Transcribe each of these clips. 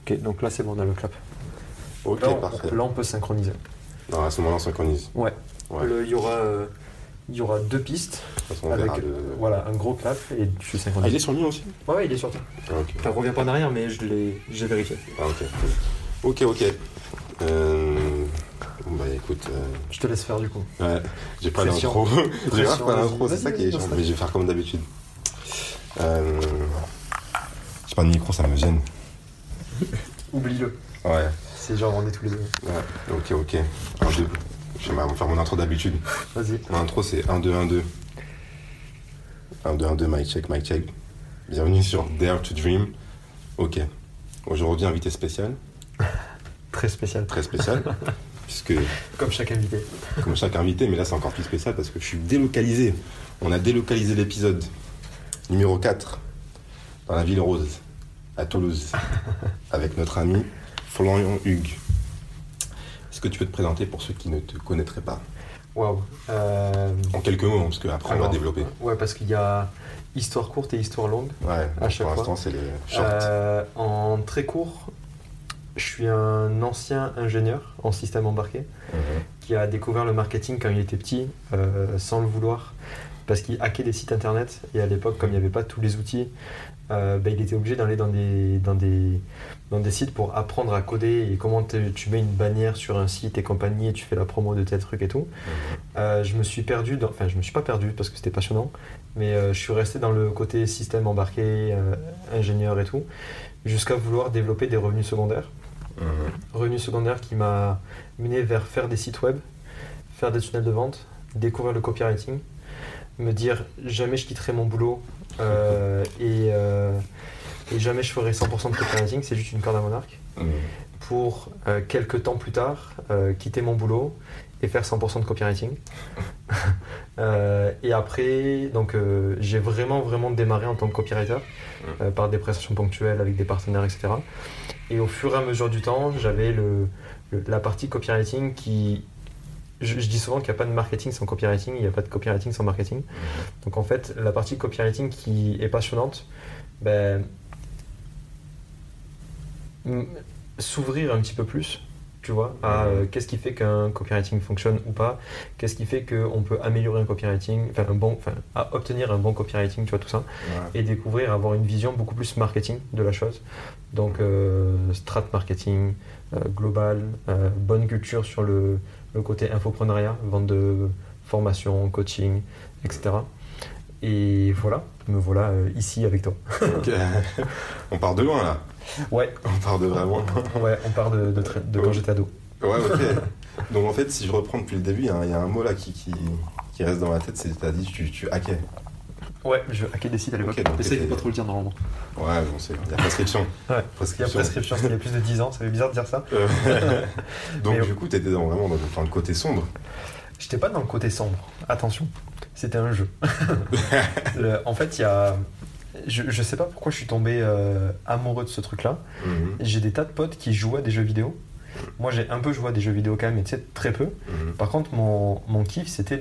Ok, donc là c'est bon, on a le clap. Ok, Là, parfait. là on peut synchroniser. Non, à ce moment-là, on synchronise. Ouais. Ouais. Il y aura 2 pistes De toute façon, on avec verra voilà, un gros clap et tu Ah, synchronises. il est sur le mien aussi? Ouais, il est sur toi. Ah, ok. Enfin, reviens pas en arrière, mais j'ai vérifié. Ah, ok. Ok. Bon, bah écoute. Je te laisse faire du coup. Ouais, j'ai pas Pression. l'intro. J'ai grave Pression, pas l'intro, vas-y, c'est ça qui est vas-y, chiant. vas-y. Mais je vais faire comme d'habitude. J'ai pas de micro, ça me gêne. Oublie-le. Ouais. C'est genre on est tous les deux. Ouais, ok. Alors, je vais faire mon intro d'habitude. Vas-y. Mon intro, c'est 1, 2, 1, 2. 1, 2, 1, 2, mic check, mic check. Bienvenue sur Dare to Dream. Ok. Aujourd'hui, invité spécial. Très spécial. Très spécial. Puisque, Comme chaque invité. comme chaque invité, mais là, c'est encore plus spécial parce que je suis délocalisé. On a délocalisé l'épisode numéro 4 dans la ville rose, à Toulouse, avec notre ami Florian Hugues. Est-ce que tu peux te présenter pour ceux qui ne te connaîtraient pas? Waouh. En quelques mots, parce qu'après, on va développer. Ouais, parce qu'il y a histoire courte et histoire longue. Ouais, à chaque pour fois. l'instant, c'est les shorts. En très court, je suis un ancien ingénieur en système embarqué qui a découvert le marketing quand il était petit, sans le vouloir, parce qu'il hackait des sites internet. Et à l'époque, comme il n'y avait pas tous les outils, il était obligé d'aller dans des sites pour apprendre à coder et comment tu mets une bannière sur un site et compagnie et tu fais la promo de tel truc et tout. Je me suis perdu, enfin je me suis pas perdu parce que c'était passionnant, mais je suis resté dans le côté système embarqué, ingénieur et tout, jusqu'à vouloir développer des revenus secondaires. Revenus secondaires qui m'a mené vers faire des sites web, faire des tunnels de vente, découvrir le copywriting, me dire jamais je quitterai mon boulot et jamais je ferai 100% de copywriting, c'est juste une corde à mon arc. Pour quelques temps plus tard quitter mon boulot et faire 100% de copywriting. Et après, donc j'ai vraiment démarré en tant que copywriter par des prestations ponctuelles avec des partenaires, etc. Et au fur et à mesure du temps, j'avais la partie copywriting qui... Je dis souvent qu'il n'y a pas de marketing sans copywriting, il n'y a pas de copywriting sans marketing. Donc en fait, la partie copywriting qui est passionnante, s'ouvrir un petit peu plus, tu vois, à qu'est-ce qui fait qu'un copywriting fonctionne ou pas, qu'est-ce qui fait qu'on peut améliorer un copywriting, à obtenir un bon copywriting, tu vois, tout ça, et découvrir, avoir une vision beaucoup plus marketing de la chose. Donc strat marketing, global, bonne culture sur le côté infopreneuriat, vente de formation, coaching, etc. Et voilà, me voilà ici avec toi. Ok. On part de loin là. Ouais. On part de vraiment. Ouais, on part de quand j'étais ado. Ouais, ok. Donc en fait, si je reprends depuis le début, il y a un mot là qui reste dans ma tête, c'est t'as dit tu hackais. Ouais, je hackais des sites à l'époque. Ok, donc Essaye de t'étais- pas trop le dire normalement. Ouais, bon, il y a prescription. Ouais. Il y a Prescription. prescription, c'était il y a plus de 10 ans, ça fait bizarre de dire ça. Donc Mais- du coup, t'étais vraiment dans le côté sombre. J'étais pas dans le côté sombre, attention, c'était un jeu. En fait, il y a... Je sais pas pourquoi je suis tombé amoureux de ce truc-là. J'ai des tas de potes qui jouaient à des jeux vidéo. Moi, j'ai un peu joué à des jeux vidéo quand même, mais tu sais, très peu. Par contre, mon kiff, c'était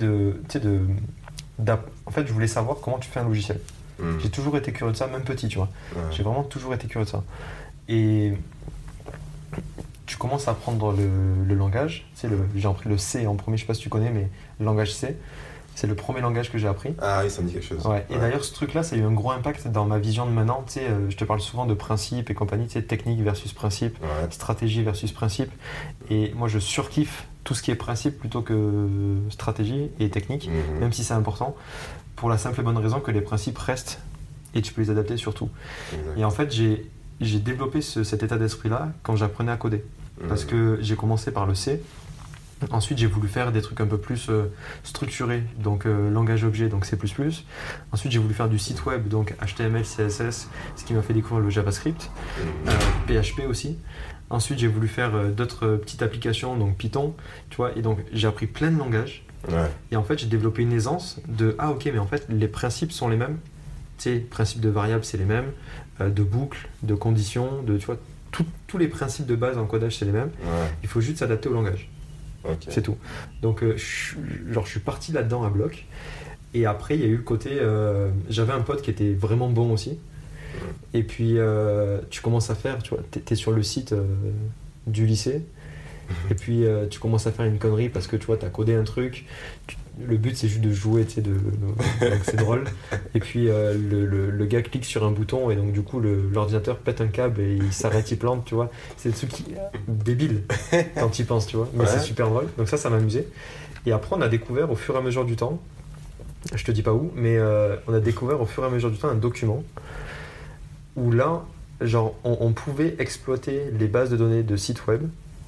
en fait, je voulais savoir comment tu fais un logiciel. J'ai toujours été curieux de ça, même petit, tu vois. Ouais. J'ai vraiment toujours été curieux de ça. Et tu commences à apprendre le langage. Tu sais, j'ai appris le C en premier, je sais pas si tu connais, mais le langage C, c'est le premier langage que j'ai appris. Ah oui, ça me dit quelque chose. Ouais. Et d'ailleurs, ce truc-là, ça a eu un gros impact dans ma vision de maintenant. Tu sais, je te parle souvent de principe et compagnie, tu sais, technique versus principe, Ouais. stratégie versus principe. Et moi, je surkiffe tout ce qui est principe plutôt que stratégie et technique, même si c'est important, pour la simple et bonne raison que les principes restent et tu peux les adapter sur tout. Exact. Et en fait, j'ai développé cet état d'esprit-là quand j'apprenais à coder. Parce que j'ai commencé par le C. Ensuite, j'ai voulu faire des trucs un peu plus structurés, donc langage objet, donc C++. Ensuite, j'ai voulu faire du site web, donc HTML, CSS, ce qui m'a fait découvrir le JavaScript, PHP aussi. Ensuite, j'ai voulu faire d'autres petites applications, donc Python, tu vois. Et donc, j'ai appris plein de langages. Ouais. Et en fait, j'ai développé une aisance de « Ah, ok, mais en fait, les principes sont les mêmes. » Tu sais, principes de variables, c'est les mêmes. De boucles, de conditions, tu vois, tous les principes de base en codage, c'est les mêmes. Ouais. Il faut juste s'adapter au langage. Ok. C'est tout. Donc, je suis parti là-dedans à bloc. Et après, il y a eu le côté... j'avais un pote qui était vraiment bon aussi. Et puis tu commences à faire, tu vois, t'es sur le site du lycée. Et puis tu commences à faire une connerie parce que tu vois, t'as codé un truc. Le but c'est juste de jouer, tu sais, donc c'est drôle. Et puis le gars clique sur un bouton et donc du coup l'ordinateur pète un câble et il s'arrête, il plante, tu vois. C'est des trucs débiles quand tu y penses, tu vois. Mais c'est super drôle. Donc ça m'amusait. Et après on a découvert au fur et à mesure du temps, je te dis pas où, mais on a découvert au fur et à mesure du temps un document où là, genre, on pouvait exploiter les bases de données de sites web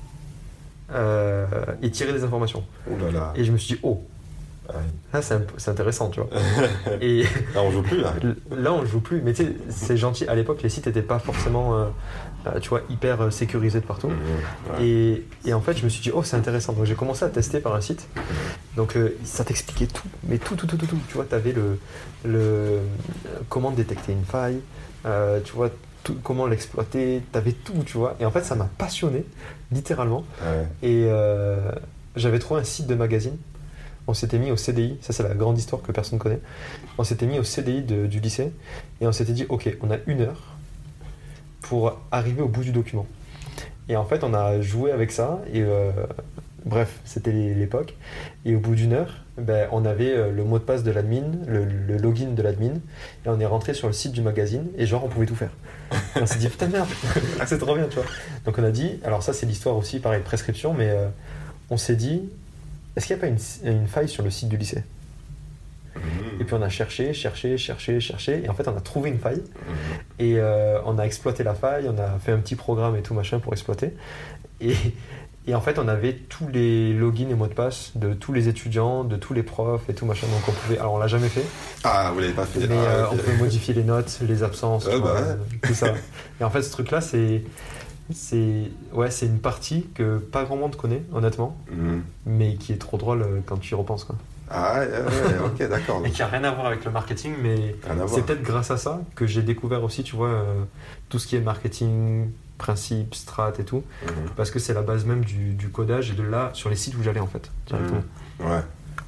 et tirer des informations. Oh là là. Et je me suis dit, là c'est intéressant, tu vois. Et là on joue plus là. Là on joue plus, mais tu sais, c'est gentil. À l'époque, les sites n'étaient pas forcément, tu vois, hyper sécurisés de partout. Et en fait, je me suis dit, c'est intéressant. Donc j'ai commencé à tester par un site. Donc ça t'expliquait tout, mais tout. Tu vois, t'avais le comment détecter une faille, tu vois. Comment l'exploiter, t'avais tout, tu vois. Et en fait, ça m'a passionné, littéralement. Et j'avais trouvé un site de magazine. On s'était mis au CDI, ça c'est la grande histoire que personne connaît. On s'était mis au CDI du lycée et on s'était dit, ok, on a 1 heure pour arriver au bout du document. Et en fait, on a joué avec ça et bref, c'était l'époque. Et au bout d'1 heure, on avait le mot de passe de l'admin, le login de l'admin, et on est rentré sur le site du magazine, et genre on pouvait tout faire. Et on s'est dit, putain merde, c'est trop bien, tu vois. Donc on a dit, alors ça c'est l'histoire aussi, pareil, prescription, mais on s'est dit, est-ce qu'il n'y a pas une faille sur le site du lycée ? Et puis on a cherché, et en fait on a trouvé une faille, et on a exploité la faille, on a fait un petit programme et tout machin pour exploiter, et en fait, on avait tous les logins et mots de passe de tous les étudiants, de tous les profs et tout machin. Donc on pouvait. Alors on l'a jamais fait. Ah, vous l'avez pas fait. Mais on pouvait modifier les notes, les absences, tout ça. Et en fait, ce truc-là, c'est une partie que pas grand monde connaît, honnêtement, mais qui est trop drôle quand tu y repenses, quoi. Ah ouais, ok, d'accord. Et qui a rien à voir avec le marketing, mais c'est peut-être grâce à ça que j'ai découvert aussi, tu vois, tout ce qui est marketing, principe, strat et tout, parce que c'est la base même du codage et de là, sur les sites où j'allais en fait, directement. Ouais,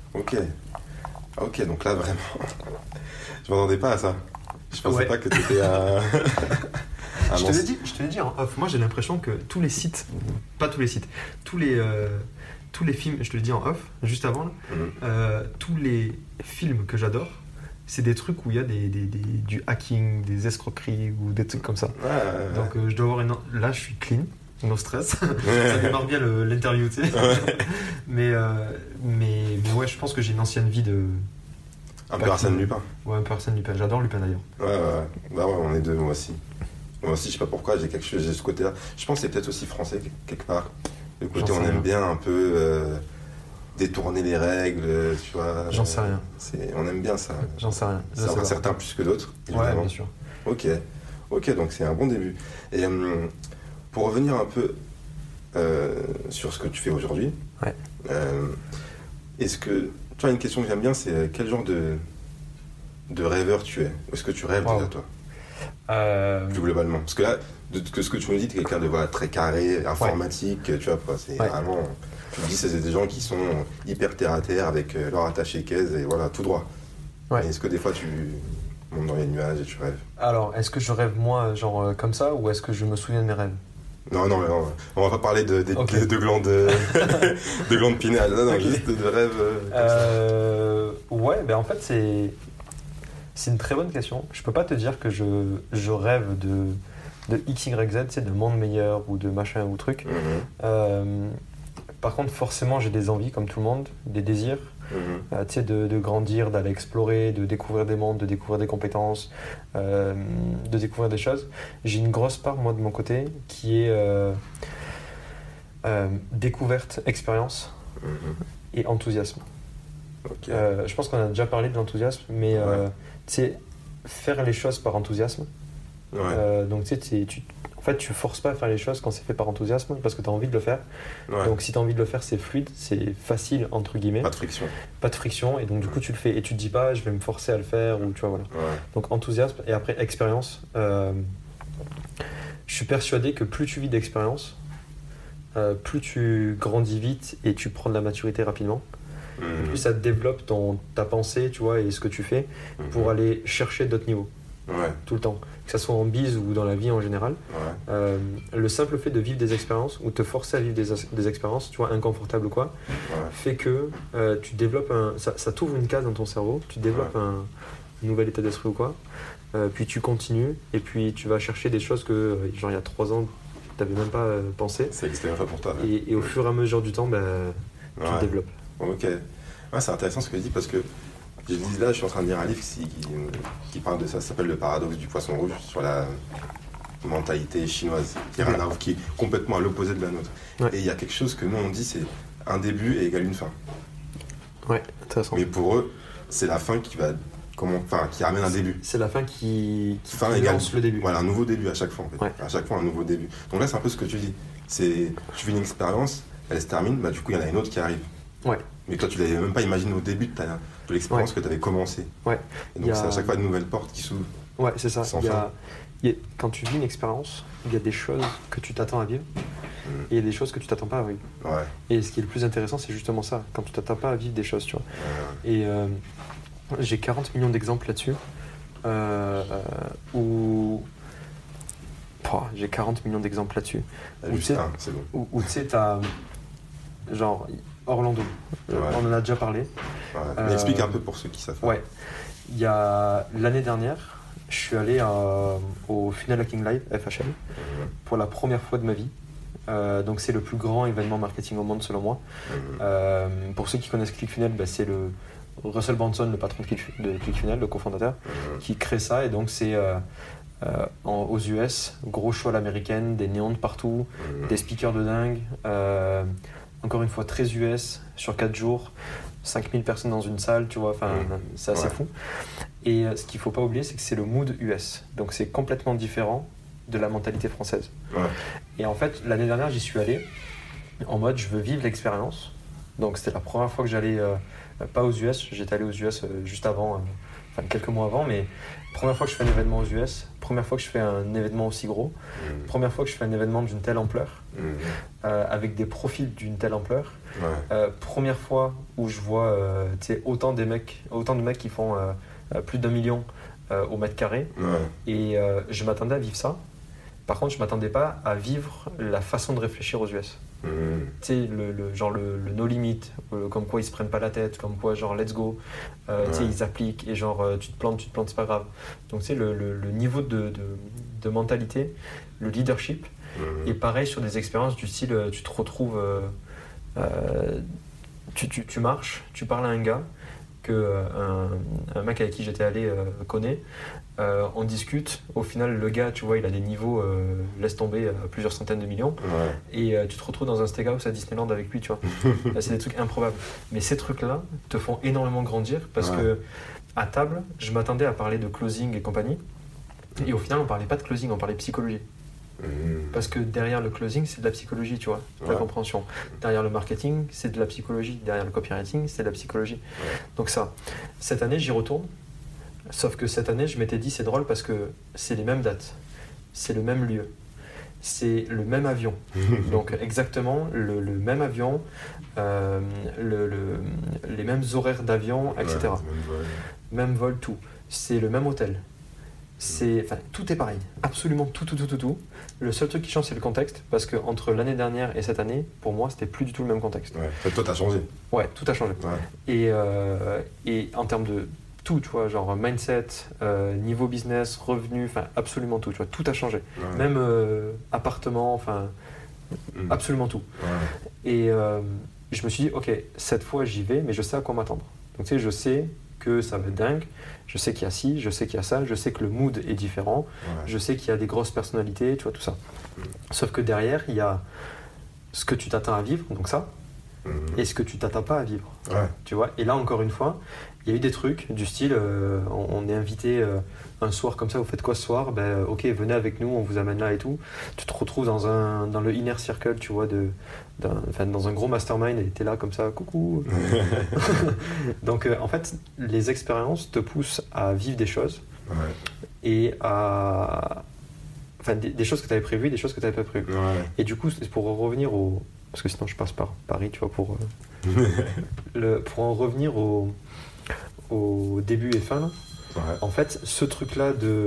ok, donc là vraiment, je m'attendais pas à ça. Je pensais pas que tu étais je te l'ai dit en off, moi j'ai l'impression que tous les sites, pas tous les sites, tous les films, je te le dis en off, juste avant, tous les films que j'adore, c'est des trucs où il y a du hacking, des escroqueries ou des trucs comme ça. Donc je dois avoir là je suis clean, no stress. Ça démarre bien l'interview, tu sais. mais ouais, je pense que j'ai une ancienne vie de... Un peu Arsène Lupin. Ouais, un peu Arsène Lupin. J'adore Lupin d'ailleurs. Ouais. Bah ouais, on est deux, moi aussi. Moi aussi, je sais pas pourquoi, j'ai ce côté-là. Je pense que c'est peut-être aussi français, quelque part. Le côté on aime bien un peu... détourner les règles, tu vois. J'en sais rien. On aime bien ça. J'en sais rien. Certains plus que d'autres, évidemment. Ouais, bien sûr. Ok, donc c'est un bon début. Et pour revenir un peu sur ce que tu fais aujourd'hui, est-ce que... Tu vois, une question que j'aime bien, c'est quel genre de rêveur tu es ? Est-ce que tu rêves déjà, toi ? Plus globalement. Parce que là, ce que tu me dis, tu es quelqu'un de très carré, informatique, tu vois, c'est vraiment... Tu te dis, c'est des gens qui sont hyper terre-à-terre avec leur attaché caisse et voilà, tout droit. Ouais. Est-ce que des fois tu montes dans les nuages et tu rêves ? Alors, est-ce que je rêve moi, genre comme ça, ou est-ce que je me souviens de mes rêves ? Non, mais on va pas parler de glandes de glandes pinéales, non, juste de rêves comme ça. Ouais, en fait, c'est une très bonne question. Je peux pas te dire que je rêve de X, Y, Z, tu sais, de monde meilleur ou de machin ou truc. Par contre, forcément, j'ai des envies, comme tout le monde, des désirs, tu sais, de grandir, d'aller explorer, de découvrir des mondes, de découvrir des compétences, de découvrir des choses. J'ai une grosse part, moi, de mon côté, qui est découverte, expérience et enthousiasme. Je pense qu'on a déjà parlé de l'enthousiasme, mais tu sais, faire les choses par enthousiasme. Donc, tu sais, en fait, tu forces pas à faire les choses quand c'est fait par enthousiasme parce que tu as envie de le faire. Donc, si tu as envie de le faire, c'est fluide, c'est facile, entre guillemets. Pas de friction. Et donc, du coup, tu le fais et tu te dis pas, je vais me forcer à le faire ou tu vois, voilà. Donc, enthousiasme et après, expérience. Je suis persuadé que plus tu vis d'expérience, plus tu grandis vite et tu prends de la maturité rapidement. Plus ça développe ta pensée, tu vois, et ce que tu fais pour aller chercher d'autres niveaux. Ouais. tout le temps, que ce soit en bise ou dans la vie en général. Ouais. Le simple fait de vivre des expériences ou te forcer à vivre des expériences, tu vois, inconfortables ou quoi, Ouais. fait que tu développes ça t'ouvre une case dans ton cerveau, tu développes un nouvel état d'esprit ou quoi, puis tu continues et puis tu vas chercher des choses que, genre il y a 3 ans, tu n'avais même pas pensé. C'est l'expérience pour toi. Ouais. Et au fur et à mesure du temps, tu Ouais. le développes. Ok. Ouais, c'est intéressant ce que tu dis parce que là, je suis en train de lire un livre qui parle de ça. Ça s'appelle Le paradoxe du poisson rouge sur la mentalité chinoise, qui est complètement à l'opposé de la nôtre. Ouais. Et il y a quelque chose que nous on dit, c'est un début est égal une fin. Ouais, intéressant. Mais pour eux, c'est la fin qui ramène un début. C'est la fin qui Fin égale lance le début. Voilà, un nouveau début à chaque fois en fait. Ouais. À chaque fois un nouveau début. Donc là, c'est un peu ce que tu dis. Tu fais une expérience, elle se termine, du coup il y en a une autre qui arrive. Ouais. Mais toi, tu l'avais même pas imaginé au début de l'expérience que tu avais commencé. Ouais. Et donc, c'est à chaque fois de nouvelles portes qui s'ouvrent. Ouais, c'est ça. Sans fin. Quand tu vis une expérience, il y a des choses que tu t'attends à vivre et il y a des choses que tu t'attends pas à vivre. Ouais. Et ce qui est le plus intéressant, c'est justement ça, quand tu t'attends pas à vivre des choses, tu vois. Et j'ai 40 millions d'exemples là-dessus où... j'ai 40 millions d'exemples là-dessus. Juste un, c'est bon. Où tu sais, t'as... Genre, Orlando, on en a déjà parlé. Ouais. Mais explique un peu pour ceux qui savent pas. Ouais. Il y a l'année dernière, je suis allé au Funnel Hacking Live, FHL, pour la première fois de ma vie. Donc c'est le plus grand événement marketing au monde selon moi. Pour ceux qui connaissent ClickFunnels, c'est le Russell Brunson, le patron de ClickFunnels, le cofondateur, qui crée ça. Et donc c'est aux US, gros show à l'américaine, des néons de partout, des speakers de dingue. Encore une fois, très US, sur 4 jours, 5000 personnes dans une salle, tu vois, c'est assez fou. Et ce qu'il ne faut pas oublier, c'est que c'est le mood US. Donc c'est complètement différent de la mentalité française. Ouais. Et en fait, l'année dernière, j'y suis allé en mode je veux vivre l'expérience. Donc c'était la première fois que j'allais, pas aux US, j'étais allé aux US juste avant, quelques mois avant, mais première fois que je fais un événement aux US, première fois que je fais un événement aussi gros, première fois que je fais un événement d'une telle ampleur, avec des profils d'une telle ampleur, première fois où je vois autant de mecs qui font plus d'1 million au mètre carré, et je m'attendais à vivre ça. Par contre, je m'attendais pas à vivre la façon de réfléchir aux US. Tu sais, le no limit, comme quoi ils se prennent pas la tête, comme quoi genre let's go, tu sais, ils appliquent et genre tu te plantes, c'est pas grave. Donc tu sais, le niveau de mentalité, le leadership, et pareil sur des expériences du style, tu te retrouves, tu marches, tu parles à un gars que un mec avec qui j'étais allé connaît. On discute, au final le gars tu vois il a des niveaux laisse tomber à plusieurs centaines de millions et tu te retrouves dans un steakhouse à Disneyland avec lui, tu vois. C'est des trucs improbables, mais ces trucs là te font énormément grandir parce que à table je m'attendais à parler de closing et compagnie et au final on parlait pas de closing, on parlait psychologie. Parce que derrière le closing, c'est de la psychologie, tu vois, de la compréhension. Derrière le marketing, c'est de la psychologie. Derrière le copywriting, c'est de la psychologie. Donc ça, cette année, j'y retourne. Sauf que cette année, je m'étais dit, c'est drôle parce que c'est les mêmes dates, c'est le même lieu, c'est le même avion. Donc exactement le même avion, les mêmes horaires d'avion, etc. Même vol, tout. C'est le même hôtel. Tout est pareil, absolument tout. Le seul truc qui change, c'est le contexte, parce que entre l'année dernière et cette année, pour moi, c'était plus du tout le même contexte. Toi, t'as changé. Ouais, tout a changé. Et en termes de tout, tu vois, genre mindset, niveau business, revenus, absolument tout, tu vois, tout a changé. Même appartement, absolument tout. Et je me suis dit, ok, cette fois j'y vais, mais je sais à quoi m'attendre. Donc tu sais, je sais que ça va être dingue, je sais qu'il y a ci, je sais qu'il y a ça, je sais que le mood est différent, je sais qu'il y a des grosses personnalités, tu vois, tout ça. Sauf que derrière, il y a ce que tu t'attends à vivre, donc ça, et ce que tu t'attends pas à vivre. Tu vois. Et là, encore une fois, il y a eu des trucs du style, on est invité un soir comme ça, vous faites quoi ce soir ? Ok, venez avec nous, on vous amène là et tout. Tu te retrouves dans le inner circle, tu vois, dans un gros mastermind et t'es là comme ça, coucou. Donc en fait, les expériences te poussent à vivre des choses et à... des choses que tu avais prévues, des choses que tu n'avais pas prévues. Et du coup, c'est pour en revenir parce que sinon je passe par Paris, tu vois, pour en revenir au début et fin, là. En fait, ce truc-là de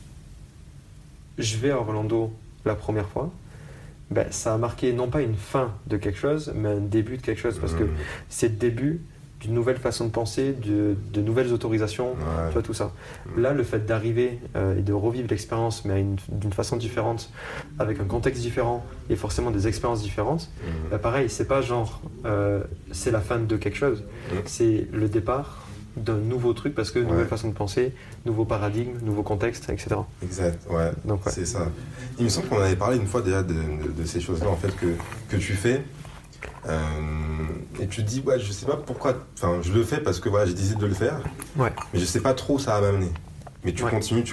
je vais à Orlando la première fois, ben, ça a marqué non pas une fin de quelque chose, mais un début de quelque chose, parce que c'est le début d'une nouvelle façon de penser, de nouvelles autorisations, tu vois, tout ça. Là, le fait d'arriver et de revivre l'expérience, mais d'une façon différente, avec un contexte différent et forcément des expériences différentes, ben, pareil, c'est pas genre c'est la fin de quelque chose, c'est le départ d'un nouveau truc, parce que nouvelle façon de penser, nouveau paradigme, nouveau contexte, etc. Exact, ouais. Donc, c'est ça. Il me semble qu'on avait parlé une fois déjà de ces choses-là en fait que tu fais. Et tu te dis, ouais, je sais pas pourquoi, enfin, je le fais parce que voilà, j'ai décidé de le faire, mais je sais pas trop où ça va m'amener. Mais tu continues,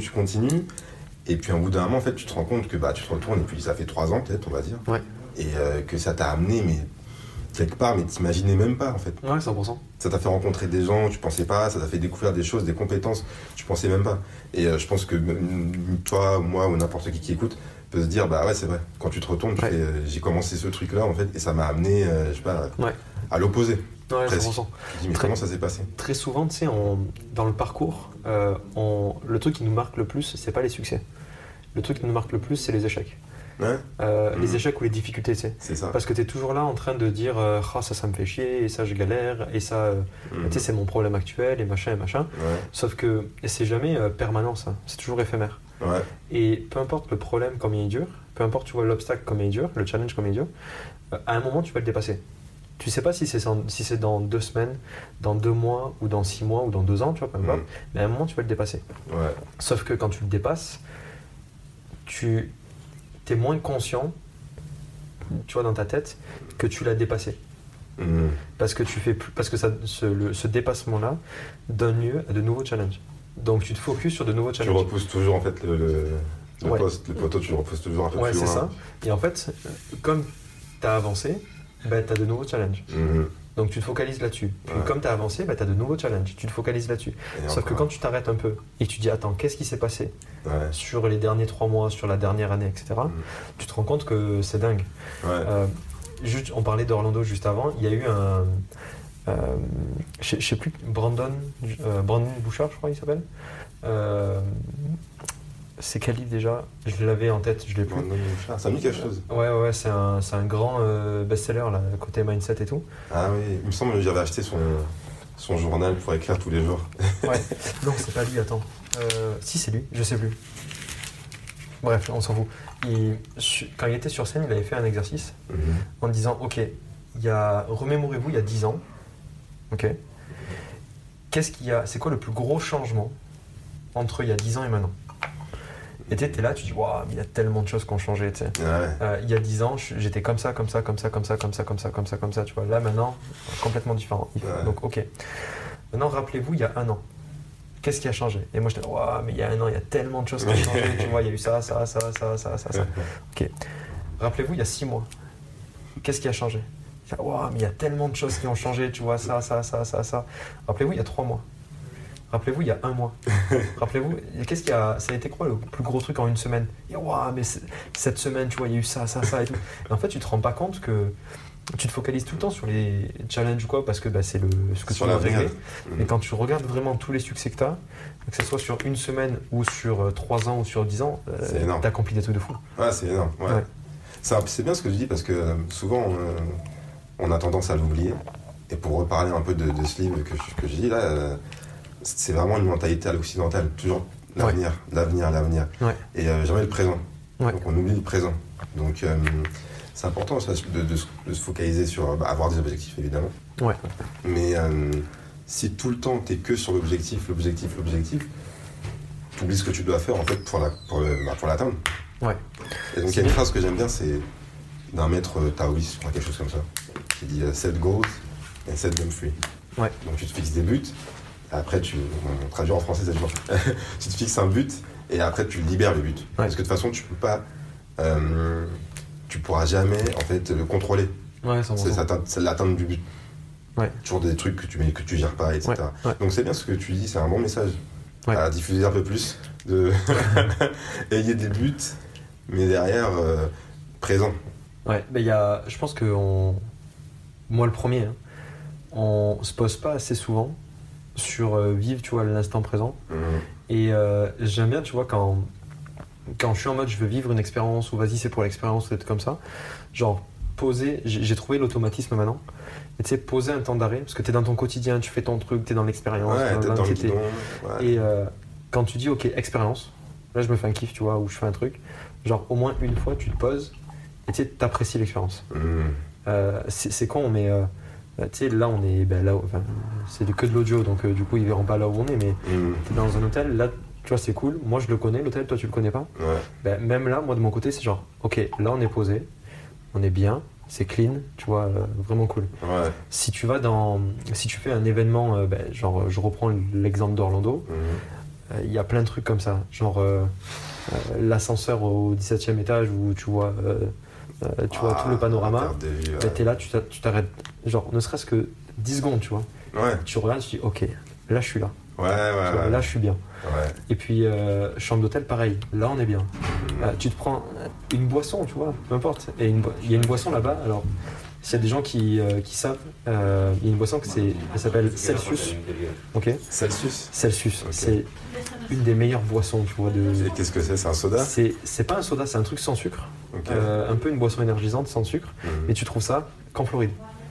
et puis au bout d'un moment, en fait, tu te rends compte que bah, tu te retournes, et puis ça fait 3 ans peut-être, on va dire, et que ça t'a amené, mais quelque part, mais t'imaginais même pas en fait. Ouais, 100%. Ça t'a fait rencontrer des gens, tu pensais pas, ça t'a fait découvrir des choses, des compétences, tu pensais même pas. Et je pense que toi, moi ou n'importe qui écoute peut se dire, bah ouais, c'est vrai, quand tu te retournes, tu fais, j'ai commencé ce truc-là en fait, et ça m'a amené, je sais pas, à l'opposé. Ouais, presque. 100%. Tu dis, mais comment ça s'est passé? Très souvent, tu sais, dans le parcours, le truc qui nous marque le plus, c'est pas les succès. Le truc qui nous marque le plus, c'est les échecs. Les échecs ou les difficultés, tu sais. C'est ça. Parce que tu es toujours là en train de dire ça me fait chier, et ça je galère, et ça tu sais, c'est mon problème actuel, et machin. Sauf que c'est jamais permanent, ça, c'est toujours éphémère. Et peu importe le problème combien il dure, peu importe tu vois l'obstacle combien il dure, le challenge combien il dure, à un moment tu vas le dépasser. Tu sais pas si c'est dans 2 semaines, dans 2 mois, ou dans 6 mois, ou dans 2 ans, tu vois, peu importe, mais à un moment tu vas le dépasser. Sauf que quand tu le dépasses, tu es moins conscient, tu vois, dans ta tête, que tu l'as dépassé. Parce que ce dépassement-là donne lieu à de nouveaux challenges. Donc tu te focuses sur de nouveaux challenges. Tu repousses toujours en fait le poteau, tu le repousses toujours un peu plus loin. Ouais, c'est ça. Et en fait, comme tu as avancé, bah, tu as de nouveaux challenges. Donc tu te focalises là-dessus. Puis comme tu as avancé, bah, tu as de nouveaux challenges. Tu te focalises là-dessus. Sauf que quand tu t'arrêtes un peu et que tu dis attends, qu'est-ce qui s'est passé sur les derniers 3 mois, sur la dernière année, etc., tu te rends compte que c'est dingue. Juste, on parlait d'Orlando juste avant. Il y a eu un... je sais plus, Brandon Bouchard, je crois il s'appelle. C'est quel livre déjà? Je l'avais en tête, je l'ai plus. Brandon Bouchard, ça me dit quelque chose. Ouais, c'est un grand best-seller là, côté mindset et tout. Ah oui, il me semble que j'avais acheté son journal pour écrire tous les jours. Non, c'est pas lui, attends. Si, c'est lui, je sais plus. Bref, on s'en fout. Quand il était sur scène, il avait fait un exercice en disant ok, remémorez-vous il y a 10 ans. Ok. C'est quoi le plus gros changement entre il y a 10 ans et maintenant? Et tu es là, tu dis waouh, il y a tellement de choses qui ont changé, tu sais. Il y a 10 ans, j'étais comme ça, tu vois. Là maintenant, complètement différent. Donc ok. Maintenant, rappelez-vous il y a 1 an. Qu'est-ce qui a changé? Et moi j'étais waouh, mais il y a 1 an, il y a tellement de choses qui ont changé, tu vois, il y a eu ça. Ok. Rappelez-vous il y a 6 mois. Qu'est-ce qui a changé? Waouh, mais il y a tellement de choses qui ont changé, tu vois, ça. Rappelez-vous, il y a 3 mois. Rappelez-vous, il y a 1 mois. Rappelez-vous, ça a été quoi le plus gros truc en 1 semaine? Et waouh, mais cette semaine, tu vois, il y a eu ça et tout. Et en fait, tu te rends pas compte que tu te focalises tout le temps sur les challenges ou quoi, parce que bah, c'est ce que tu veux régler. Mais quand tu regardes vraiment tous les succès que tu as, que ce soit sur 1 semaine ou sur 3 ans ou sur 10 ans, tu accomplis des trucs de fou. C'est énorme. C'est bien ce que tu dis, parce que souvent, on a tendance à l'oublier. Et pour reparler un peu de ce livre que je dis là, c'est vraiment une mentalité à l'occidentale. Toujours l'avenir. Et jamais le présent. Donc on oublie le présent. Donc c'est important de se focaliser sur avoir des objectifs, évidemment. Mais si tout le temps t'es que sur l'objectif, t'oublies ce que tu dois faire en fait pour l'atteindre. Et donc il y a une phrase que j'aime bien, c'est d'un maître taoïste, je crois, quelque chose comme ça, qui dit set goals and set them free. Donc tu te fixes des buts, et après on traduit en français cette chose. Tu te fixes un but et après tu libères le but. Parce que de toute façon tu peux pas, tu pourras jamais en fait le contrôler. C'est l'atteinte du but. Toujours des trucs que tu gères pas, etc. Donc c'est bien ce que tu dis, c'est un bon message à diffuser un peu plus. Ayez des buts, mais derrière présent. Je pense que moi le premier, on se pose pas assez souvent sur vivre, tu vois, l'instant présent. Mhm. Et j'aime bien, tu vois, quand je suis en mode je veux vivre une expérience ou vas-y c'est pour l'expérience, ou des trucs comme ça, genre poser, j'ai trouvé l'automatisme maintenant, et tu sais, poser un temps d'arrêt, parce que t'es dans ton quotidien, tu fais ton truc, t'es dans l'expérience, Ouais, t'es dans le guidon. Ouais. et quand tu dis ok, expérience, là je me fais un kiff, tu vois, ou je fais un truc, genre au moins une fois tu te poses, et tu sais, t'apprécies l'expérience. C'est con, mais tu sais, là on est, là, enfin, c'est que de l'audio, donc du coup ils verront pas là où on est, mais t'es dans un hôtel, là tu vois, c'est cool, moi je le connais l'hôtel, toi tu le connais pas. Même là, moi de mon côté, c'est genre, ok, là on est posé, on est bien, c'est clean, tu vois, vraiment cool. Si tu fais un événement, genre, je reprends l'exemple d'Orlando, il y a plein de trucs comme ça, genre l'ascenseur au 17e étage où tu vois tout le panorama, t'es là, tu t'arrêtes, genre ne serait-ce que 10 secondes, tu vois. Tu regardes, tu dis ok, là je suis là. Là je suis bien. Et puis chambre d'hôtel pareil, là on est bien. Tu te prends une boisson, tu vois, peu importe. Et il y a une boisson là-bas, alors s'il y a des gens qui savent, il y a une boisson elle s'appelle Celsius. Ok. Celsius, okay. C'est une des meilleures boissons, tu vois. Et qu'est-ce que c'est un soda? C'est pas un soda, c'est un truc sans sucre. Un peu une boisson énergisante sans sucre. Et tu trouves ça qu'en Floride.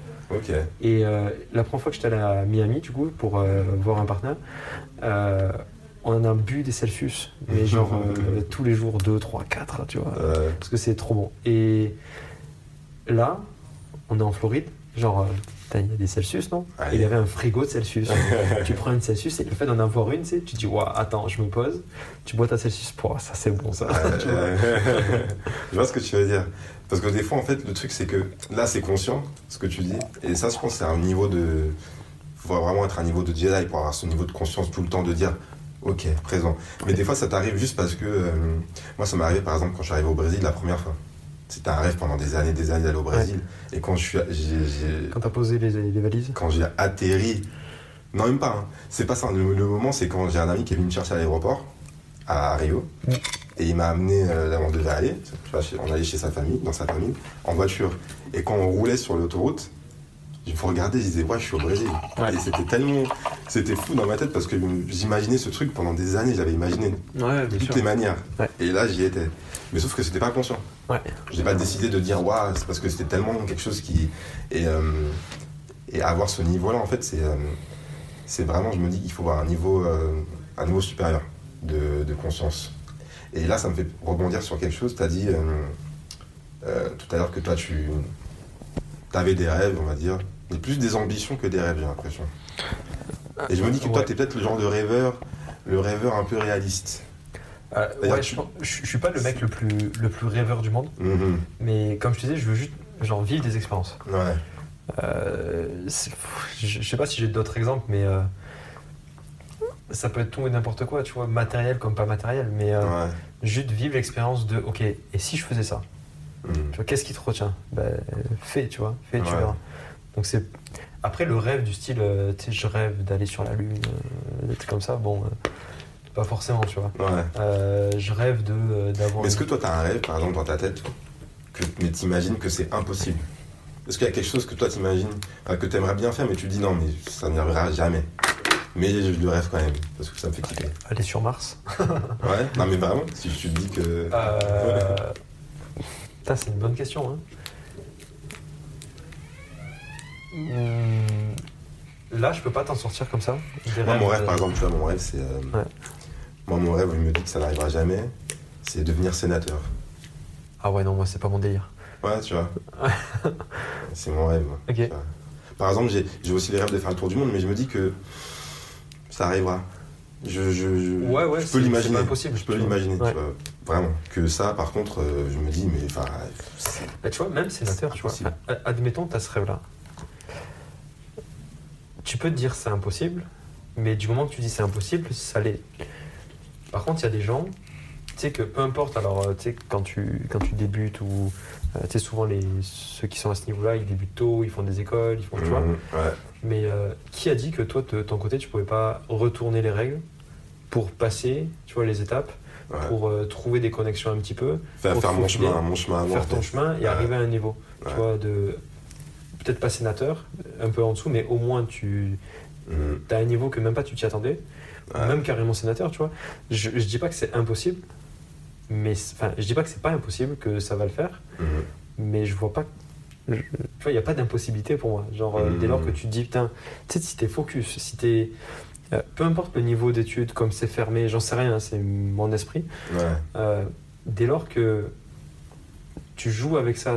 Et la première fois que j'étais allé à Miami, du coup, pour voir un partenaire, on en a bu des Celsius, mais genre tous les jours, 2, 3, 4, tu vois, parce que c'est trop bon. Et là, on est en Floride, genre, il y a des Celsius, non? Et il y avait un frigo de Celsius. Tu prends une Celsius et le fait d'en avoir une, tu te dis, ouais, attends, je me pose, tu bois ta Celsius, ça c'est bon ça. Tu vois. Je vois ce que tu veux dire. Parce que des fois, en fait, le truc, c'est que là, c'est conscient, ce que tu dis. Et ça, je pense, c'est un niveau de... Il faut vraiment être un niveau de Jedi pour avoir ce niveau de conscience tout le temps, de dire, ok, présent. Mais des fois, ça t'arrive juste parce que... moi, ça m'est arrivé, par exemple, quand je suis arrivé au Brésil la première fois. C'était un rêve pendant des années d'aller au Brésil. Et quand quand t'as posé les valises? Quand j'ai atterri... Non, même pas. Hein. C'est pas ça. Le moment, c'est quand j'ai un ami qui est venu me chercher à l'aéroport, à Rio. Et il m'a amené là où on devait aller. On allait chez sa famille, dans sa famille, en voiture. Et quand on roulait sur l'autoroute, je me regardais, je disais, ouais, je suis au Brésil. Et c'était fou dans ma tête parce que j'imaginais ce truc pendant des années, j'avais imaginé de toutes les manières. Et là, j'y étais. Mais sauf que c'était pas conscient. Je n'ai pas décidé de dire, ouais, c'est parce que c'était tellement quelque chose qui... Et avoir ce niveau-là, en fait, c'est vraiment, je me dis qu'il faut avoir un niveau supérieur de conscience. Et là, ça me fait rebondir sur quelque chose. Tu as dit tout à l'heure que toi, tu avais des rêves, on va dire, mais plus des ambitions que des rêves, j'ai l'impression. Et je me dis que toi, tu es peut-être le genre de rêveur, le rêveur un peu réaliste. Je suis pas le mec le plus rêveur du monde, mais comme je te disais, je veux juste vivre des expériences. Je sais pas si j'ai d'autres exemples, mais ça peut être tout et n'importe quoi, tu vois, matériel comme pas matériel, mais juste vivre l'expérience de ok, et si je faisais ça, tu vois, qu'est-ce qui te retient? Fais, tu vois, tu verras. Donc c'est après le rêve du style, tu sais, je rêve d'aller sur la lune, des trucs comme ça, bon. Pas forcément, tu vois. Je rêve d'avoir... Mais est-ce que toi, t'as un rêve, par exemple, dans ta tête, mais t'imagines que c'est impossible? Est-ce qu'il y a quelque chose que toi, t'imagines, que t'aimerais bien faire, mais tu dis non, mais ça n'arrivera jamais? Mais je le rêve quand même, parce que ça me fait kiffer. Aller sur Mars. Non mais vraiment, si tu te dis que... C'est une bonne question, Là, je peux pas t'en sortir comme ça. Moi, mon rêve, par exemple, tu vois, mon rêve, c'est... Moi, mon rêve, je me dis que ça n'arrivera jamais, c'est devenir sénateur. Ah ouais, non, moi, c'est pas mon délire. Tu vois. C'est mon rêve. Ok. Par exemple, j'ai aussi les rêves de faire le tour du monde, mais je me dis que ça arrivera. Je peux l'imaginer. C'est pas impossible. Je peux l'imaginer, tu vois. Vraiment. Que ça, par contre, je me dis, mais enfin... tu vois, même sénateur, tu vois, admettons, t'as ce rêve-là. Tu peux te dire c'est impossible, mais du moment que tu dis c'est impossible, ça l'est. Par contre, il y a des gens, tu sais que peu importe, alors tu sais, quand tu débutes ou tu sais, souvent ceux qui sont à ce niveau-là, ils débutent tôt, ils font des écoles, ils font, tu vois. Mais qui a dit que toi, de ton côté, tu pouvais pas retourner les règles pour passer, tu vois, les étapes, pour trouver des connexions un petit peu, faire mon chemin, faire ton chemin et arriver à un niveau, tu vois, de peut-être pas sénateur, un peu en dessous, mais au moins tu T'as un niveau que même pas tu t'y attendais, même carrément sénateur, tu vois. Je dis pas que c'est impossible, mais je dis pas que c'est pas impossible, que ça va le faire, mais je vois pas. Tu vois, il n'y a pas d'impossibilité pour moi. Genre, dès lors que tu te dis, putain, tu sais, si t'es focus, si t'es. Peu importe le niveau d'études, comme c'est fermé, j'en sais rien, c'est mon esprit. Dès lors que tu joues avec ça,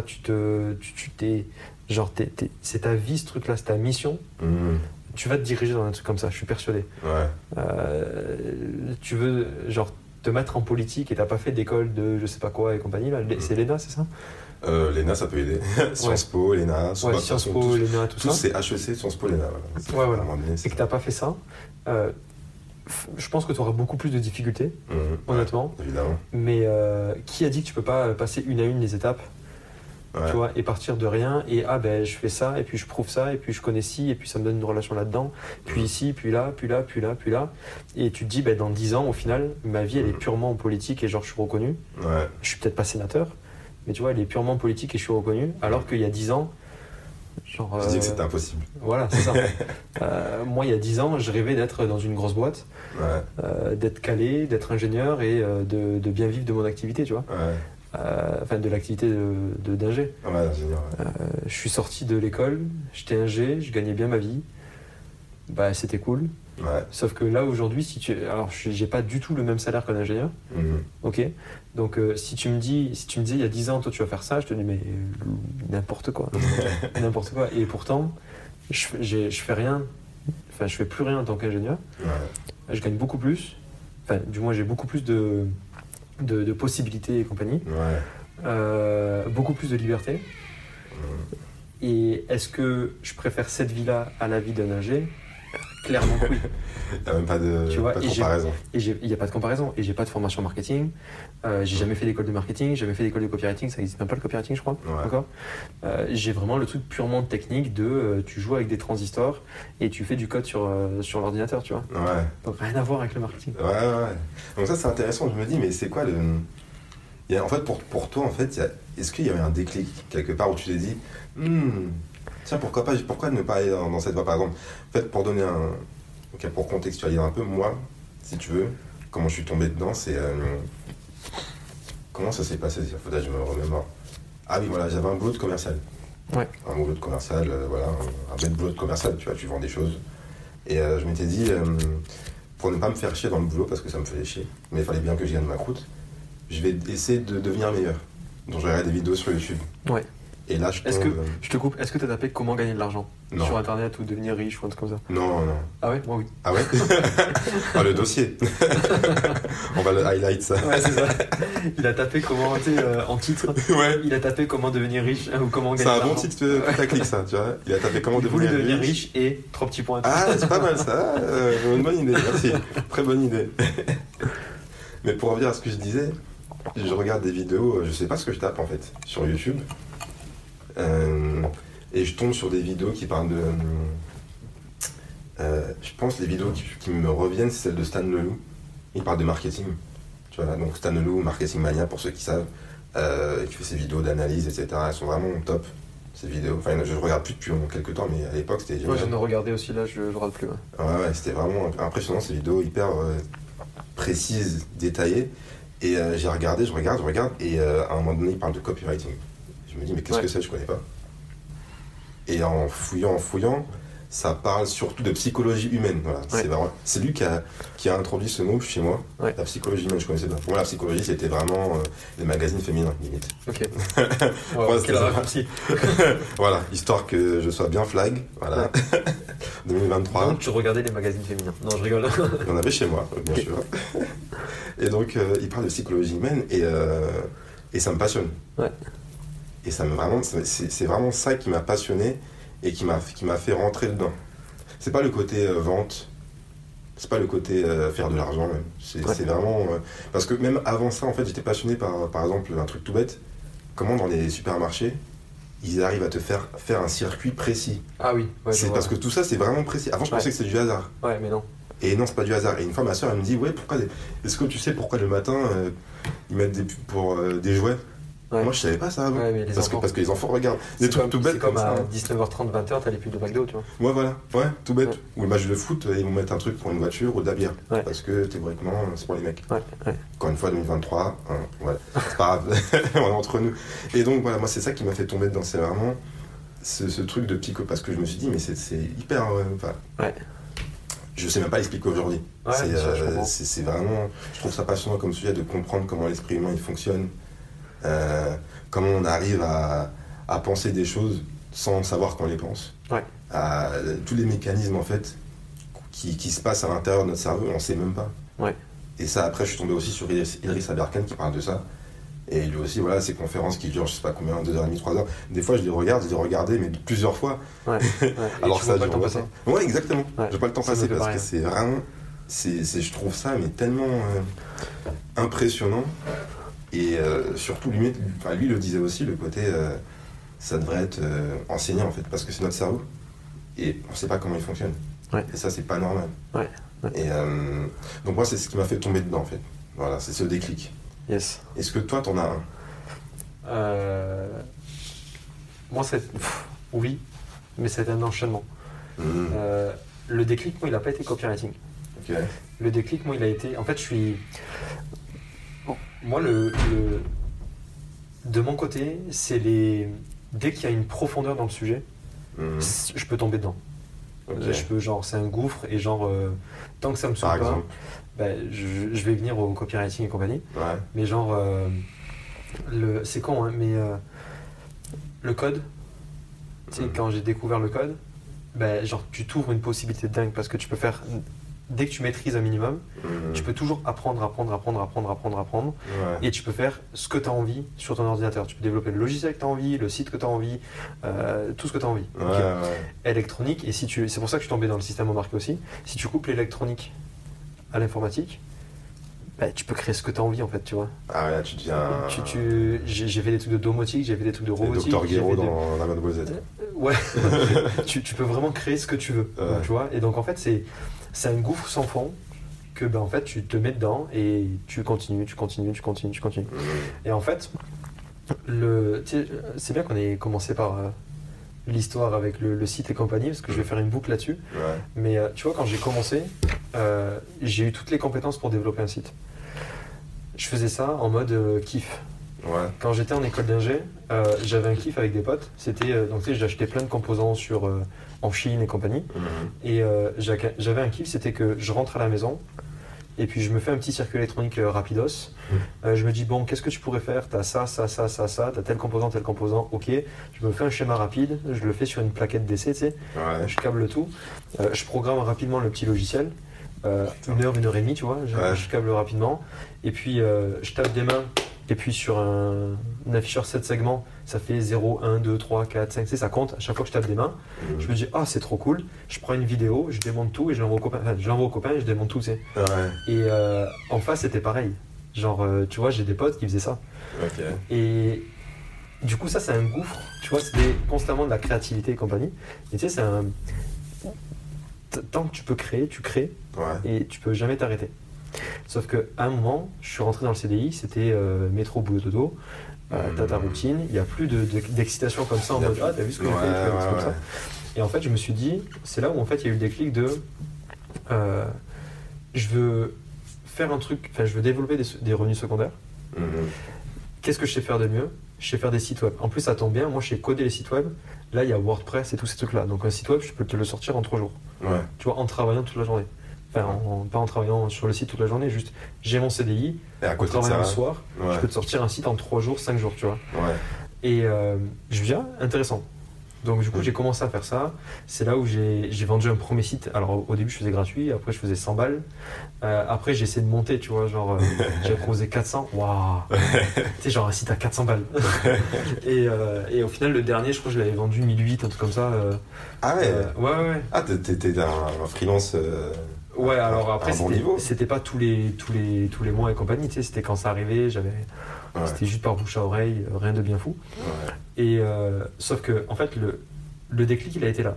c'est ta vie ce truc-là, c'est ta mission, tu vas te diriger dans un truc comme ça, je suis persuadé. Tu veux, genre, te mettre en politique et t'as pas fait d'école de je sais pas quoi et compagnie, là. C'est l'ENA, c'est ça? L'ENA, ça peut aider. Sciences Po, l'ENA, Sciences Po, l'ENA, tout ça. Tous c'est HEC, Sciences Po, l'ENA. Voilà. Et que t'as pas fait ça, je pense que tu auras beaucoup plus de difficultés, honnêtement. Évidemment. Mais qui a dit que tu peux pas passer une à une les étapes, tu vois, et partir de rien, et je fais ça, et puis je prouve ça, et puis je connais ci, et puis ça me donne une relation là-dedans, puis ici, puis là, puis là, puis là, puis là. Et tu te dis, dans 10 ans, au final, ma vie, elle est purement en politique, et genre, je suis reconnu. Je suis peut-être pas sénateur, mais tu vois, elle est purement politique et je suis reconnu, alors qu'il y a 10 ans, genre... Je dis que c'était impossible. Voilà, c'est ça. Moi, il y a 10 ans, je rêvais d'être dans une grosse boîte, d'être calé, d'être ingénieur et de bien vivre de mon activité, tu vois. Enfin, de l'activité d'ingé. Ingénieur. Je suis sorti de l'école, j'étais ingé, je gagnais bien ma vie. C'était cool. Sauf que là aujourd'hui, alors j'ai pas du tout le même salaire qu'un ingénieur, ok. Donc si tu me disais il y a 10 ans, toi tu vas faire ça, je te dis mais n'importe quoi, n'importe quoi. Et pourtant, je fais rien, enfin je fais plus rien en tant qu'ingénieur. Je gagne beaucoup plus, enfin du moins j'ai beaucoup plus de possibilités et compagnie, beaucoup plus de liberté. Et est-ce que je préfère cette vie-là à la vie d'un ingé? Clairement oui. Il n'y a même pas de comparaison. Il n'y a pas de comparaison. Et j'ai pas de formation marketing. J'ai jamais fait d'école de marketing, j'ai jamais fait d'école de copywriting, ça n'existe même pas le copywriting, je crois. Encore. J'ai vraiment le truc purement technique de tu joues avec des transistors et tu fais du code sur l'ordinateur, tu vois. Donc rien à voir avec le marketing. Donc ça c'est intéressant. Je me dis mais c'est quoi le. En fait pour toi en fait, est-ce qu'il y avait un déclic quelque part où tu t'es dit tiens, pourquoi ne pas aller dans cette voie, par exemple. En fait, pour donner pour contextualiser un peu, moi, si tu veux, comment je suis tombé dedans, c'est... comment ça s'est passé? Il faudrait que je me remémore. Ah oui, voilà, j'avais un boulot de commercial. Un boulot de commercial, un bête boulot de commercial, tu vois, tu vends des choses. Et je m'étais dit, pour ne pas me faire chier dans le boulot, parce que ça me faisait chier, mais il fallait bien que je gagne ma croûte, je vais essayer de devenir meilleur. Donc je regarde des vidéos sur YouTube. Et là, je te coupe, est-ce que tu as tapé comment gagner de l'argent sur internet ou devenir riche ou un truc comme ça? Non. Ah ouais? Moi oui. Ah ouais? Le dossier. On va le highlight ça. Ouais, c'est ça. Il a tapé comment, en titre. Il a tapé comment devenir riche ou comment gagner de l'argent. C'est un bon titre putaclic ça, tu vois. Il a tapé comment devenir riche et 3 petits points. Ah, c'est pas mal ça. Une bonne idée, merci. Très bonne idée. Mais pour revenir à ce que je disais, je regarde des vidéos, je sais pas ce que je tape en fait, sur YouTube. Et je tombe sur des vidéos qui parlent de... je pense les vidéos qui me reviennent, c'est celles de Stan Leloup. Il parle de marketing. Tu vois, donc Stan Leloup, Marketing Mania, pour ceux qui savent, qui fait ses vidéos d'analyse, etc. Elles sont vraiment top, ces vidéos. Enfin, je ne regarde plus depuis quelques temps, mais à l'époque, c'était génial. Moi, je viens de regarder aussi, là, je ne regarde plus. C'était vraiment impressionnant, ces vidéos hyper précises, détaillées. Et je regarde, et à un moment donné, il parle de copywriting. Je me dis, mais qu'est-ce que c'est? Je connais pas. Et en fouillant, ça parle surtout de psychologie humaine. Voilà. C'est lui qui a introduit ce mot chez moi. La psychologie humaine, je connaissais pas. Pour moi, la psychologie, c'était vraiment les magazines féminins, limite. Ok. Quel raccourci. Voilà, histoire que je sois bien flag. Voilà. 2023. Donc, tu regardais les magazines féminins. Non, je rigole. Il y en avait chez moi, bien sûr. Et donc, il parle de psychologie humaine et ça me passionne. Et c'est vraiment ça qui m'a passionné et qui m'a fait rentrer dedans. C'est pas le côté vente, c'est pas le côté faire de l'argent même. C'est vraiment... parce que même avant ça, en fait, j'étais passionné par exemple, un truc tout bête. Comment dans les supermarchés, ils arrivent à te faire un circuit précis. Ah oui. C'est parce que tout ça, c'est vraiment précis. Avant, je pensais que c'était du hasard. Ouais, mais non. Et non, c'est pas du hasard. Et une fois, ma soeur, elle me dit, est-ce que tu sais pourquoi le matin, ils mettent des pubs pour des jouets? Ouais. Moi, je savais pas ça avant. Ouais, mais parce que les enfants regardent des trucs tout bêtes c'est comme ça. à 19h30, 20h, t'as les pubs de McDo, tu vois. Ouais, voilà. Ouais, tout bête. Ouais. Ou le match de foot, ils vont mettre un truc pour une voiture ou de la bière. Ouais. Parce que théoriquement, c'est pour les mecs. Ouais. Encore une fois, 2023, hein, voilà. C'est pas grave, on est entre nous. Et donc, voilà, moi, c'est ça qui m'a fait tomber dedans. C'est vraiment ce truc de psycho. Parce que je me suis dit, mais c'est hyper. Ouais. Je sais même pas l'expliquer aujourd'hui. Ouais, c'est vraiment. Je trouve ça passionnant comme sujet de comprendre comment l'esprit humain il fonctionne. Comment on arrive à penser des choses sans savoir qu'on les pense. Ouais. Tous les mécanismes en fait qui se passent à l'intérieur de notre cerveau, on sait même pas. Ouais. Et ça, après, je suis tombé aussi sur Idriss Aberkan qui parle de ça. Et lui aussi, voilà, ces conférences qui durent, je sais pas combien, 2h30, 3h. Des fois, je les regardais, mais plusieurs fois. Ouais. Alors tu ça vois pas le temps passer. Ouais, exactement. Ouais. J'ai pas le temps passer parce que c'est vraiment. Je trouve ça, mais tellement impressionnant. Et surtout, lui le disait aussi, le côté. Ça devrait être enseigné en fait, parce que c'est notre cerveau. Et on sait pas comment il fonctionne. Ouais. Et ça, c'est pas normal. Ouais. Et donc, moi, c'est ce qui m'a fait tomber dedans en fait. Voilà, c'est ce déclic. Yes. Est-ce que toi, t'en as un Moi, oui, mais c'est un enchaînement. Le déclic, moi, il n'a pas été copywriting. Ok. Le déclic, moi, il a été... En fait, je suis... Moi, de mon côté, c'est les... Dès qu'il y a une profondeur dans le sujet, je peux tomber dedans. Okay. Je peux, genre, c'est un gouffre, et genre, tant que ça me saoule pas, je vais venir au copywriting et compagnie. Ouais. Mais genre, c'est con, hein, mais le code, tu sais, quand j'ai découvert le code, genre, tu t'ouvres une possibilité dingue parce que tu peux faire, dès que tu maîtrises un minimum, tu peux toujours apprendre. Ouais. Et tu peux faire ce que tu as envie sur ton ordinateur. Tu peux développer le logiciel que tu as envie, le site que tu as envie, tout ce que tu as envie. Ouais, Okay. ouais. Électronique, et c'est pour ça que je suis tombé dans le système embarqué aussi. Si tu coupes l'électronique à l'informatique, tu peux créer ce que tu as envie en fait, tu vois. Ah ouais, là, tu deviens. J'ai fait des trucs de domotique, j'ai fait des trucs de robotique. Dr Guéraud dans la Mademoiselle Z. Ouais, tu peux vraiment créer ce que tu veux, tu vois. Et donc en fait, c'est un gouffre sans fond que en fait, tu te mets dedans et tu continues. Et en fait, c'est bien qu'on ait commencé par l'histoire avec le site et compagnie, parce que je vais faire une boucle là-dessus. Ouais. Mais tu vois, quand j'ai commencé, j'ai eu toutes les compétences pour développer un site. Je faisais ça en mode kiff. Ouais. Quand j'étais en école d'ingé, j'avais un kiff avec des potes. C'était donc tu sais, j'achetais plein de composants en Chine et compagnie. Et j'avais un kiff, c'était que je rentre à la maison et puis je me fais un petit circuit électronique rapidos. Je me dis bon, qu'est-ce que tu pourrais faire? T'as ça, t'as tel composant, ok. Je me fais un schéma rapide, je le fais sur une plaquette d'essai, tu sais. Ouais. Je câble tout, je programme rapidement le petit logiciel. 1 heure et demie, tu vois, je câble rapidement. Et puis je tape des mains. Et puis sur un afficheur 7 segments, ça fait 0, 1, 2, 3, 4, 5, tu sais, ça compte. À chaque fois que je tape des mains, je me dis ah c'est trop cool. Je prends une vidéo, je démonte tout et je l'envoie au copain et je démonte tout, tu sais. Ouais. Et en face c'était pareil. Genre tu vois, j'ai des potes qui faisaient ça. Ok. Et du coup ça c'est un gouffre, tu vois, c'était constamment de la créativité et compagnie. Et tu sais, tant que tu peux créer, tu crées. Ouais. Et tu peux jamais t'arrêter. Sauf qu'à un moment, je suis rentré dans le CDI, c'était métro, boulot, dodo, t'as ta routine, il n'y a plus d'excitation comme ça en mode ah t'as vu ce que j'ai fait, tu vois, comme ça. Et en fait je me suis dit, c'est là où en fait il y a eu le déclic de je veux faire un truc, enfin je veux développer des revenus secondaires. Qu'est-ce que je sais faire de mieux? Je sais faire des sites web. En plus ça tombe bien, moi je sais coder les sites web. Là il y a WordPress et tous ces trucs là. Donc un site web je peux te le sortir en 3 jours. Ouais. Tu vois, en travaillant toute la journée. Enfin, pas en travaillant sur le site toute la journée, juste j'ai mon CDI, Et à côté en travaillant de le ça, soir, je peux te sortir un site en 3 jours, 5 jours, tu vois. Ouais. Et je me dis, intéressant. Donc du coup, j'ai commencé à faire ça. C'est là où j'ai vendu un premier site. Alors au début, je faisais gratuit, après je faisais 100 balles. Après, j'ai essayé de monter, tu vois, genre j'ai proposé 400. Waouh. Tu sais, genre un site à 400 balles. et au final, le dernier, je crois que je l'avais vendu 1008, un truc comme ça. Ah ouais. Ouais. Ah, t'étais un freelance. Ouais, alors après, bon niveau. c'était pas tous les mois et compagnie, tu sais, c'était quand ça arrivait, c'était juste par bouche à oreille, rien de bien fou. Ouais. Et sauf que, en fait, le déclic, il a été là.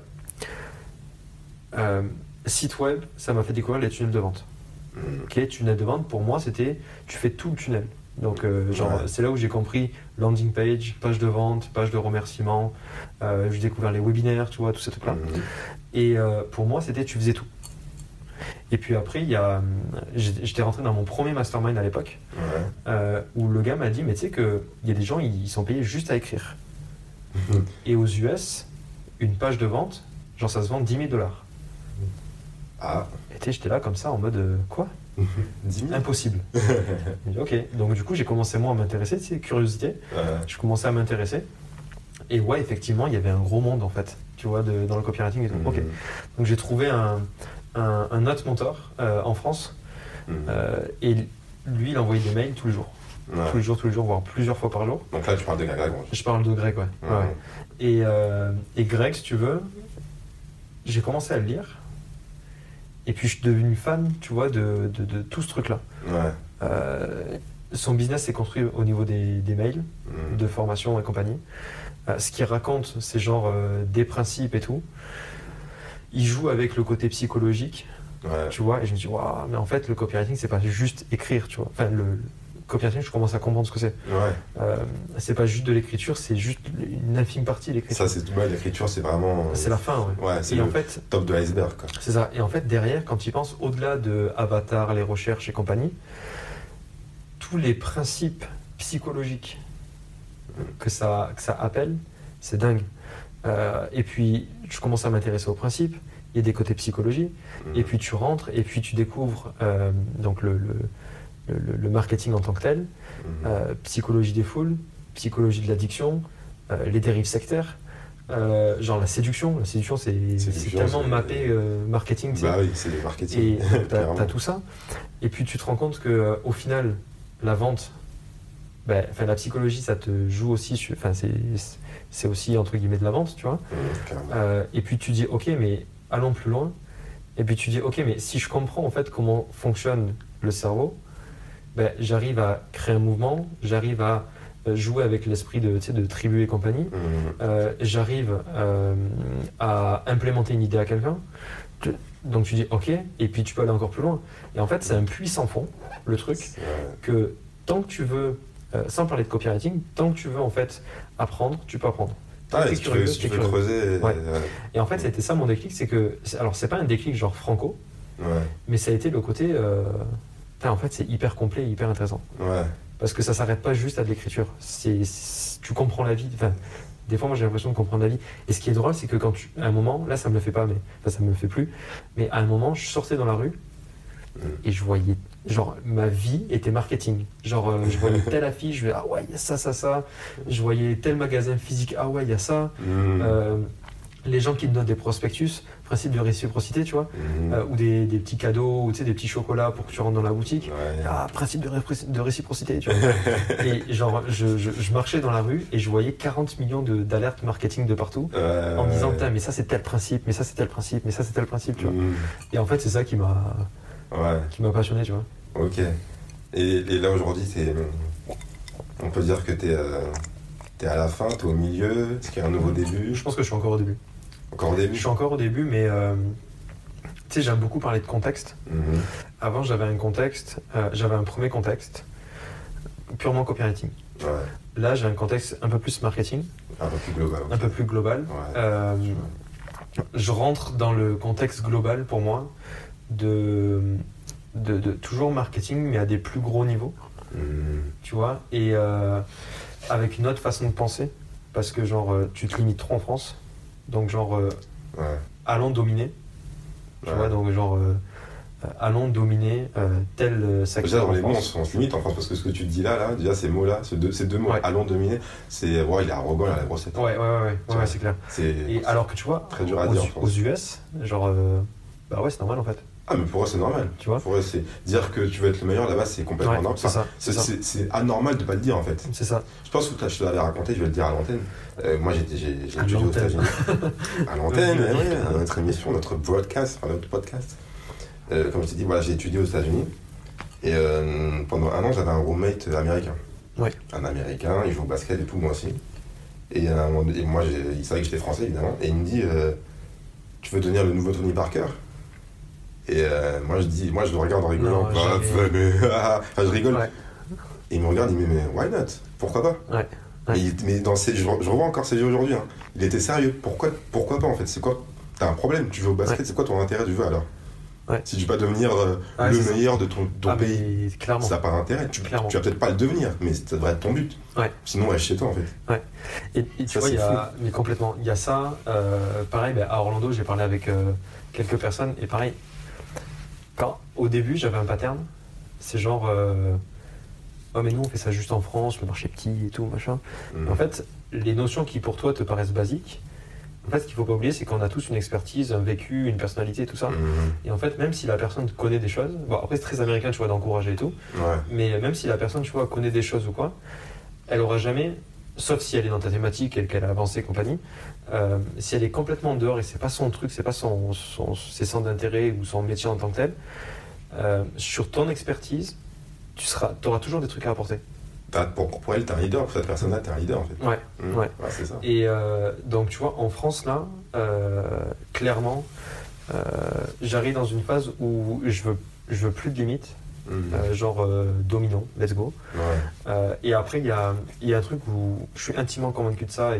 Site web, ça m'a fait découvrir les tunnels de vente. Ok, tunnel de vente, pour moi, c'était, tu fais tout le tunnel. Donc, c'est là où j'ai compris landing page de vente, page de remerciement. J'ai découvert les webinaires, tu vois, tous ces trucs-là. Et pour moi, c'était tu faisais tout. Et puis après, j'étais rentré dans mon premier mastermind à l'époque, où le gars m'a dit, mais tu sais qu'il y a des gens, ils sont payés juste à écrire. Et aux US, une page de vente, genre ça se vend 10 000 $. Ah. Et j'étais là comme ça en mode quoi 10 000 Impossible. J'ai dit, ok, donc du coup j'ai commencé moi à m'intéresser, tu sais, curiosité. Je commençais à m'intéresser. Et ouais, effectivement, il y avait un gros monde en fait, tu vois, dans le copywriting et tout. Ok. Donc j'ai trouvé un autre mentor en France. Et lui, il envoyait des mails tous les jours. Tous les jours, voire plusieurs fois par jour. Donc là, tu parles de Greg. Je parle de Greg, ouais. Et Greg, si tu veux, j'ai commencé à le lire. Et puis je suis devenu fan, tu vois, de tout ce truc-là. Son business s'est construit au niveau des mails, de formation et compagnie. Ce qu'il raconte, c'est genre des principes et tout. Il joue avec le côté psychologique, tu vois, et je me dis, waouh, mais en fait, le copywriting, c'est pas juste écrire, tu vois. Enfin, le copywriting, je commence à comprendre ce que c'est. C'est pas juste de l'écriture, c'est juste une infime partie de l'écriture. Ça, c'est l'écriture, c'est vraiment. C'est la fin, c'est et le en fait, top de l'iceberg, quoi. C'est ça. Et en fait, derrière, quand tu y penses, au-delà de Avatar, les recherches et compagnie, tous les principes psychologiques que ça appelle, c'est dingue. Et puis, je commence à m'intéresser aux principes. Il y a des côtés psychologie. Et puis, tu rentres et puis tu découvres donc le marketing en tant que tel, psychologie des foules, psychologie de l'addiction, les dérives sectaires, genre la séduction. La séduction, c'est tellement mappé marketing. Bah oui, c'est le marketing. Et t'as tout ça. Et puis, tu te rends compte qu'au final, la vente, la psychologie, ça te joue aussi, c'est aussi entre guillemets de la vente, tu vois. Et puis tu dis, ok, mais allons plus loin. Et puis tu dis, ok, mais si je comprends en fait comment fonctionne le cerveau, j'arrive à créer un mouvement, j'arrive à jouer avec l'esprit de tribu et compagnie, j'arrive à implémenter une idée à quelqu'un. Donc tu dis, ok, et puis tu peux aller encore plus loin. Et en fait, c'est un puits sans fond, le truc, que tant que tu veux, sans parler de copywriting, tant que tu veux en fait apprendre, tu peux apprendre. Si tu veux creuser. Et en fait, c'était ça mon déclic, c'est que, alors c'est pas un déclic genre franco, mais ça a été le côté, en fait c'est hyper complet, hyper intéressant. Parce que ça s'arrête pas juste à de l'écriture, tu comprends la vie, des fois moi j'ai l'impression de comprendre la vie. Et ce qui est drôle, c'est que à un moment, là ça me le fait pas, ça me le fait plus, mais à un moment je sortais dans la rue et je voyais, genre ma vie était marketing. Genre je voyais telle affiche, je voyais ah ouais il y a ça. Je voyais tel magasin physique, ah ouais il y a ça. Les gens qui te donnent des prospectus, principe de réciprocité, tu vois, ou des petits cadeaux, ou tu sais, des petits chocolats pour que tu rentres dans la boutique. Principe de réciprocité, tu vois. Et genre, je marchais dans la rue et je voyais 40 millions d'alertes marketing de partout, en me disant, putain, mais ça c'est tel principe, mais ça c'est tel principe, mais ça c'est tel principe, tu vois. Et en fait, c'est ça qui m'a passionné, tu vois. Ok. Et là aujourd'hui, on peut dire que t'es à la fin, t'es au milieu, est-ce qu'il y a un nouveau début? Je pense que je suis encore au début. Encore au début? Je suis encore au début, mais tu sais, j'aime beaucoup parler de contexte. Avant, j'avais un premier contexte purement copywriting. Là, j'ai un contexte un peu plus marketing. Un peu plus global. Un peu plus global. Je rentre dans le contexte global, pour moi, de toujours marketing, mais à des plus gros niveaux. Tu vois, et avec une autre façon de penser, parce que genre, tu te limites trop en France. Donc genre, allons dominer, tu vois, donc genre, allons dominer tel secteur. Déjà dans les mots, on se limite en France, parce que ce que tu te dis là, déjà ces mots-là, ces deux mots, allons dominer, c'est, il est arrogant, il a la grossette. Ouais, c'est clair. Et alors que tu vois, très dur à dire en France. Aux US, genre, c'est normal en fait. Ah mais pour eux c'est normal, tu vois. Pour eux c'est dire que tu veux être le meilleur là-bas, c'est complètement normal. C'est anormal de pas le dire en fait. C'est ça. Je pense que je te l'avais raconté, je vais le dire à l'antenne. Moi j'ai étudié aux États-Unis. À l'antenne, à notre émission, notre broadcast, enfin notre podcast. Comme je t'ai dit, voilà, j'ai étudié aux États-Unis. Et pendant 1 an j'avais un roommate américain. Un américain, il joue au basket et tout, moi aussi. Et moi il savait que j'étais français évidemment. Et il me dit tu veux devenir le nouveau Tony Parker? Et moi je le regarde en rigolant. Non, je rigole. Et il me regarde, il me dit mais why not? Pourquoi pas? Ouais. Mais je revois encore ses jeux aujourd'hui. Hein. Il était sérieux. Pourquoi pas en fait? C'est quoi? T'as un problème, tu veux au basket, c'est quoi ton intérêt du jeu alors? Si tu veux pas devenir le meilleur de ton pays, clairement. Ça n'a pas d'intérêt. Tu vas peut-être pas le devenir, mais ça devrait être ton but. Sinon, reste chez toi en fait. Ouais. Et tu vois, mais complètement. Il y a ça. Pareil, à Orlando, j'ai parlé avec quelques personnes. Et pareil, au début, j'avais un pattern. C'est genre. Oh, mais nous, on fait ça juste en France, le marché est petit et tout, machin. En fait, les notions qui pour toi te paraissent basiques, en fait, ce qu'il ne faut pas oublier, c'est qu'on a tous une expertise, un vécu, une personnalité, tout ça. Et en fait, même si la personne connaît des choses, bon, après, c'est très américain, tu vois, d'encourager et tout, mais même si la personne, tu vois, connaît des choses ou quoi, elle aura jamais, sauf si elle est dans ta thématique et qu'elle a avancé et compagnie, si elle est complètement en dehors et c'est pas son truc, c'est pas ses centres d'intérêt ou son métier en tant que tel, sur ton expertise, tu auras toujours des trucs à apporter. Pour elle, t'es un leader, pour cette personne-là, t'es un leader en fait. Ouais, c'est ça. Et donc, tu vois, en France, là, clairement, j'arrive dans une phase où je veux plus de limites, genre dominant, let's go. Et après, il y a un truc où je suis intimement convaincu de ça et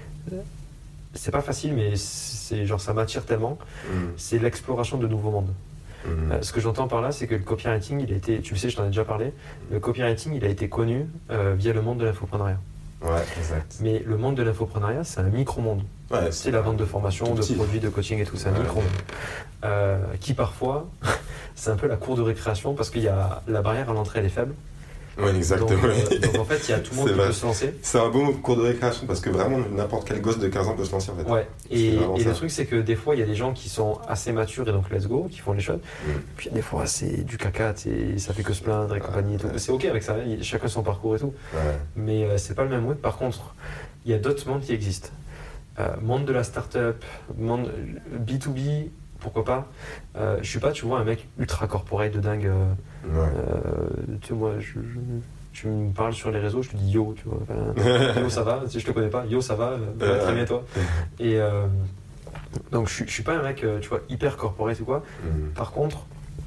c'est pas facile, mais c'est genre ça m'attire tellement. C'est l'exploration de nouveaux mondes. Ce que j'entends par là, c'est que le copywriting, il a été, tu le sais, je t'en ai déjà parlé, le copywriting, il a été connu via le monde de l'infopreneuriat. Ouais, exact. Mais le monde de l'infopreneuriat, c'est un micro-monde. C'est la vente de formation, de produits, de coaching et tout, c'est un micro-monde. Qui parfois, c'est un peu la cour de récréation parce qu'il y a la barrière à l'entrée, elle est faible. Oui, exactement. Donc en fait, il y a tout le monde qui peut se lancer. C'est un beau cours de récréation parce que vraiment, n'importe quel gosse de 15 ans peut se lancer en fait. Ouais, et le truc, c'est que des fois, il y a des gens qui sont assez matures et donc let's go, qui font les choses. Puis des fois, c'est du caca, ça fait que se plaindre et compagnie et tout. C'est ok avec ça, chacun son parcours et tout. Mais c'est pas le même mood. Par contre, il y a d'autres mondes qui existent. Monde de la start-up, monde B2B. Pourquoi pas? Je suis pas, tu vois, un mec ultra corporate de dingue. Tu sais, moi, tu me parles sur les réseaux, je te dis yo, tu vois. Yo, ça va? Si je te connais pas, yo, ça va? Très bien, toi. Et donc, je suis pas un mec, tu vois, hyper corporate ou quoi. Par contre,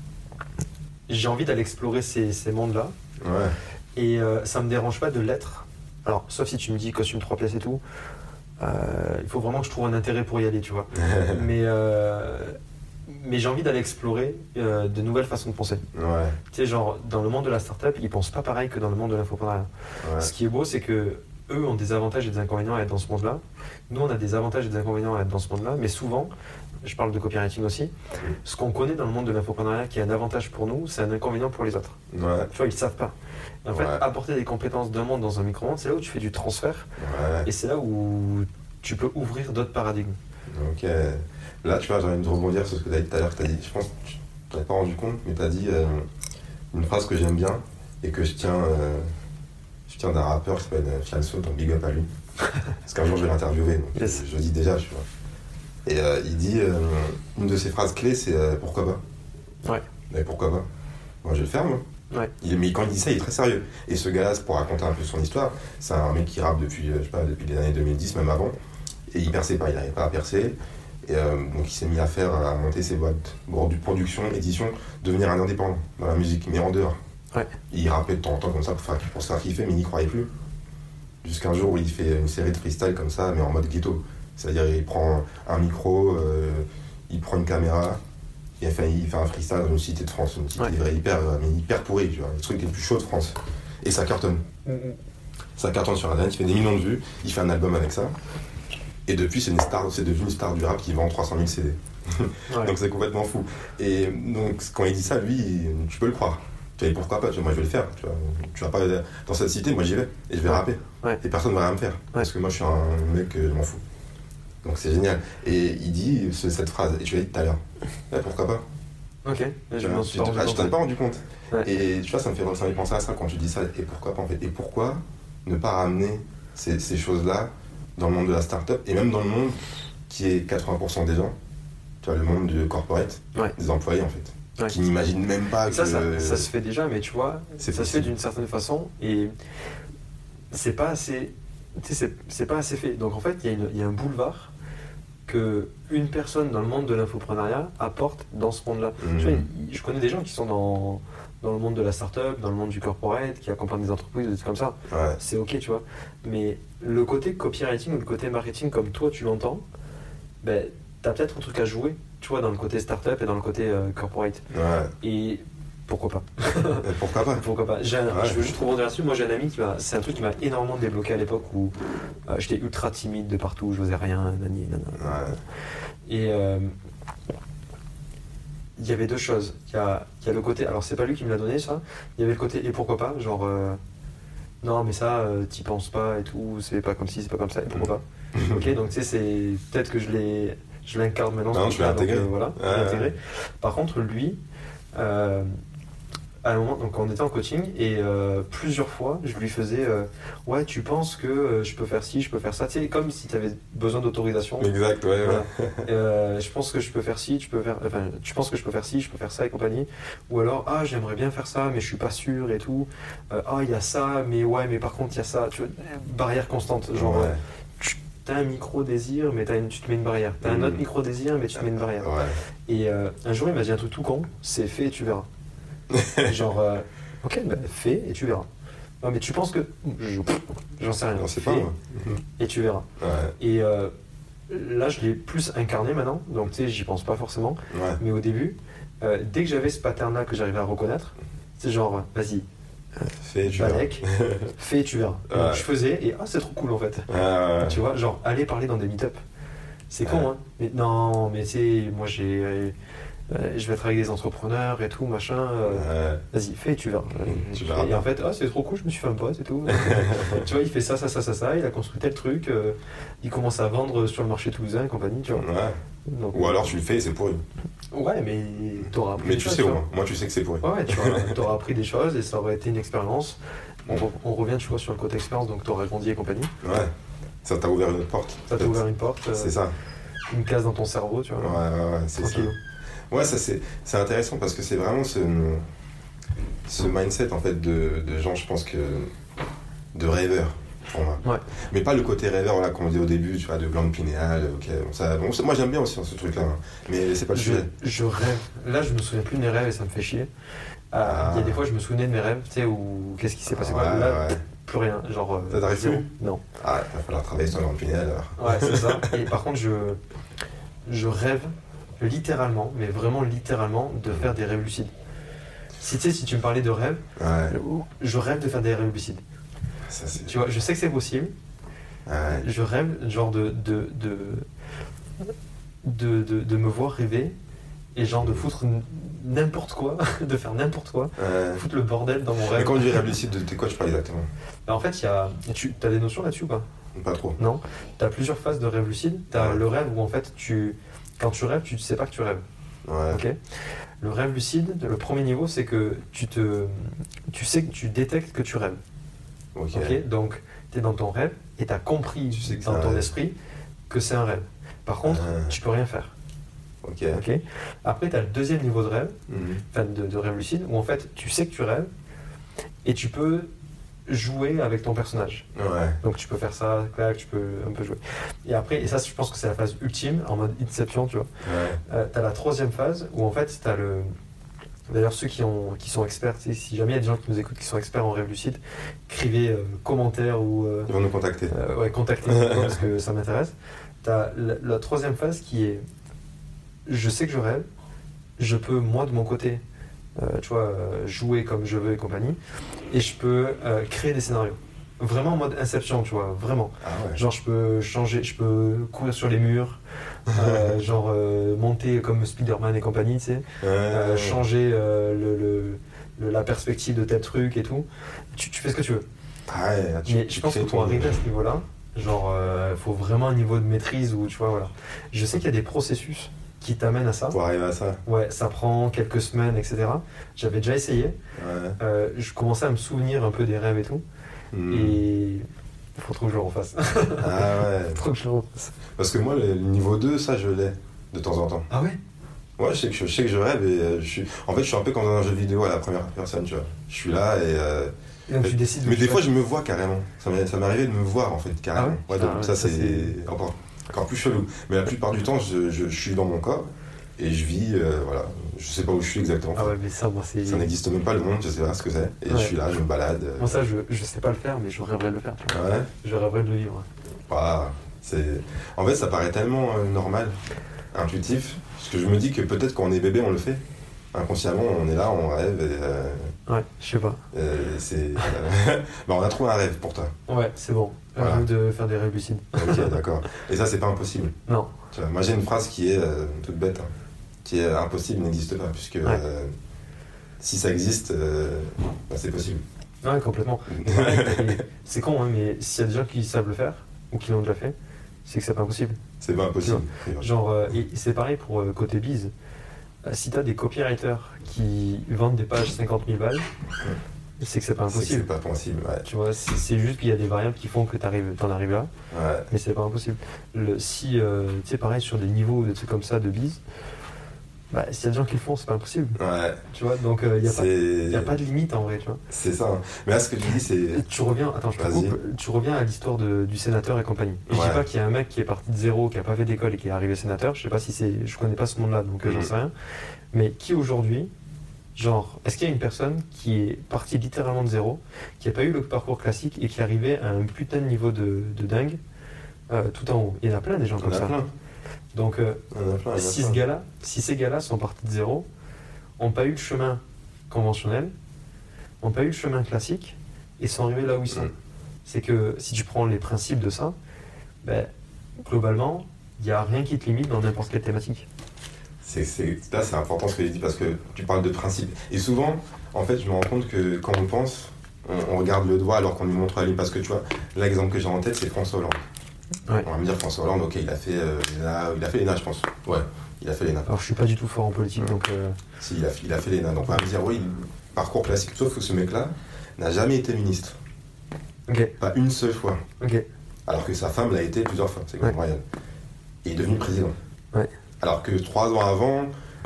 j'ai envie d'aller explorer ces mondes-là. Et ça me dérange pas de l'être. Alors, sauf si tu me dis costume 3 pièces et tout. Il faut vraiment que je trouve un intérêt pour y aller, tu vois. Mais j'ai envie d'aller explorer de nouvelles façons de penser. Tu sais, genre, dans le monde de la startup, ils pensent pas pareil que dans le monde de l'infopreneuriat. Ce qui est beau, c'est que eux ont des avantages et des inconvénients à être dans ce monde-là. Nous, on a des avantages et des inconvénients à être dans ce monde-là, mais souvent, je parle de copywriting aussi, ce qu'on connaît dans le monde de l'infopreneuriat qui est un avantage pour nous, c'est un inconvénient pour les autres. Tu vois, ils savent pas. En fait, apporter des compétences d'un monde dans un micro-monde, c'est là où tu fais du transfert. Et c'est là où tu peux ouvrir d'autres paradigmes. Ok. Là, tu vois, j'ai envie de rebondir sur ce que tu as dit tout à l'heure. Je pense que tu t'en es pas rendu compte, mais tu as dit une phrase que j'aime bien et que je tiens d'un rappeur qui s'appelle Fianso, donc big up à lui. Parce qu'un jour, je vais l'interviewer, donc je le dis déjà, tu vois. Et il dit, une de ses phrases clés, c'est pourquoi pas? Mais pourquoi pas? Moi, je vais le faire, moi. Mais quand il dit ça, il est très sérieux. Et ce gars-là, pour raconter un peu son histoire, c'est un mec qui rappe depuis, je sais pas, depuis les années 2010, même avant. Et il perçait pas, il n'arrivait pas à percer. Et donc il s'est mis à monter ses boîtes de production, édition, devenir un indépendant dans la musique, mais en dehors. Il rappelait de temps en temps comme ça pour se faire kiffer, mais il n'y croyait plus. Jusqu'un jour où il fait une série de freestyle comme ça, mais en mode ghetto. C'est-à-dire il prend un micro, il prend une caméra, et il fait un freestyle dans une cité de France, une cité hyper pourrie, tu vois, le truc les plus chauds de France. Et ça cartonne. Ça cartonne sur Internet, il fait des millions de vues, il fait un album avec ça. Et depuis, c'est devenu une star du rap qui vend 300 000 CD. Donc c'est complètement fou. Et donc quand il dit ça, lui, tu peux le croire. Tu vois, pourquoi pas? Moi je vais le faire. Tu vas pas dans cette cité, moi j'y vais. Et je vais rapper. Et personne ne va rien me faire. Parce que moi je suis un mec, je m'en fous. Donc c'est génial. Et il dit cette phrase, et je l'ai dit tout à l'heure. Pourquoi pas? Ok, je t'en ai pas rendu compte. Et tu vois, ça me fait penser à ça quand tu dis ça. Et pourquoi pas en fait? Et pourquoi ne pas ramener ces choses-là dans le monde de la start-up et même dans le monde qui est 80% des gens, tu vois, le monde du corporate, des employés en fait, qui n'imaginent même pas que... Ça se fait déjà, mais tu vois, ça se fait d'une certaine façon et c'est pas assez, c'est pas assez fait. Donc en fait, il y a un boulevard que une personne dans le monde de l'infopreneuriat apporte dans ce monde-là. Tu vois, je connais des gens qui sont dans le monde de la start-up, dans le monde du corporate, qui accompagne des entreprises, des trucs comme ça. Ouais. C'est ok, tu vois. Mais le côté copywriting ou le côté marketing, comme toi tu l'entends, ben, t'as peut-être un truc à jouer, tu vois, dans le côté start-up et dans le côté corporate. Ouais. Et pourquoi pas Et pourquoi pas? Pourquoi pas. Je veux juste rebondir là-dessus. Moi, j'ai un ami c'est un truc qui m'a énormément débloqué à l'époque où j'étais ultra timide de partout, je n'osais rien, nani, nana. Ouais. Et il y avait deux choses. Il y a le côté, alors c'est pas lui qui me l'a donné ça, il y avait le côté et pourquoi pas, genre non mais ça t'y penses pas et tout, c'est pas comme ci, c'est pas comme ça, et pourquoi pas. Ok, donc tu sais, c'est peut-être que je l'incarne maintenant. Non, je l'ai intégré. Voilà, je l'ai intégré. Par contre, lui, à un moment, donc on était en coaching et plusieurs fois je lui faisais ouais, tu penses que je peux faire ci, je peux faire ça, tu sais, comme si tu avais besoin d'autorisation. Exact, ouais. Voilà. Je pense que je peux faire ci, tu penses que je peux faire ci, je peux faire ça et compagnie. Ou alors, ah, j'aimerais bien faire ça, mais je suis pas sûr et tout. Ah, il y a ça, mais ouais, mais par contre, il y a ça. Tu vois, barrière constante. Genre, Ouais. t'as un micro-désir, mais tu te mets une barrière. T'as un autre micro-désir, mais tu te mets une barrière. Ouais. Et un jour, il m'a dit un truc tout con, c'est fais et tu verras. Genre, ok, bah, fais et tu verras. Non, mais tu penses que. J'en sais rien. On sait Fais pas, moi. et tu verras. Ouais. Et là, je l'ai plus incarné maintenant, donc tu sais, j'y pense pas forcément. Ouais. Mais au début, dès que j'avais ce pattern-là que j'arrivais à reconnaître, c'est genre, vas-y, Fais, tu verras. Balek, fais et tu verras. Ouais. Donc je faisais, et c'est trop cool en fait. Ouais. Tu vois, genre, aller parler dans des meet-up. C'est con, hein. Mais non, mais tu sais, moi je vais être avec des entrepreneurs et tout, machin. Ouais. Vas-y, fais et tu verras. Tu verras. Et en fait, c'est trop cool, je me suis fait un pote et tout. Tu vois, il fait ça, il a construit tel truc, il commence à vendre sur le marché toulousain et compagnie, tu vois. Ouais. Donc, Ou alors tu le fais et c'est pourri. ouais, mais t'auras appris Mais des tu choses, sais au vois. moins. Moi, tu sais que c'est pourri. Ouais, tu vois, t'auras appris des choses et ça aurait été une expérience. On revient, tu vois, sur le côté expérience, donc t'auras grandi et compagnie. Ouais. Ça t'a ouvert une porte. Ça t'a ouvert une porte, C'est ça. une case dans ton cerveau, tu vois. Ouais, c'est ça. Tranquille. Ouais, ça c'est intéressant parce que c'est vraiment ce mindset en fait de gens, je pense que de rêveurs pour moi. Ouais. Mais pas le côté rêveur, voilà, comme on dit au début, tu vois, de glande pinéale, ok. Moi j'aime bien aussi ce truc-là, hein. Mais c'est pas le sujet. Je rêve. Là, je me souviens plus de mes rêves et ça me fait chier. Il y a des fois, je me souvenais de mes rêves, tu sais, ou qu'est-ce qui s'est passé quoi. Là, Ouais. plus rien. Genre. Ça t'arrive zéro. plus? Non. Ah, il va falloir travailler sur la glande pinéale alors. Ouais, c'est ça. Et par contre, je rêve littéralement, mais vraiment littéralement, de faire des rêves lucides. Si tu me parlais de rêve, Ouais. je rêve de faire des rêves lucides. Ça c'est. Tu vois, je sais que c'est possible. Ouais. Je rêve genre de me voir rêver et genre de foutre n'importe quoi, de faire n'importe quoi, Ouais. foutre le bordel dans mon Mais rêve. quand tu dis rêve lucide, de quoi tu parles exactement? Bah, en fait, tu as des notions là-dessus ou pas? Pas trop. Non. Tu as plusieurs phases de rêve lucide. Tu as Ouais. le rêve où en fait, quand tu rêves, tu ne sais pas que tu rêves. Ouais. Ok. Le rêve lucide, le premier niveau, c'est que tu sais que tu détectes que tu rêves. Ok. Ok. Donc, tu es dans ton rêve et tu as compris Tu sais que c'est dans un ton rêve. esprit que c'est un rêve. Par contre, tu peux rien faire. Ok. Ok. Après, tu as le deuxième niveau de rêve, Mhm. enfin de rêve lucide, où en fait, tu sais que tu rêves et tu peux jouer avec ton personnage. Ouais. Donc tu peux faire ça, clac, tu peux un peu jouer. Et après, et ça, je pense que c'est la phase ultime, en mode Inception, tu vois. Ouais. T'as la troisième phase où en fait, t'as le. D'ailleurs, ceux qui sont experts, tu sais, si jamais il y a des gens qui nous écoutent qui sont experts en rêve lucide, écrivez commentaires ou Ils vont nous contacter. ouais, contactez-moi parce que ça m'intéresse. T'as la troisième phase qui est je sais que je rêve, je peux moi de mon côté, tu vois, jouer comme je veux et compagnie, et je peux créer des scénarios. Vraiment en mode Inception, tu vois, vraiment. Ah ouais. Genre je peux changer, je peux courir sur les murs, genre monter comme Spider-Man et compagnie, tu sais, changer la perspective de tel truc et tout. Tu fais ce que tu veux. Ah ouais, Mais je pense que pour arriver à ce niveau-là, genre, faut vraiment un niveau de maîtrise où, tu vois, voilà. Je sais qu'il y a des processus qui t'amènent à ça. Pour arriver à ça. Ouais, ça prend quelques semaines, etc. J'avais déjà essayé. Ouais. Je commençais à me souvenir un peu des rêves et tout. Hmm. Et il faut trop que je le refasse. Ah ouais. Trop que je le refasse. Parce que moi, le niveau 2, ça, je l'ai de temps en temps. Ah ouais? Ouais, je sais que je rêve et en fait, je suis un peu comme dans un jeu vidéo à la première personne, tu vois. Je suis là et. Et donc tu décides. Mais des fois, je me vois carrément. Ça m'est arrivé de me voir, en fait, carrément. Ah ouais? Donc Ah ouais, ça, ça, c'est encore plus chelou. Mais la plupart du temps, je suis dans mon corps Et je vis, voilà, je sais pas où je suis exactement. Ah ouais, mais ça, moi, c'est. Ça n'existe même pas le monde, je sais pas ce que c'est. Et je suis là, je me balade. Moi, ça, je sais pas le faire, mais je rêverais de le faire. Tu vois. Ouais. Je rêverais de le vivre. Waouh, en fait, ça paraît tellement normal, intuitif, parce que je me dis que peut-être quand on est bébé, on le fait. Inconsciemment, on est là, on rêve et. Ouais, je sais pas. Bah, on a trouvé un rêve pour toi. Ouais, c'est bon. Voilà. Rêve de faire des rêves lucides. Ok, d'accord. Et ça, c'est pas impossible. Non. Tu vois, moi, j'ai une phrase qui est toute bête, hein, qui est impossible n'existe pas, puisque si ça existe, bah, c'est possible. Ouais, complètement. Ouais, c'est con, hein, mais s'il y a des gens qui savent le faire, ou qui l'ont déjà fait, c'est que c'est pas impossible. C'est pas impossible. Genre, et c'est pareil pour côté bise. Si t'as des copywriters qui vendent des pages 50 000 balles, c'est que c'est pas impossible. C'est pas possible, ouais. Tu vois, c'est juste qu'il y a des variables qui font que t'en arrives là, Ouais. mais c'est pas impossible. Si, tu sais, pareil, sur des niveaux, des trucs comme ça de bise, bah, s'il y a des gens qui le font, c'est pas impossible. Ouais. Tu vois, donc il n'y a pas de limite en vrai, tu vois. C'est ça. Hein. Mais là, ce que tu dis, c'est. Et tu reviens, attends, je te coupe, tu reviens à l'histoire du sénateur et compagnie. Et je dis pas qu'il y a un mec qui est parti de zéro, qui a pas fait d'école et qui est arrivé sénateur, je sais pas si c'est. Je connais pas ce monde-là, donc j'en sais rien. Mais qui aujourd'hui, genre, est-ce qu'il y a une personne qui est partie littéralement de zéro, qui a pas eu le parcours classique et qui est arrivé à un putain de niveau de dingue, tout en haut? Il y en a plein des gens comme ça. Plein. Donc, si ces gars-là sont partis de zéro, n'ont pas eu le chemin conventionnel, n'ont pas eu le chemin classique, et sont arrivés là où ils sont. C'est que si tu prends les principes de ça, ben, globalement, il n'y a rien qui te limite dans n'importe quelle thématique. Là, c'est important ce que tu dis parce que tu parles de principe. Et souvent, en fait, je me rends compte que quand on pense, on regarde le doigt alors qu'on lui montre la ligne. Parce que tu vois, l'exemple que j'ai en tête, c'est François Hollande. Ouais. On va me dire François Hollande, ok, il a fait l'ENA, je pense. Ouais, il a fait l'ENA. Alors, je suis pas du tout fort en politique, donc. Si, il a fait l'ENA. Donc, on va me dire, oui, parcours classique. Sauf que ce mec-là n'a jamais été ministre. Ok. Pas une seule fois. Ok. Alors que sa femme l'a été plusieurs fois. C'est incroyable. Et il est devenu président. Ouais. Alors que 3 ans avant,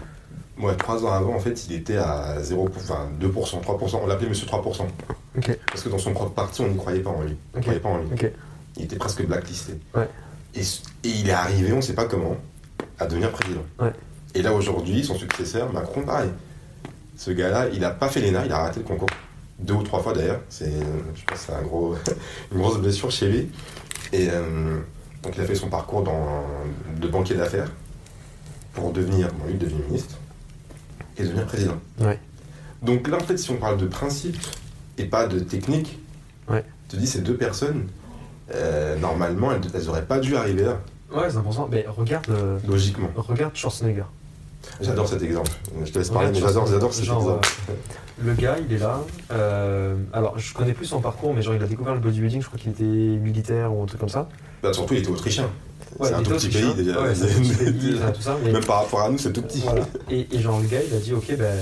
en fait, il était à 2%, 3%. On l'appelait Monsieur 3%. Okay. Parce que dans son propre parti, on n'y croyait pas en lui. On croyait pas en lui. Okay. Il était presque blacklisté. Ouais. Et il est arrivé, on ne sait pas comment, à devenir président. Ouais. Et là, aujourd'hui, son successeur, Macron, pareil. Ce gars-là, il n'a pas fait l'ENA, il a raté le concours. 2 ou 3 fois d'ailleurs. Je pense que c'est une grosse blessure chez lui. Et donc, il a fait son parcours de banquier d'affaires pour devenir ministre et devenir président. Ouais. Donc là, en fait, si on parle de principe et pas de technique, je te dis, ces deux personnes, normalement, elles n'auraient pas dû arriver là. Ouais, c'est important. Mais regarde. Logiquement. Regarde Schwarzenegger. J'adore cet exemple. Je te laisse parler, mais j'adore cet exemple. Le gars, il est là. Alors, je connais plus son parcours, mais genre, il a découvert le bodybuilding, je crois qu'il était militaire ou un truc comme ça. Bah, surtout, il était autrichien. Ouais, c'est un tout petit pays déjà. Ouais, c'est un petit pays, tout ça. Mais... Même par rapport à nous, c'est tout petit. Voilà. Et genre, le gars, il a dit, ok, ben,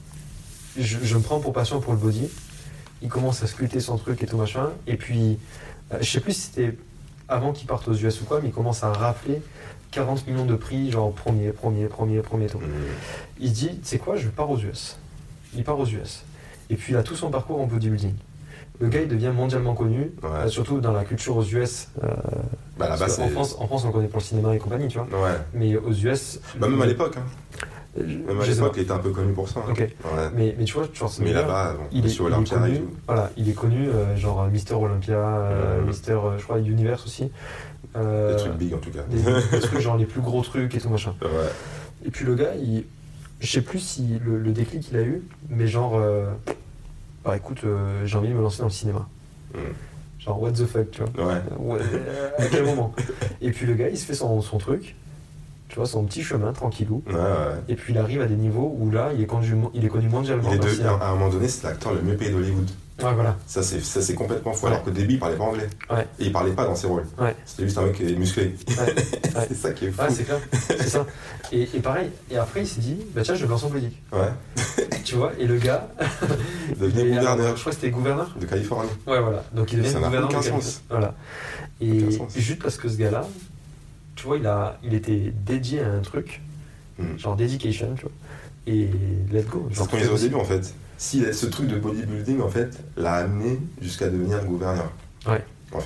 je me prends pour passion pour le body. Il commence à sculpter son truc et tout machin. Et puis, je sais plus si c'était avant qu'il parte aux US ou quoi, mais il commence à rafler 40 millions de prix, genre premier tour. Il dit, tu sais quoi, je pars aux US. Il part aux US. Et puis, il a tout son parcours en bodybuilding. Le gars, il devient mondialement connu, surtout dans la culture aux US. Bah là-bas, c'est... En France, on le connaît pour le cinéma et compagnie, tu vois. Ouais. Mais aux US... Bah, même à l'époque, hein. Même à l'époque, il était un peu connu pour ça. Hein. Ok. Ouais. Mais tu vois, mais là-bas, bon, il est Olympia connu, et tout. Voilà, il est connu, genre Mister Olympia, Mister, je crois, Universe aussi. Des trucs big en tout cas. Des trucs genre les plus gros trucs et tout machin. Ouais. Et puis le gars, je sais plus si le déclic qu'il a eu, mais genre, bah écoute, j'ai envie de me lancer dans le cinéma. Genre, what the fuck, tu vois. Ouais. À quel moment? Et puis le gars, il se fait son truc, tu vois, son petit chemin, tranquillou. Ouais. Et puis il arrive à des niveaux où là, il est connu mondialement. À un moment donné, c'est l'acteur le mieux payé d'Hollywood. Ouais, voilà. Ça, c'est complètement fou. Alors qu'au début, il parlait pas anglais. Ouais. Et il parlait pas dans ses rôles. Ouais. C'était juste un mec musclé. Ouais. C'est ça qui est fou. Ouais, c'est clair. C'est ça. Et pareil, et après, il s'est dit, bah tiens, je vais me lancer en politique. Ouais. Tu vois, et le gars. Devenir gouverneur. Je crois que c'était gouverneur de Californie. Ouais, voilà. Donc il devient gouverneur de Californie. Voilà. Et juste parce que ce gars-là, tu vois, il était dédié à un truc, genre dedication, tu vois. Et let's go. C'est ce qu'on disait au début en fait. Si ce truc de bodybuilding en fait l'a amené jusqu'à devenir gouverneur. Ouais. En fait.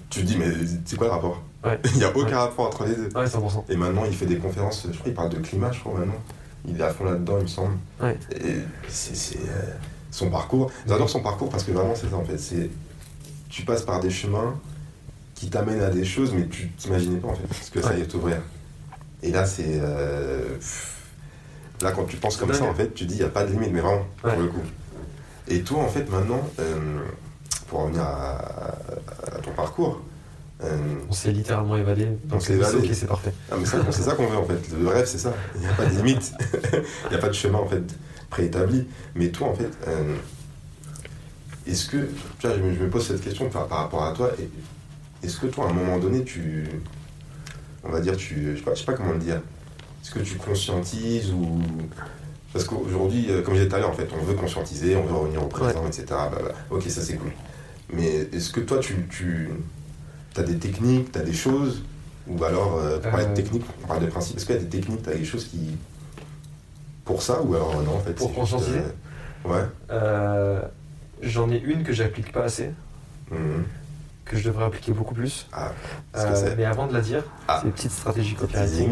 tu te dis, mais c'est quoi le rapport? Ouais. Il n'y a aucun rapport entre les deux. Ouais, 100%. Et maintenant, il fait des conférences, je crois qu'il parle de climat, je crois, maintenant. Il est à fond là-dedans, il me semble. Ouais. Et c'est son parcours. J'adore son parcours parce que vraiment, c'est ça, en fait. Tu passes par des chemins qui t'amènent à des choses, mais tu t'imaginais pas, en fait, ce que ça allait t'ouvrir. Et là, c'est... Là, quand tu penses comme ça, en fait, tu dis, il n'y a pas de limite, mais vraiment, pour le coup. Et toi, en fait, maintenant, pour revenir à ton parcours... on s'est littéralement évadé. On s'est évadé. Ok, c'est parfait. Ah, mais c'est ça qu'on veut, en fait. Le rêve, c'est ça. Il n'y a pas de limite. Il n'y a pas de chemin, en fait, préétabli. Mais toi, en fait, est-ce que... Tu vois, je me pose cette question par rapport à toi. Est-ce que toi, à un moment donné, on va dire, je sais pas comment le dire. Est-ce que tu conscientises ou... Parce qu'aujourd'hui, comme je disais tout à l'heure, en fait, on veut conscientiser, on veut revenir au présent, etc. Blablabla. Ok, ça c'est cool. Mais est-ce que toi, tu as des techniques, tu as des choses, ou alors, pour parler de techniques, on parle de principes, est-ce qu'il y a des techniques, tu as des choses qui... Pour ça, ou alors non, en fait, pour conscientiser ouais. J'en ai une que j'applique pas assez, que je devrais appliquer beaucoup plus. Ah, mais avant de la dire, c'est une petite stratégie copywriting.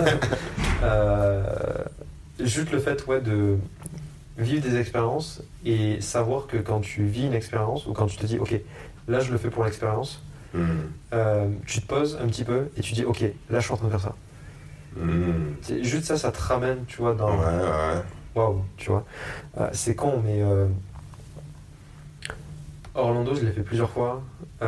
Juste le fait de vivre des expériences et savoir que quand tu vis une expérience ou quand tu te dis ok, là je le fais pour l'expérience, tu te poses un petit peu et tu dis ok, là je suis en train de faire ça. C'est juste ça te ramène, tu vois, dans... Waouh, tu vois. C'est con, mais Orlando, je l'ai fait plusieurs fois.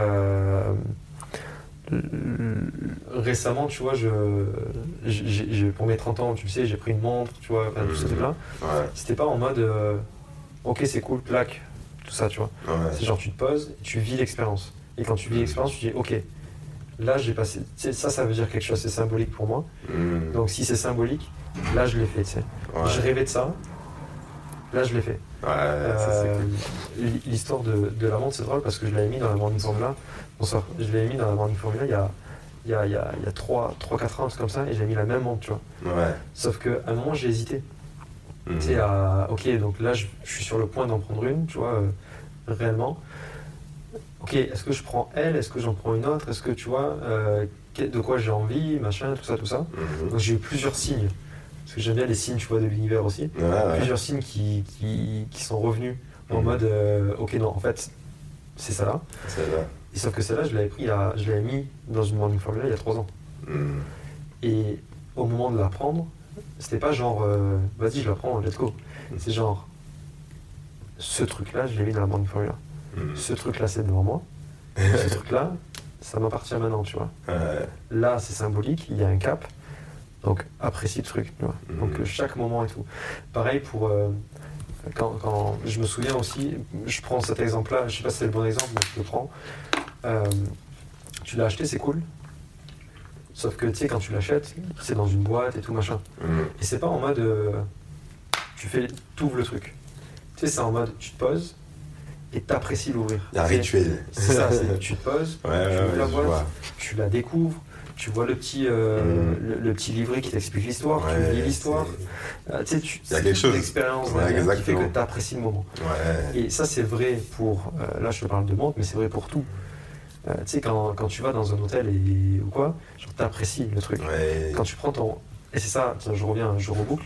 Récemment, tu vois, pour mes 30 ans, tu sais, j'ai pris une montre, tu vois, tout ce truc-là. C'était pas en mode ok, c'est cool, claque, tout ça, tu vois. C'est genre, tu te poses, et tu vis l'expérience. Et quand tu vis l'expérience, tu dis ok, là j'ai passé. Ça veut dire quelque chose, c'est symbolique pour moi. Donc si c'est symbolique, là je l'ai fait, tu sais. Je rêvais de ça, là je l'ai fait. Ça, c'est cool. L'histoire de la montre, c'est drôle parce que je l'avais mis dans la Morning Formula. Bonsoir. Je l'avais mis dans la Morning Formula il y a 3-4 ans, comme ça, et j'ai mis la même montre, tu vois. Sauf qu'à un moment, j'ai hésité. Tu sais, ok, donc là, je suis sur le point d'en prendre une, tu vois, réellement. Ok, est-ce que je prends elle? Est-ce que j'en prends une autre? Est-ce que, tu vois, de quoi j'ai envie, machin, tout ça. Donc j'ai eu plusieurs signes. Parce que j'aime bien les signes, tu vois, de l'univers aussi. Plusieurs signes qui sont revenus en mode ok, non, en fait, c'est ça là. Et sauf que celle-là, je l'avais mis dans une Morning Formula il y a 3 ans. Et au moment de la prendre, c'était pas genre vas-y, je la prends, let's go. C'est genre ce truc-là, je l'ai mis dans la Morning Formula. Ce truc-là, c'est devant moi. Ce truc-là, ça m'appartient maintenant, tu vois. Là, c'est symbolique, il y a un cap. Donc, apprécie le truc, tu vois. Donc, chaque moment et tout. Pareil pour... quand je me souviens aussi, je prends cet exemple-là, je sais pas si c'est le bon exemple, mais je le prends. Tu l'as acheté, c'est cool. Sauf que, tu sais, quand tu l'achètes, c'est dans une boîte et tout, machin. Et c'est pas en mode... t'ouvres le truc. Tu sais, c'est en mode, tu te poses et t'apprécies l'ouvrir. Il y a un rituel. C'est ça, tu te poses, tu ouvres la boîte, tu la découvres, tu vois le petit livret qui t'explique l'histoire, tu lis l'histoire. Tu sais, il y a quelque chose. L'expérience qui fait que tu apprécies le moment. Et ça, c'est vrai pour... là, je te parle de montre, mais c'est vrai pour tout. Tu sais, quand tu vas dans un hôtel ou quoi, genre, t'apprécies le truc. Quand tu prends ton... Et c'est ça, tiens, je reboucle.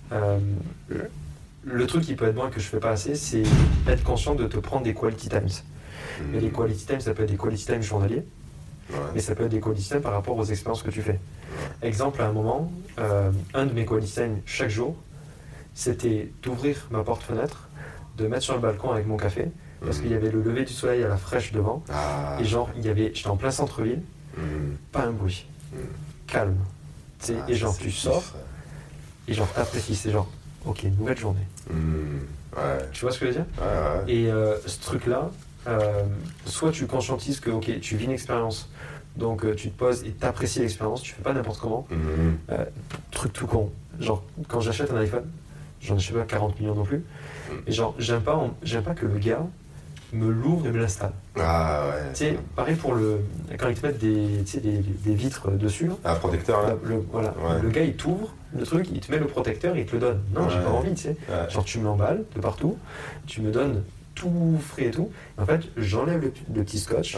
Le truc qui peut être bon et que je fais pas assez, c'est être conscient de te prendre des quality times. Et les quality times, ça peut être des quality times journaliers. Mais ça peut être des quality time par rapport aux expériences que tu fais. Exemple, à un moment, un de mes quality time chaque jour, c'était d'ouvrir ma porte-fenêtre, de mettre sur le balcon avec mon café, parce qu'il y avait le lever du soleil à la fraîche devant, et genre, j'étais en plein centre-ville, pas un bruit, calme. Et genre, tu sors, et genre, t'apprécies, c'est genre, ok, nouvelle journée. Tu vois ce que je veux dire? Et ce truc-là, soit tu conscientises que ok, tu vis une expérience, donc tu te poses et t'apprécies l'expérience, tu fais pas n'importe comment. Truc tout con, genre quand j'achète un iPhone, j'en achète pas 40 millions non plus, et genre j'aime pas que le gars me l'ouvre et me l'installe. Tu sais, pareil pour quand ils te mettent des vitres dessus. Un protecteur là. Le gars il t'ouvre le truc, il te met le protecteur et il te le donne. Non, j'ai pas envie, tu sais. Genre tu me l'emballes de partout, tu me donnes tout frais et tout. En fait, j'enlève le petit scotch,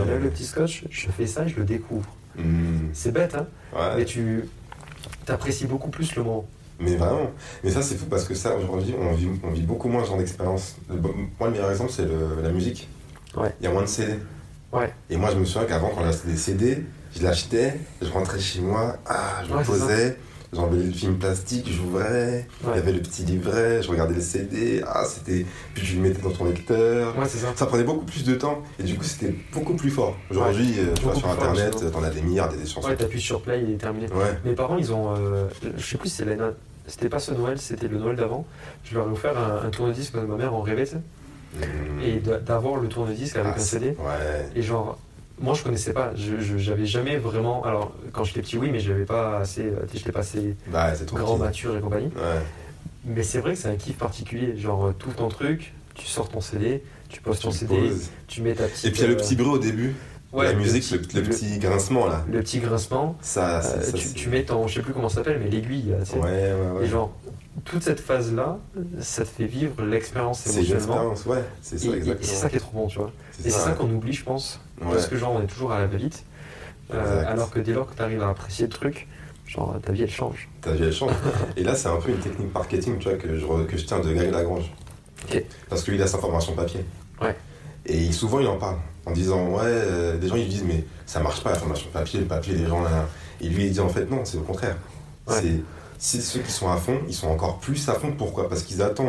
je fais ça et je le découvre. C'est bête, hein, mais tu apprécies beaucoup plus le moment. Mais vraiment, mais ça c'est fou parce que ça aujourd'hui on vit beaucoup moins ce genre d'expérience. Moi le meilleur exemple c'est la musique. Ouais. Il y a moins de CD. Ouais. Et moi je me souviens qu'avant quand j'achetais des CD, je l'achetais, je rentrais chez moi, je me posais, j'enlevais le film plastique, j'ouvrais, il y avait le petit livret, je regardais le CD, puis tu le mettais dans ton lecteur. Ouais, c'est ça. Ça prenait beaucoup plus de temps et du coup c'était beaucoup plus fort. Aujourd'hui, tu vois sur internet, t'en as des milliards des chansons. Ouais, t'appuies sur play et il est terminé. Ouais. Mes parents, ils ont, je sais plus si c'était pas ce Noël, c'était le Noël d'avant. Je leur ai offert un tourne-disque parce que ma mère en rêvait, tu sais. Et d'avoir le tourne-disque avec un CD. Ouais. Et genre, moi je connaissais pas, j'avais jamais vraiment. Alors, quand j'étais petit, oui, mais j'avais pas assez. J'étais pas assez grand, mature et compagnie. Ouais. Mais c'est vrai que c'est un kiff particulier. Genre, tout ton truc, tu sors ton CD, tu poses ton CD, tu mets ta petite. Et puis il y a le petit bruit au début. Ouais, la musique, le petit grincement là. Le petit grincement. Tu mets ton, je sais plus comment ça s'appelle, mais l'aiguille. Ouais. Et genre, toute cette phase-là, ça te fait vivre l'expérience émotionnellement. C'est l'expérience, c'est ça exactement. Et c'est ça qui est trop bon, tu vois. C'est ça qu'on oublie, je pense. Parce que genre, on est toujours à la va-vite. Alors que dès lors que tu arrives à apprécier le truc, genre, ta vie elle change. Et là, c'est un peu une technique marketing, tu vois, que je tiens de Greg Lagrange. Okay. Parce qu'il a sa formation papier. Ouais. Et souvent, il en parle. En disant, des gens ils disent, mais ça marche pas la formation papier, le papier, les gens là. Et lui, il dit, en fait, non, c'est au contraire. Ouais. C'est ceux qui sont à fond, ils sont encore plus à fond. Pourquoi ? Parce qu'ils attendent.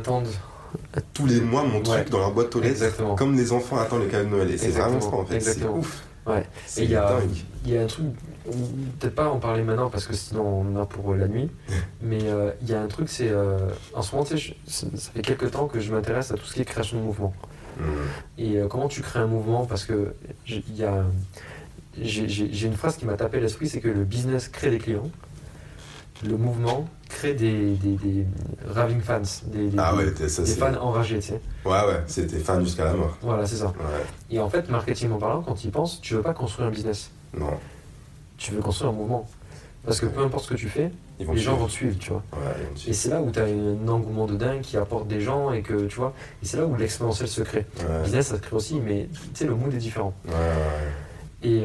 Tous les mois mon truc dans leur boîte aux lettres. Exactement. Comme les enfants attendent le cadeau de Noël. Et c'est vraiment ça, en fait. Exactement. C'est ouf. Ouais. C'est dingue. Il y a un truc, peut-être pas en parler maintenant parce que sinon on en a pour la nuit, mais il y a un truc, c'est en ce moment, tu sais, ça fait quelques temps que je m'intéresse à tout ce qui est création de mouvement. Et comment tu crées un mouvement, parce que j'ai une phrase qui m'a tapé l'esprit, c'est que le business crée des clients, le mouvement crée des raving fans, des fans enragés, tu sais. Ouais, c'était fan jusqu'à la mort. Voilà, c'est ça. Ouais. Et en fait, marketing en parlant, quand tu y penses, tu veux pas construire un business. Non. Tu veux construire un mouvement. Parce que peu importe ce que tu fais, les gens vont te suivre, tu vois. Ouais, et c'est là où tu as un engouement de dingue qui apporte des gens et que, tu vois, et c'est là où l'exponentiel se crée. Ouais. Le business, ça se crée aussi, mais tu sais, le mood est différent. Ouais. Et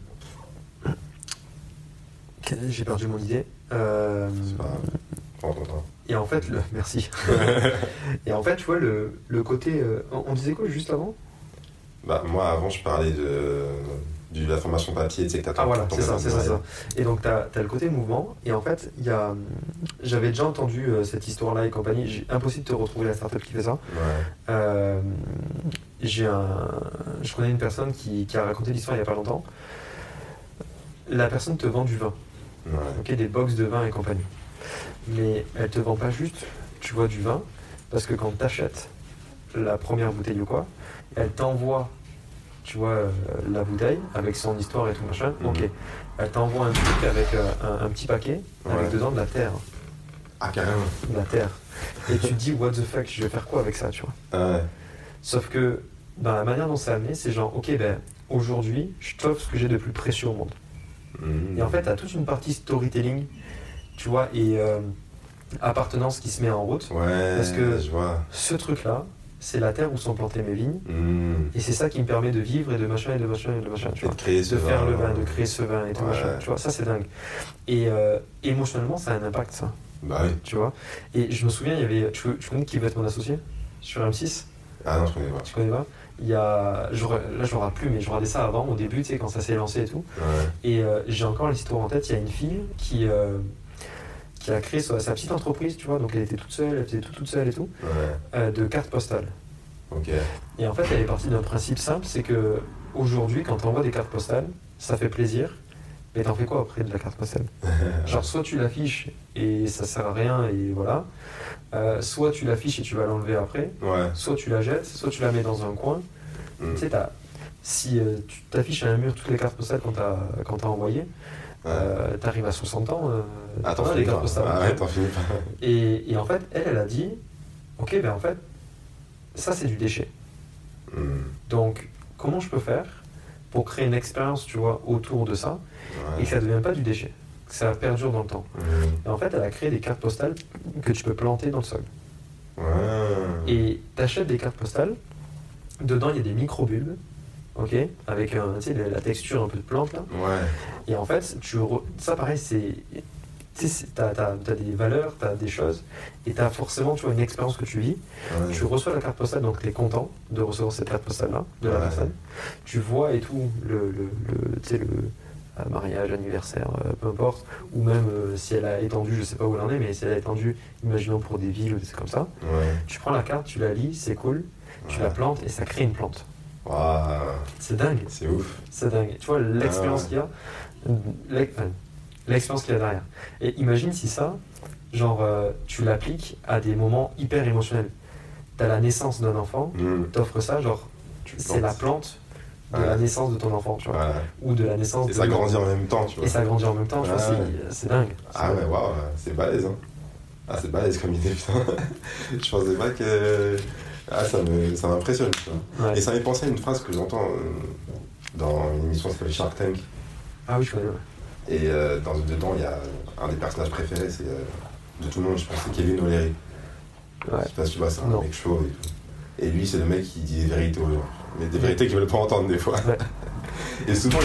j'ai perdu mon idée. C'est pas grave. Prends ton temps. Et en fait, merci. Et en fait, tu vois, le côté... on disait quoi juste avant ? Moi, avant, je parlais de la formation papier, tu sais, que t'as voilà, c'est ça. Et donc, t'as le côté mouvement. Et en fait, j'avais déjà entendu cette histoire-là et compagnie. Impossible de te retrouver la startup qui fait ça. Ouais. Je connais une personne qui a raconté l'histoire il n'y a pas longtemps. La personne te vend du vin. Ouais. Okay, des box de vin et compagnie. Mais elle te vend pas juste, tu vois, du vin, parce que quand tu achètes la première bouteille ou quoi, elle t'envoie, tu vois, la bouteille avec son histoire et tout machin. Ok. Elle t'envoie un truc avec un petit paquet avec dedans de la terre. Ah, carrément. De la terre. Et tu te dis, what the fuck, je vais faire quoi avec ça, tu vois. Ouais. Sauf que, la manière dont c'est amené, c'est genre, ok, aujourd'hui, je t'offre ce que j'ai de plus précieux au monde. Et en fait, tu as toute une partie storytelling, tu vois, et appartenance qui se met en route. Ouais, parce que je vois. Ce truc-là, c'est la terre où sont plantées mes vignes. Et c'est ça qui me permet de vivre et de machin, tu vois. De faire le vin, de créer ce vin et tout machin. Tu vois, ça c'est dingue. Et émotionnellement, ça a un impact, ça. Bah oui. Tu vois. Et je me souviens, il y avait. Tu connais qui va être mon associé sur M6 ? Ah non, je connais pas. Tu connais pas ? Il y a, là je ne plus, mais je regardais ça avant, au début, tu sais, quand ça s'est lancé et tout. Ouais. Et j'ai encore l'histoire en tête. Il y a une fille qui a créé sa petite entreprise, tu vois, donc elle était toute seule, elle faisait tout toute seule et tout, de cartes postales. Ok. Et en fait, elle est partie d'un principe simple, c'est que aujourd'hui, quand tu envoies des cartes postales, ça fait plaisir, mais t'en fais quoi après de la carte postale ? Genre, soit tu l'affiches et ça sert à rien et voilà, soit tu l'affiches et tu vas l'enlever après, soit tu la jettes, soit tu la mets dans un coin. Tu sais, si tu t'affiches à un mur toutes les cartes postales quand t'as envoyé, t'arrives à 60 ans, t'en as les cartes postales. T'en finis pas. Et en fait, elle a dit, ok, en fait, ça c'est du déchet. Donc, comment je peux faire pour créer une expérience, tu vois, autour de ça, et que ça ne devienne pas du déchet, que ça perdure dans le temps. Et en fait, elle a créé des cartes postales que tu peux planter dans le sol. Et t'achètes des cartes postales, dedans il y a des micro-bulbes, ok, avec tu sais, la texture un peu de plante là. Ouais. Et en fait, ça pareil, t'as des valeurs, t'as des choses, et t'as forcément, tu vois, une expérience que tu vis. Ouais. Tu reçois la carte postale, donc t'es content de recevoir cette carte postale-là, de la personne. Tu vois et tout, tu sais, le mariage, anniversaire, peu importe, ou même si elle a étendu, je sais pas où elle en est, mais si elle a étendu, imaginons pour des villes ou des trucs comme ça, tu prends la carte, tu la lis, c'est cool, tu la plantes et ça crée une plante. Waouh. C'est dingue. C'est ouf. C'est dingue. Tu vois l'expérience qu'il y a, l'expérience qu'il y a derrière. Et imagine si ça, genre, tu l'appliques à des moments hyper émotionnels. T'as la naissance d'un enfant, t'offres ça, genre, c'est la plante de la naissance de ton enfant, tu vois. Ou de la naissance et ça grandit en même temps, tu vois. Et ça grandit en même temps, tu vois, c'est dingue. Ah ouais, waouh, c'est balèze, hein. Ah, c'est balèze comme idée, putain. Je pensais pas que... Ah, ça m'impressionne, tu vois. Ouais. Et ça m'est pensé à une phrase que j'entends dans une émission qui s'appelle Shark Tank. Ah oui, je connais, ouais. Et dedans, il y a un des personnages préférés, c'est de tout le monde, je pense, c'est Kevin O'Leary. Ouais. Je sais pas si tu vois, c'est un mec chaud et tout. Et lui, c'est le mec qui dit des vérités aux gens. Mais des vérités qu'ils veulent pas entendre des fois. Ouais. Et souvent,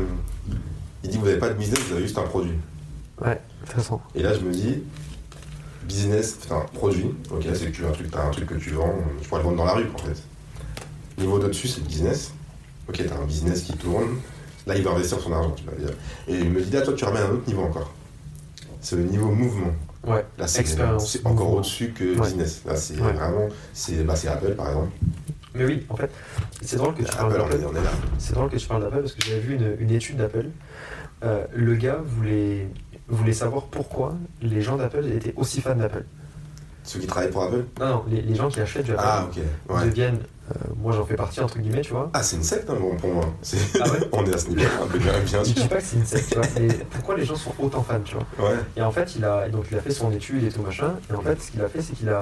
il dit, vous n'avez pas de business, vous avez juste un produit. Ouais, intéressant. Et là, je me dis, business, enfin, produit, ok, c'est que t'as un truc que tu vends, tu pourrais le vendre dans la rue, en fait. Niveau d'au-dessus, c'est le business. Ok, t'as un business qui tourne. Là, il va investir son argent, tu vas dire. Et il me dit, là, toi, tu remets à un autre niveau encore. C'est le niveau mouvement. Ouais, là, c'est encore mouvement. au-dessus que business. Là, c'est vraiment... C'est Apple, par exemple. Mais oui, en fait, c'est drôle que tu parles d'Apple. C'est drôle que tu parles d'Apple parce que j'avais vu une étude d'Apple. Le gars voulait savoir pourquoi les gens d'Apple étaient aussi fans d'Apple. Ceux qui travaillent pour Apple ? Non, les gens qui achètent du Apple deviennent... moi j'en fais partie entre guillemets, tu vois. Ah, c'est une secte, hein, bon, pour moi. Ah ouais. On est à ce niveau-là, bien sûr. Je dis pas que c'est une secte, tu vois. Mais pourquoi les gens sont autant fans, tu vois. Ouais. Et en fait, il a fait son étude et tout machin. Et en fait, ce qu'il a fait, c'est qu'il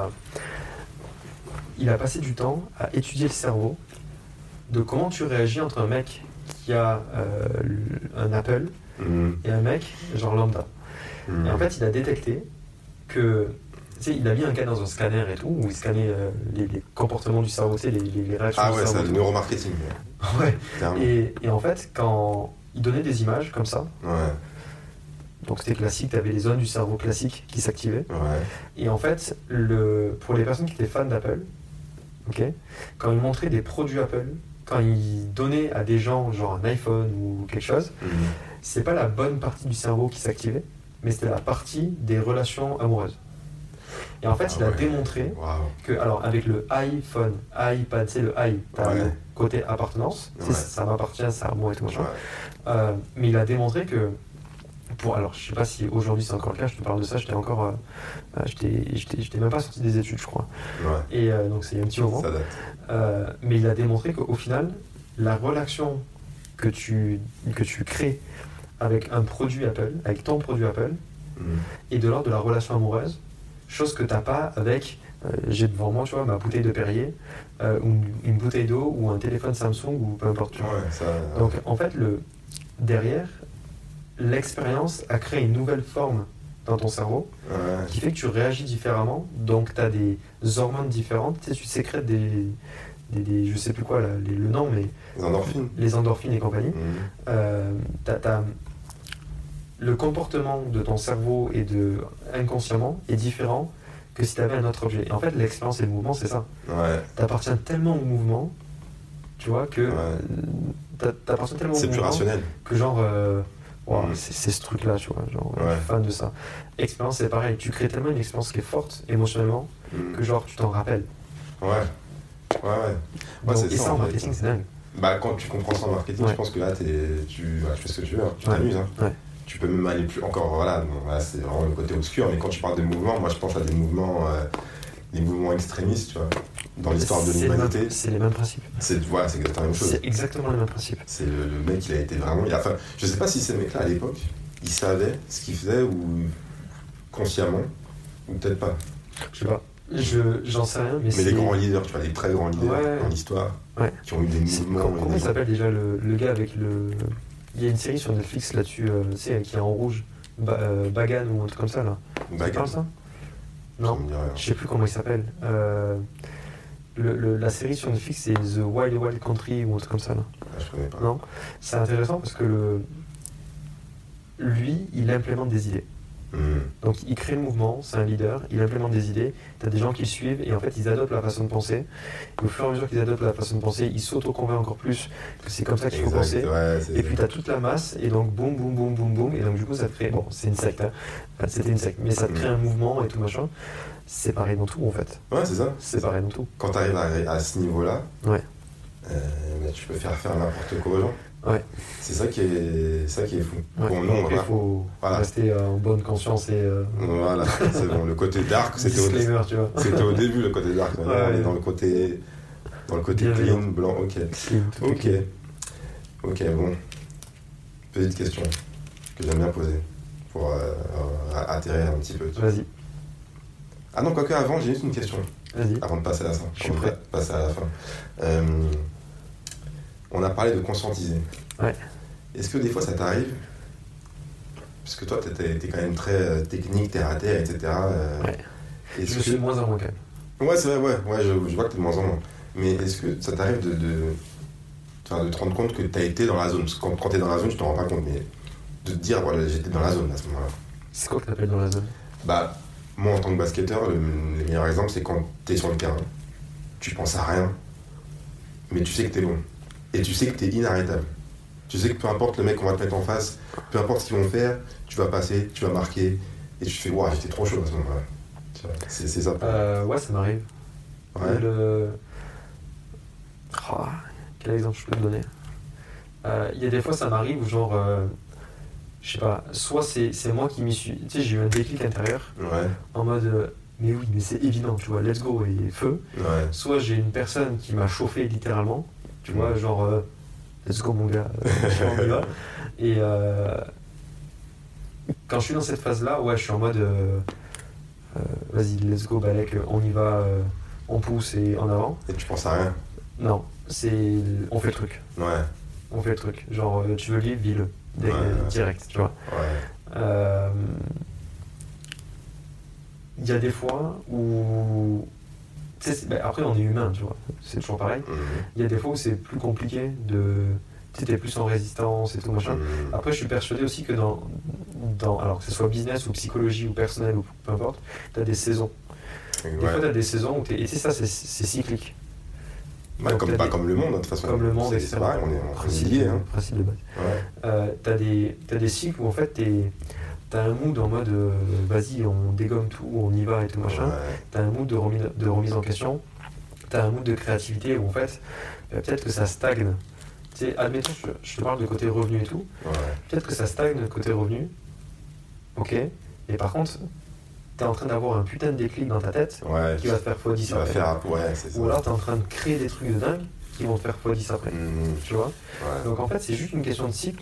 a passé du temps à étudier le cerveau de comment tu réagis entre un mec qui a un Apple et un mec genre lambda. Et en fait, il a détecté que... Tu sais, il a mis un gars dans un scanner et tout, où il scannait les comportements du cerveau, tu sais, les réactions du cerveau. Ah ouais, c'est le neuromarketing. Ouais. Et en fait, quand il donnait des images comme ça, donc c'était classique, tu avais les zones du cerveau classiques qui s'activaient. Ouais. Et en fait, pour les personnes qui étaient fans d'Apple, quand il montrait des produits Apple, quand il donnait à des gens genre un iPhone ou quelque chose, c'est pas la bonne partie du cerveau qui s'activait, mais c'était la partie des relations amoureuses. Et en fait, il a démontré que, alors avec le iPhone, iPad, c'est le i, t'as le côté appartenance, ça m'appartient, ça à moi et tout machin. Mais il a démontré que, alors je sais pas si aujourd'hui c'est encore le cas, je te parle de ça, j'étais même pas sorti des études, je crois. Et donc c'est il y a un petit moment. Mais il a démontré qu'au final, la relation que tu crées avec un produit Apple, avec ton produit Apple, est de l'ordre de la relation amoureuse. Chose que t'as pas avec, j'ai devant moi, tu vois, ma bouteille de Perrier, ou une bouteille d'eau, ou un téléphone Samsung, ou peu importe. Tu vois. Donc en fait, derrière, l'expérience a créé une nouvelle forme dans ton cerveau, qui fait que tu réagis différemment, donc t'as des hormones différentes, tu sais, tu sécrètes des je sais plus quoi, là, le nom, mais... Les endorphines et compagnie. T'as le comportement de ton cerveau et inconsciemment est différent que si tu avais un autre objet. Et en fait, l'expérience et le mouvement, c'est ça. Tu appartiens tellement au mouvement, tu vois, que t'appartiens tellement au mouvement. C'est plus rationnel. Que genre, c'est ce truc-là, tu vois, genre, je suis fan de ça. Expérience, c'est pareil. Tu crées tellement une expérience qui est forte émotionnellement que genre, tu t'en rappelles. Donc, et ça, en marketing, c'est dingue. Bah, quand tu comprends ça en marketing, je pense que là, tu fais ce que tu veux, tu t'amuses. Hein. Tu peux même aller plus encore, voilà, c'est vraiment le côté obscur, mais quand tu parles de mouvements, moi je pense à des mouvements extrémistes, tu vois, dans l'histoire de l'humanité. C'est les mêmes principes. C'est exactement la même chose. C'est exactement le même principe. C'est le mec, il a été vraiment... je sais pas si ces mecs-là, à l'époque, ils savaient ce qu'ils faisaient, ou consciemment, ou peut-être pas. Je sais pas. J'en sais rien, mais les grands leaders, tu vois, les très grands leaders dans l'histoire, qui ont eu des mouvements... Comment il s'appelle déjà le gars avec le... Il y a une série sur Netflix là-dessus, tu sais, qui est en rouge, Bagan ou un truc comme ça là. Bagan, ça? Non, je sais plus comment il s'appelle. La série sur Netflix, c'est The Wild Wild Country ou un truc comme ça, là. Ah, je connais pas. Non, c'est intéressant parce que lui, il implémente des idées. Donc il crée le mouvement, c'est un leader, il implémente des idées, tu as des gens qui le suivent et en fait ils adoptent la façon de penser. Et au fur et à mesure qu'ils adoptent la façon de penser, ils s'auto-convainquent encore plus que c'est comme ça qu'il faut penser. Ouais, et puis tu as toute la masse et donc boum boum boum boum boum et donc du coup ça te crée, bon c'est une secte, hein. Enfin, c'était une secte, mais ça te crée un mouvement et tout machin. C'est pareil dans tout en fait. Ouais, c'est ça. C'est pareil dans tout. Quand tu arrives à ce niveau-là, ouais. Tu peux faire n'importe quoi aux gens. Ouais. C'est ça qui est fou. Ouais. Bon, non, il faut rester en bonne conscience et. Voilà, c'est bon. Le côté dark, c'était au début le côté dark. Maintenant, on est dans le côté clean, blanc. Ok. Clean, ok, bon. Petite question que j'aime bien poser pour atterrir un petit peu. Vas-y. Ah non, quoique avant, j'ai juste une question. Vas-y. Avant de passer à la fin. Je suis prêt. Passer à la fin. On a parlé de conscientiser. Ouais. Est-ce que des fois ça t'arrive, parce que toi t'es quand même très technique, terre à terre, etc. Ouais. Je suis de moins en moins calme. Ouais, c'est vrai, ouais, je vois que t'es de moins en moins. Mais est-ce que ça t'arrive de te rendre compte que t'as été dans la zone? Parce que quand t'es dans la zone, tu t'en rends pas compte, mais de te dire, voilà, j'étais dans la zone à ce moment-là. C'est quoi que t'appelles dans la zone? Bah, moi en tant que basketteur, le meilleur exemple, c'est quand t'es sur le terrain, tu penses à rien, mais tu sais que t'es bon. Et tu sais que t'es inarrêtable. Tu sais que peu importe le mec qu'on va te mettre en face, peu importe ce qu'ils vont faire, tu vas passer, tu vas marquer, et tu fais, waouh, j'étais trop chaud à ce moment-là. C'est ça. Ouais, ça m'arrive. Ouais. Quel exemple je peux te donner? Il y a des fois, ça m'arrive où genre, je sais pas, soit c'est moi qui m'y suis. Tu sais, j'ai eu un déclic intérieur, en mode, mais oui, mais c'est évident, tu vois, let's go et feu. Ouais. Soit j'ai une personne qui m'a chauffé littéralement. Tu vois, genre, let's go mon gars, on y va. Et quand je suis dans cette phase-là, ouais, je suis en mode, vas-y, let's go Balek, on y va, on pousse et en avant. Et tu penses à rien? Non, on fait le truc. Ouais. On fait le truc. Genre, tu veux le vivre, vis-le. Direct, tu vois. Ouais. Il y a des fois où... après, on est humain, tu vois, c'est toujours pareil. Il y a des fois où c'est plus compliqué de... Tu sais, t'es plus en résistance et tout machin. Après, je suis persuadé aussi que alors que ce soit business ou psychologie ou personnel ou peu importe, t'as des saisons. Des fois, t'as des saisons où et tu sais, ça, c'est cyclique. Bah, comme le monde, de toute façon. Comme le monde, c'est pareil, on est en principe lié. Principe de base. Ouais. T'as des cycles où en fait, t'as un mood en mode vas-y, on dégomme tout, on y va et tout machin. Ouais. T'as un mood de remise en question. T'as un mood de créativité où en fait, peut-être que ça stagne. Tu sais, admettons, je te parle de côté revenu et tout. Ouais. Peut-être que ça stagne côté revenu. Ok. Et par contre, t'es en train d'avoir un putain de déclic dans ta tête qui va te faire x10 après. Ouais, c'est ça. Ou alors t'es en train de créer des trucs de dingue qui vont te faire x10 après. Tu vois. Ouais. Donc en fait, c'est juste une question de cycle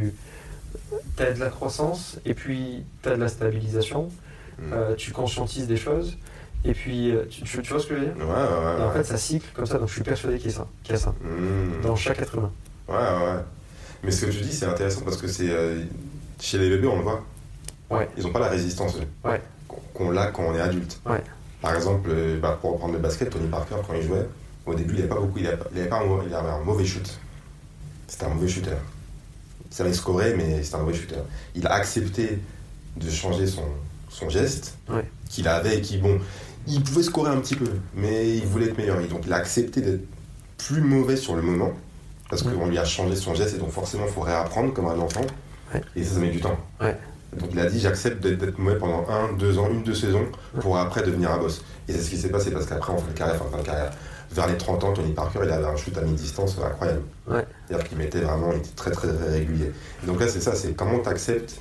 t'as de la croissance et puis t'as de la stabilisation, tu conscientises des choses et puis tu vois ce que je veux dire? Ouais. Et en fait ça cycle comme ça, donc je suis persuadé qu'il y a ça dans chaque être humain. Ouais. Mais ce que tu dis c'est intéressant parce que c'est chez les bébés on le voit. Ouais. Ils n'ont pas la résistance qu'on a quand on est adulte. Ouais. Par exemple, pour reprendre le basket, Tony Parker quand il jouait, au début il avait un mauvais shoot. C'était un mauvais shooter. Ça allait scorer, mais c'était un mauvais shooter. Il a accepté de changer son geste qu'il avait et il pouvait scorer un petit peu, mais il voulait être meilleur. Et donc il a accepté d'être plus mauvais sur le moment, parce qu'on lui a changé son geste, et donc forcément il faut réapprendre comme un enfant, et ça met du temps. Ouais. Donc il a dit j'accepte d'être mauvais pendant 1-2 ans, 1-2 saisons, pour après devenir un boss. Et c'est ce qui s'est passé, parce qu'après en fin de carrière, vers les 30 ans, Tony Parker, il avait un shoot à mi-distance incroyable. Ouais. C'est-à-dire qu'il il était très très très régulier. Et donc là, c'est ça, c'est comment t'acceptes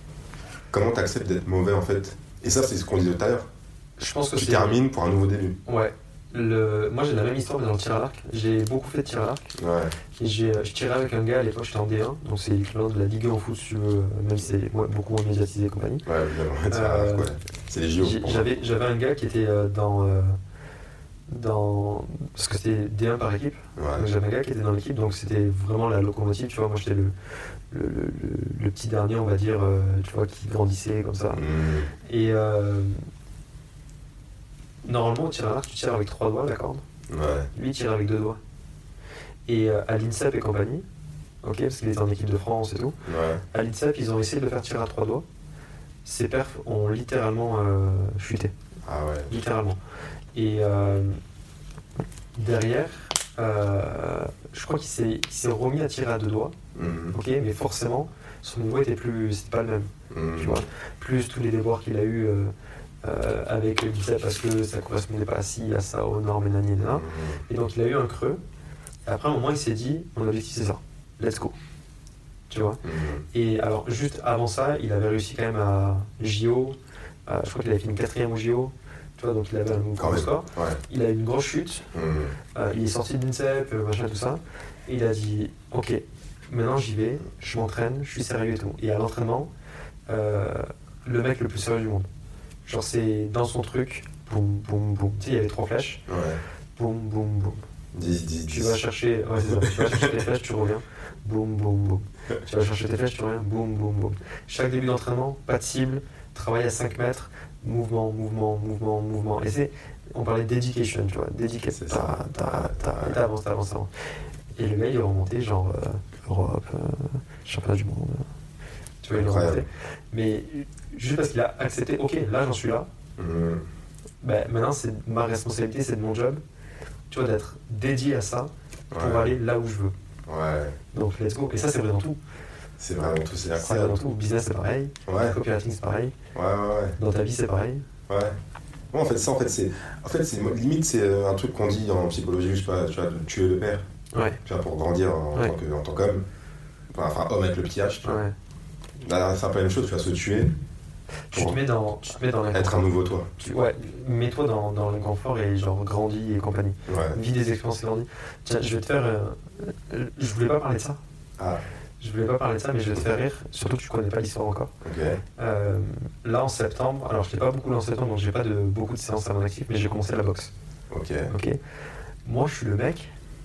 d'être mauvais en fait. Et ça, c'est ce qu'on disait tout à l'heure. Je pense que tu termines pour un nouveau début. Ouais. Moi, j'ai la même histoire, mais dans le tir à l'arc. J'ai beaucoup fait de tir à l'arc. Ouais. Et je tirais avec un gars, à l'époque, j'étais en D1, donc c'est l'équivalent de la Ligue 1 en foot, si tu veux, même si c'est beaucoup moins médiatisé et compagnie. Ouais, évidemment. Tir à l'arc, ouais. C'est les JO. J'avais un gars qui était parce que c'était D1 par équipe, donc j'avais un gars qui était dans l'équipe, donc c'était vraiment la locomotive, tu vois. Moi j'étais le petit dernier, on va dire, tu vois, qui grandissait comme ça. Et normalement au tir à l'arc tu tires avec 3 doigts la corde. Lui, il tire avec 2 doigts. Et à l'INSEP et compagnie, ok, parce qu'il était en équipe de France et tout, à l'INSEP, ils ont essayé de le faire tirer à 3 doigts. Ses perfs ont littéralement chuté. Ah ouais. Littéralement. Et derrière, je crois qu'il s'est remis à tirer à 2 doigts. Ok, mais forcément, son niveau c'était pas le même. Tu vois, plus tous les déboires qu'il a eu avec le biceps parce que ça correspondait pas à ça, aux normes et nanana. Et donc il a eu un creux. Et après un moment, il s'est dit, mon objectif c'est ça, let's go. Tu vois. Et alors juste avant ça, il avait réussi quand même à JO. Je crois qu'il avait fait une 4e au JO. Tu vois, donc il avait un gros score. Ouais. Il a eu une grosse chute. Il est sorti de l'INSEP, machin, tout ça. Et il a dit, ok, maintenant j'y vais, je m'entraîne, je suis sérieux et tout. Et à l'entraînement, le mec le plus sérieux du monde. Genre c'est dans son truc, boum, boum, boum. Tu sais, il y avait 3 flèches. Boum, boum, boum. 10. Tu vas chercher, ouais, c'est ça. Tu vas chercher tes flèches, tu reviens. Boum, boum, boum. Tu vas chercher tes flèches, tu reviens. Boum, boum, boum. Chaque début d'entraînement, pas de cible, travail à 5 mètres. Mouvement. Et on parlait de dedication, tu vois, dedication. T'avances. Et le gars, il est remonté, genre Europe, championnat du monde. Tu vois, il est remonté. Mais juste parce qu'il a accepté, ok, là, j'en suis là. Ben, maintenant, c'est ma responsabilité, c'est de mon job, tu vois, d'être dédié à ça pour aller là où je veux. Donc, let's go. Et ça, c'est vrai dans tout. C'est vraiment tout, c'est incroyable. C'est vrai dans tout. Business, c'est pareil. Copywriting, c'est pareil. Dans ta vie, c'est pareil. En fait, c'est limite, c'est un truc qu'on dit en psychologie, je sais pas, tu vois, tuer le père. Tu vois, pour grandir en tant qu'homme. Enfin, homme avec le petit H, tu vois. Là, c'est un peu la même chose, tu vas se tuer. Tu te mets dans être un nouveau toi. Mets-toi dans l'inconfort et genre grandis et compagnie. Vis des expériences et grandis. Tiens, je vais te faire. Je voulais pas parler de ça. Je voulais pas parler de ça, mais je vais te faire rire. Surtout que tu connais pas l'histoire encore. Là en septembre, alors je t'ai pas beaucoup lancé en septembre, donc j'ai pas beaucoup de séances à mon actif, mais j'ai commencé la boxe. Moi, je suis le mec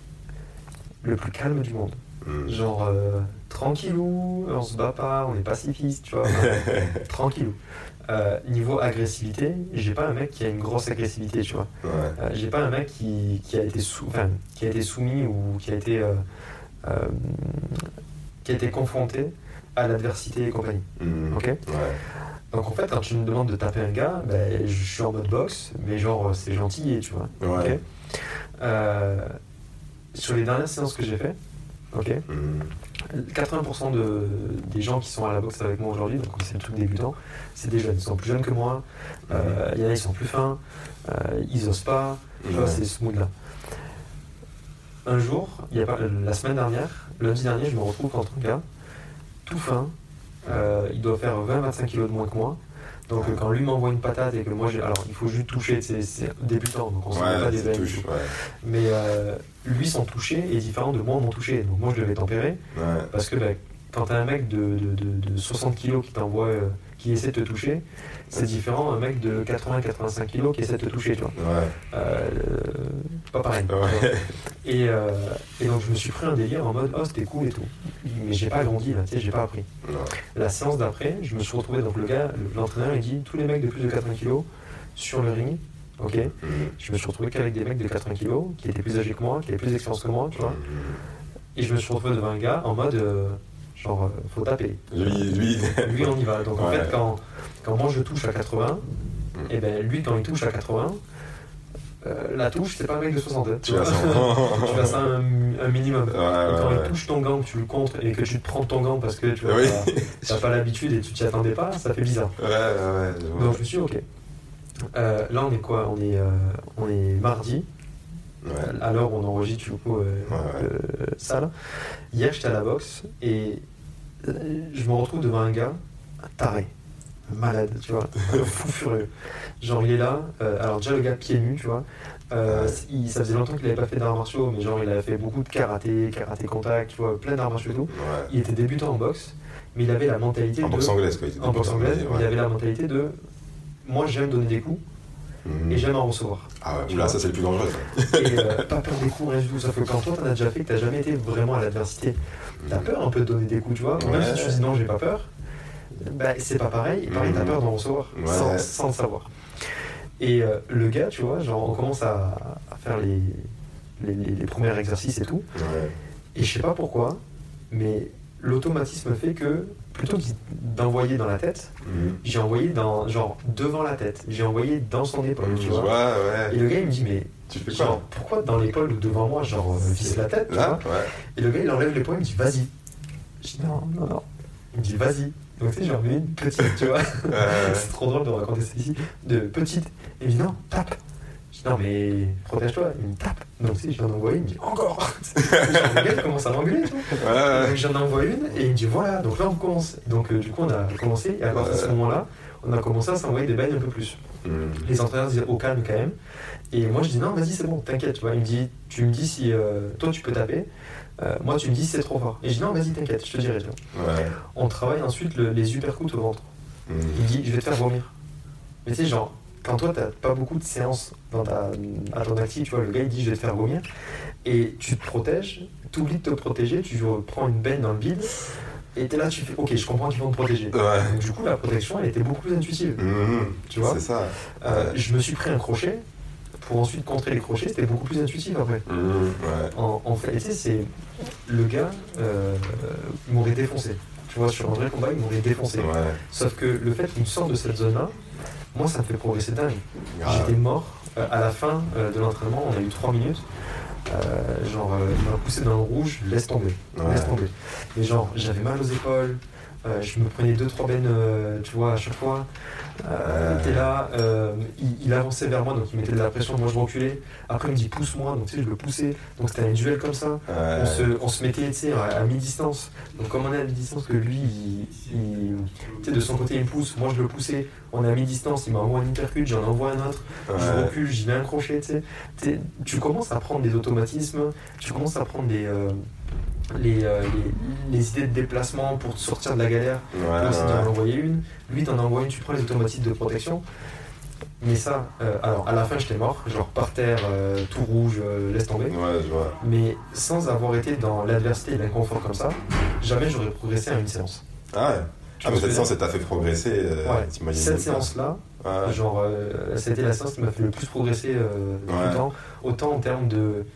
le plus calme du monde. Genre tranquillou, on se bat pas, on est pacifiste, tu vois. Tranquillou. Niveau agressivité, j'ai pas un mec qui a une grosse agressivité, tu vois. J'ai pas un mec qui a été soumis ou qui a été confronté à l'adversité et compagnie. Donc en fait, quand tu me demandes de taper un gars, ben, je suis en mode boxe, mais genre c'est gentil, tu vois. Sur les dernières séances que j'ai fait, 80% des gens qui sont à la boxe avec moi aujourd'hui, donc c'est le truc débutant, c'est des jeunes. Ils sont plus jeunes que moi, il y en a, ils sont plus fins, ils osent pas, tu vois, c'est ce mood-là. Un jour, la semaine dernière, lundi dernier, je me retrouve contre un gars, tout fin, il doit faire 20-25 kilos de moins que moi. Donc quand lui m'envoie une patate et que moi alors il faut juste toucher, c'est débutant, donc on se met pas des veines. Mais lui son toucher est différent de moi mon toucher, donc moi je devais tempérer, parce que quand t'as un mec de 60 kilos qui t'envoie, qui essaie de te toucher, c'est différent d'un mec de 80-85 kilos qui essaie de te toucher, tu vois. Pas pareil. Et donc je me suis pris un délire en mode oh c'était cool et tout, mais j'ai pas grandi là, tu sais, j'ai pas appris. La séance d'après, je me suis retrouvé, donc l'entraîneur il dit tous les mecs de plus de 80 kilos sur le ring, je me suis retrouvé qu'avec des mecs de 80 kilos qui étaient plus âgés que moi, qui avaient plus d'expérience que moi, tu vois. Et je me suis retrouvé devant un gars en mode genre faut taper. Lui on y va. Donc en fait quand moi je touche à 80, et ben lui quand il touche à 80, la touche c'est pas un mec de 60. Tu vois ça un minimum. Et quand il touche ton gant, que tu le contres et que tu te prends ton gant parce que tu vois, t'as pas l'habitude et tu t'y attendais pas, ça fait bizarre. Donc je me suis dit ok. Là on est quoi, on est mardi. À l'heure où on enregistre du coup ça là. Hier j'étais à la boxe et je me retrouve devant un gars taré, malade, tu vois, fou furieux. Genre il est là, alors déjà le gars pieds nus, tu vois, ça faisait longtemps qu'il avait pas fait d'arts martiaux, mais genre il avait fait beaucoup de karaté contact, tu vois, plein d'arts martiaux et tout. Il était débutant en boxe, mais il avait la mentalité en boxe anglaise quoi. En boxe anglaise, il avait la mentalité de moi j'aime donner des coups. Et j'aime en recevoir. Là ça c'est le plus dangereux. Et pas peur des coups, rien du tout. Sauf que quand toi t'en as déjà fait, que t'as jamais été vraiment à l'adversité, t'as peur un peu de donner des coups, tu vois. Même si tu dis non, j'ai pas peur, c'est pas pareil. Et pareil, t'as peur d'en recevoir sans le savoir. Et le gars, tu vois, genre, on commence à faire les premiers exercices et tout. Ouais. Et je sais pas pourquoi, mais l'automatisme fait que plutôt que d'envoyer dans la tête, j'ai envoyé genre devant la tête. J'ai envoyé dans son épaule, tu vois. Ouais. Et le gars il me dit mais Tu fais genre, quoi? pourquoi dans l'épaule ou devant moi, genre vise la tête, tu Là, vois. ouais. Et le gars il enlève l'épaule, il me dit vas-y. Je dis non. Il me dit vas-y. Donc tu sais, j'en mets une petite, tu vois. C'est trop drôle de raconter ça ici. De petite. Et il me dit non, tape. Je dis non mais protège-toi. Il me tape. Donc tu sais, j'en envoie une, il me dit encore. Le gars il commence à m'engueuler, tu vois. Ouais. Donc j'en envoie une et il me dit voilà, donc là on commence. Donc du coup on a commencé et à partir de ce moment-là, on a commencé à s'envoyer des bails un peu plus. Les entraîneurs disaient au calme quand même. Et moi je dis non, vas-y c'est bon, t'inquiète, tu vois. Il me dit, tu me dis si toi tu peux taper. Moi tu me dis si c'est trop fort. Et je dis non, vas-y t'inquiète, je te dirai. Tu vois. Ouais. On travaille ensuite les uppercuts au ventre. Il me dit je vais te faire vomir. Mais tu sais genre, quand toi t'as pas beaucoup de séances à ton actif, tu vois, le gars il dit je vais te faire vomir. Et tu te protèges, tu oublies de te protéger, tu prends une baigne dans le vide. Et t'es là, tu fais ok, je comprends qu'ils vont te protéger. Ouais. Donc, du coup, la protection, elle était beaucoup plus intuitive. Tu vois, c'est ça. je me suis pris un crochet pour ensuite contrer les crochets, c'était beaucoup plus intuitif après. Ouais. En fait, tu sais, c'est le gars, il m'aurait défoncé. Tu vois, sur un vrai combat, il m'aurait défoncé. Ouais. Sauf que le fait qu'il me sorte de cette zone-là, moi, ça me fait progresser dingue. Grave. J'étais mort. À la fin de l'entraînement, on a eu 3 minutes. Il m'a poussé dans le rouge, laisse tomber. Et genre, j'avais mal aux épaules, je me prenais 2-3 bennes, tu vois, à chaque fois. Il était là, il avançait vers moi, donc il mettait de la pression, moi je reculais. Après il me dit pousse-moi, donc tu sais, je le poussais. Donc c'était un duel comme ça. On se mettait, tu sais, à mi-distance. Donc comme on est à mi-distance, que lui, tu sais, de son côté il me pousse, moi je le poussais. On est à mi-distance, il m'envoie un uppercut, j'en envoie un autre. Je recule, j'y mets un crochet, tu sais. Tu commences à prendre des automatismes, tu commences à prendre les idées de déplacement pour te sortir de la galère. Toi aussi t'en envoyais une, lui t'en envoie une, tu prends les automatismes de protection. Mais ça, alors à la fin j'étais mort, genre par terre, tout rouge, laisse tomber. Ouais, je vois. Mais sans avoir été dans l'adversité et l'inconfort comme ça, jamais j'aurais progressé à une séance. Ah ouais. Mais cette séance, elle t'a fait progresser. Ouais. Cette séance-là, genre, c'était la séance qui m'a fait le plus progresser tout le temps. Autant en termes de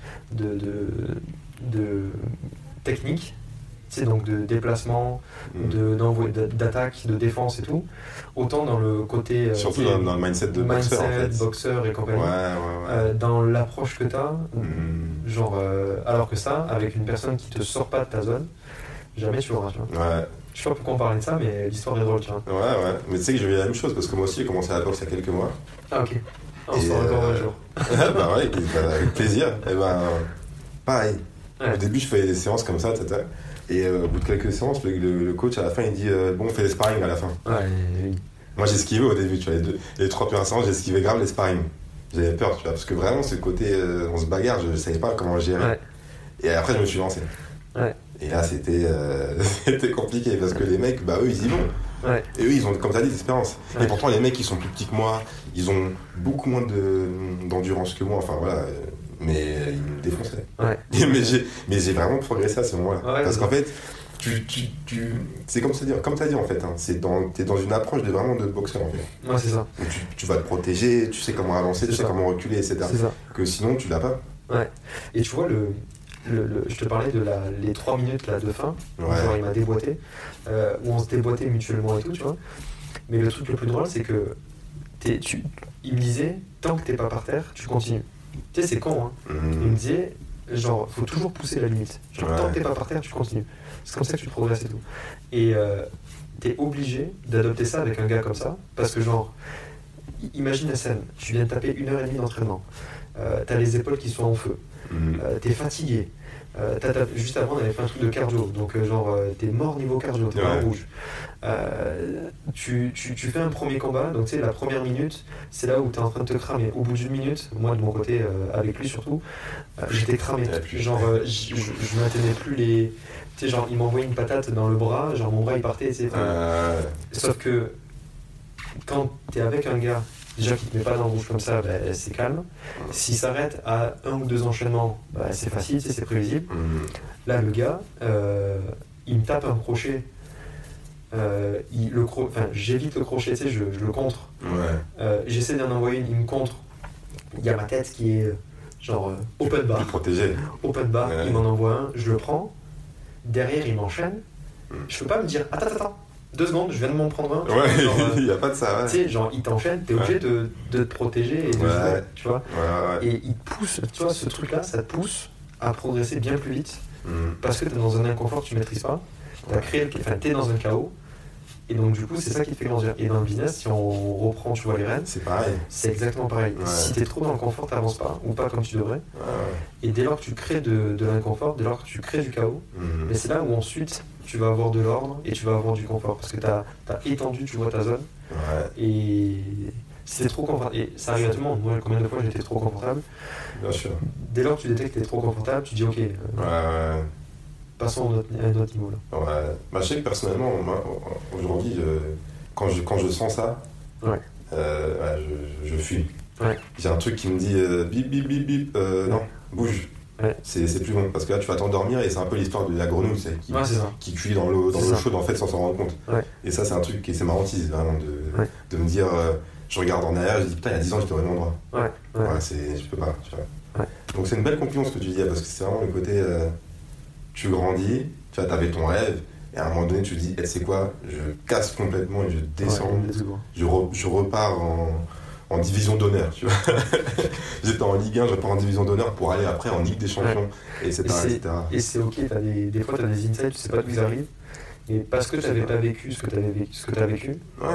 technique, tu sais, donc de déplacement, d'attaque, de défense et tout. Autant dans le côté... Surtout dans le mindset de boxeur, en fait. Boxeur et compagnie. Ouais. Dans l'approche que t'as, genre, alors que ça, avec une personne qui te sort pas de ta zone, jamais tu l'auras, tu vois. Ouais. Je sais pas pourquoi on parlait de ça, mais l'histoire est drôle, tu vois. Ouais. Mais tu sais que j'ai vu la même chose, parce que moi aussi, j'ai commencé à la boxe il y a quelques mois. Ah, ok. On se voit encore un jour. Bah ouais, avec plaisir. Et ben, pareil. Ouais. Au début, je faisais des séances comme ça, tata. Et au bout de quelques séances, le coach à la fin il dit bon, on fait les sparring à la fin. Ouais, oui. Moi j'ai esquivé au début, tu vois, les 3 premières séances, j'ai esquivé grave les sparring. J'avais peur, tu vois, parce que vraiment ce côté on se bagarre, je savais pas comment gérer. Ouais. Et après je me suis lancé. Ouais. Et là c'était compliqué parce que les mecs, bah eux ils y vont. Ouais. Et eux ils ont, comme t'as dit, d'expérience. Ouais. Et pourtant les mecs ils sont plus petits que moi, ils ont beaucoup moins d'endurance que moi, enfin voilà. Mais ils me défonçaient. Ouais. mais j'ai vraiment progressé à ce moment-là. Ouais, parce qu'en fait, c'est comme t'as dit en fait. Hein, t'es dans une approche de boxeur en fait. Ouais, c'est ça. Où tu vas te protéger, tu sais comment avancer, tu sais comment reculer, etc. C'est ça. Que sinon tu l'as pas. Ouais. Et tu vois, je te parlais de les 3 minutes là, de fin, où genre il m'a déboîté, où on se déboîtait mutuellement et tout, tu vois. Mais le truc le plus drôle, c'est que il me disait, tant que t'es pas par terre, tu continues. Tu sais, c'est con, hein. Il me disait, genre, faut toujours pousser la limite. Genre, tant que t'es pas par terre, tu continues. C'est comme ça que tu progresses et tout. Et t'es obligé d'adopter ça avec un gars comme ça, parce que genre, imagine la scène, tu viens de taper 1h30 d'entraînement, t'as les épaules qui sont en feu, t'es fatigué, juste avant on avait fait un truc de cardio, donc t'es mort niveau cardio, t'es en rouge. Tu fais un premier combat, donc tu sais la première minute, c'est là où t'es en train de te cramer. Au bout d'une minute, moi de mon côté, avec lui surtout, j'étais cramé. Genre je maintenais plus les... Tu sais, genre il m'envoyait une patate dans le bras, genre mon bras il partait, tu sais. Sauf que quand t'es avec un gars déjà qui te met pas dans le rouge comme ça, bah, c'est calme. S'il s'arrête à 1 ou 2 enchaînements, bah, c'est facile, tu sais, c'est prévisible. Là, le gars, il me tape un crochet. J'évite le crochet, tu sais, je le contre. J'essaie d'en envoyer une, il me contre. Il y a ma tête qui est genre open bar. Protégé. Open bar, il m'en envoie un, je le prends. Derrière, il m'enchaîne. Je peux pas me dire, attends, 2 secondes, je viens de m'en prendre un. Ouais, genre, il n'y a pas de ça. Tu sais, genre, il t'enchaîne, t'es obligé de te protéger et de jouer, tu vois. Ouais. Et il te pousse, tu vois, ce truc-là, ça te pousse à progresser bien plus vite. Parce que t'es dans un inconfort que tu maîtrises pas. T'es dans un chaos. Et donc, du coup, c'est ça qui te fait grandir. Et dans le business, si on reprend, tu vois, les rênes, c'est pareil. C'est exactement pareil. Si t'es trop dans le confort, t'avances pas, ou pas comme tu devrais. Et dès lors que tu crées de l'inconfort, dès lors que tu crées du chaos, mais c'est là où ensuite tu vas avoir de l'ordre et tu vas avoir du confort. Parce que t'as étendu, tu vois, ta zone. Et si t'es trop confortable, et ça arrive à tout le monde. Moi, combien de fois j'étais trop confortable. Bien sûr. Dès lors que tu détectes que t'es trop confortable, tu dis ok. Passons à un autre niveau là. Ouais. Bah, je sais que personnellement, moi, aujourd'hui, quand je sens ça, je fuis. J'ai un truc qui me dit bip bip bip bip, non, bouge. C'est plus bon parce que là tu vas t'endormir et c'est un peu l'histoire de la grenouille qui cuit dans l'eau chaude en fait sans s'en rendre compte. Et ça c'est un truc qui c'est marrantise vraiment de me dire je regarde en arrière, je dis putain il y a 10 ans j'étais au même endroit. Je peux pas. Tu vois. Donc c'est une belle conclusion ce que tu dis parce que c'est vraiment le côté tu grandis, tu vois, t'avais ton rêve, et à un moment donné, tu te dis, c'est quoi, je casse complètement et je descends, je repars en division d'honneur, tu vois. J'étais en Ligue 1, je repars en division d'honneur pour aller après en Ligue des Champions, etc. Et c'est ok, des fois, tu as des insights, tu sais pas d'où ils arrivent, mais parce que tu n'avais pas vécu ce que tu as vécu,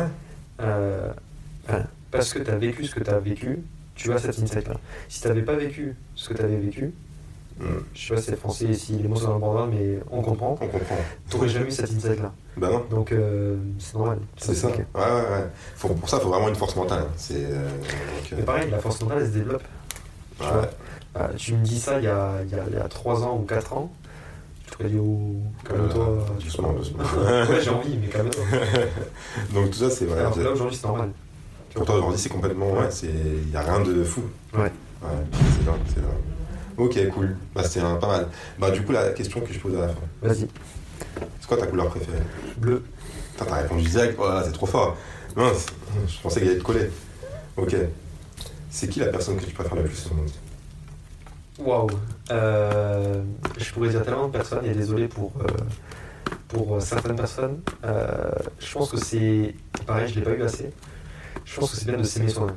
parce que tu as vécu ce que tu as vécu, tu as cet insight-là. Si tu n'avais pas vécu ce que tu avais vécu, je sais pas si c'est français, si les mots sont dans le bordel, mais on comprend. T'aurais jamais eu cette insight là. Bah non. Donc c'est normal. C'est ça. Ouais. Pour ça, il faut vraiment une force mentale. Mais pareil, la force mentale, elle se développe. Tu me dis ça il y a 3 ans ou 4 ans. Je t'aurais dit, oh, calme-toi. Doucement. Ouais, j'ai envie, mais calme-toi. Donc tout ça, c'est vrai. Alors là, aujourd'hui, c'est normal. Pour toi, aujourd'hui, c'est complètement. Il n'y a rien de fou. C'est dingue. Ok, cool. Bah, c'était pas mal. Bah, du coup, la question que je pose à la fin. Vas-y. C'est quoi ta couleur préférée? Bleu. Putain, t'as répondu direct. Oh là, c'est trop fort. Mince, je pensais qu'il allait te coller. Ok. C'est qui la personne que tu préfères le plus au monde? Waouh. Je pourrais dire tellement de personnes, et désolé pour certaines personnes. Je pense que c'est. Pareil, je l'ai pas eu assez. Je pense que c'est bien de s'aimer soi-même.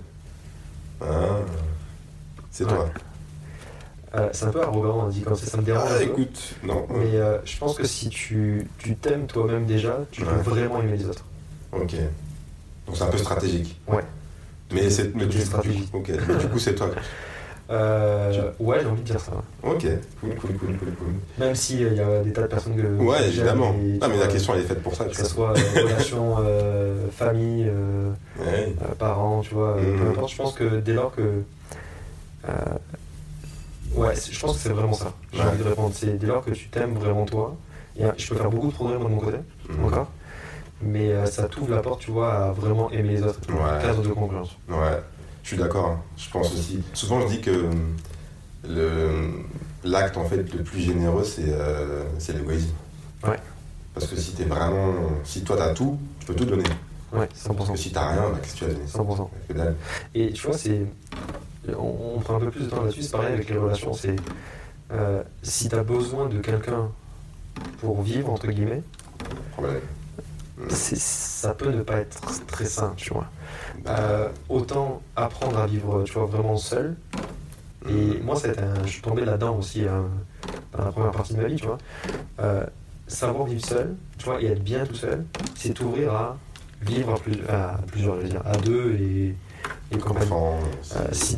C'est toi. C'est un peu arrogant, on dit comme ça me dérange. Écoute, non. Mais je pense que si tu t'aimes toi-même déjà, tu peux vraiment aimer les autres. Ok. Donc c'est un peu stratégique. Ouais. Mais c'est stratégique. Ok. Mais du coup, c'est toi. Ouais, j'ai envie de dire ça. Ok. Cool. Même s'il y a des tas de personnes que. Ouais, évidemment. Mais la question elle est faite pour ça. Que ce soit relation, famille, parents, tu vois. Peu importe, je pense que dès lors que. Ouais, je pense que c'est vraiment ça. J'ai envie de répondre. C'est dès lors que tu t'aimes vraiment toi. Et je peux faire beaucoup de progrès moi de mon côté, encore. Mais ça t'ouvre la porte, tu vois, à vraiment aimer les autres. Cadre de concurrence. Ouais, je suis d'accord. Hein. Je pense aussi. Souvent, je dis que l'acte en fait le plus généreux, c'est l'égoïsme. Ouais. Parce que si t'es vraiment, si toi t'as tout, tu peux tout donner. Ouais, 100%. Parce que si t'as rien, qu'est-ce que tu vas donner? 100%. Et tu vois, c'est. On prend un peu plus de temps là-dessus, c'est pareil avec les relations. C'est si t'as besoin de quelqu'un pour vivre, entre guillemets, ça peut ne pas être très sain, tu vois. Autant apprendre à vivre, tu vois, vraiment seul. Et moi, je suis tombé là-dedans aussi dans la première partie de ma vie, tu vois. Savoir vivre seul, tu vois, et être bien tout seul, c'est t'ouvrir à vivre à plusieurs, je veux dire, à deux et compagnie. Si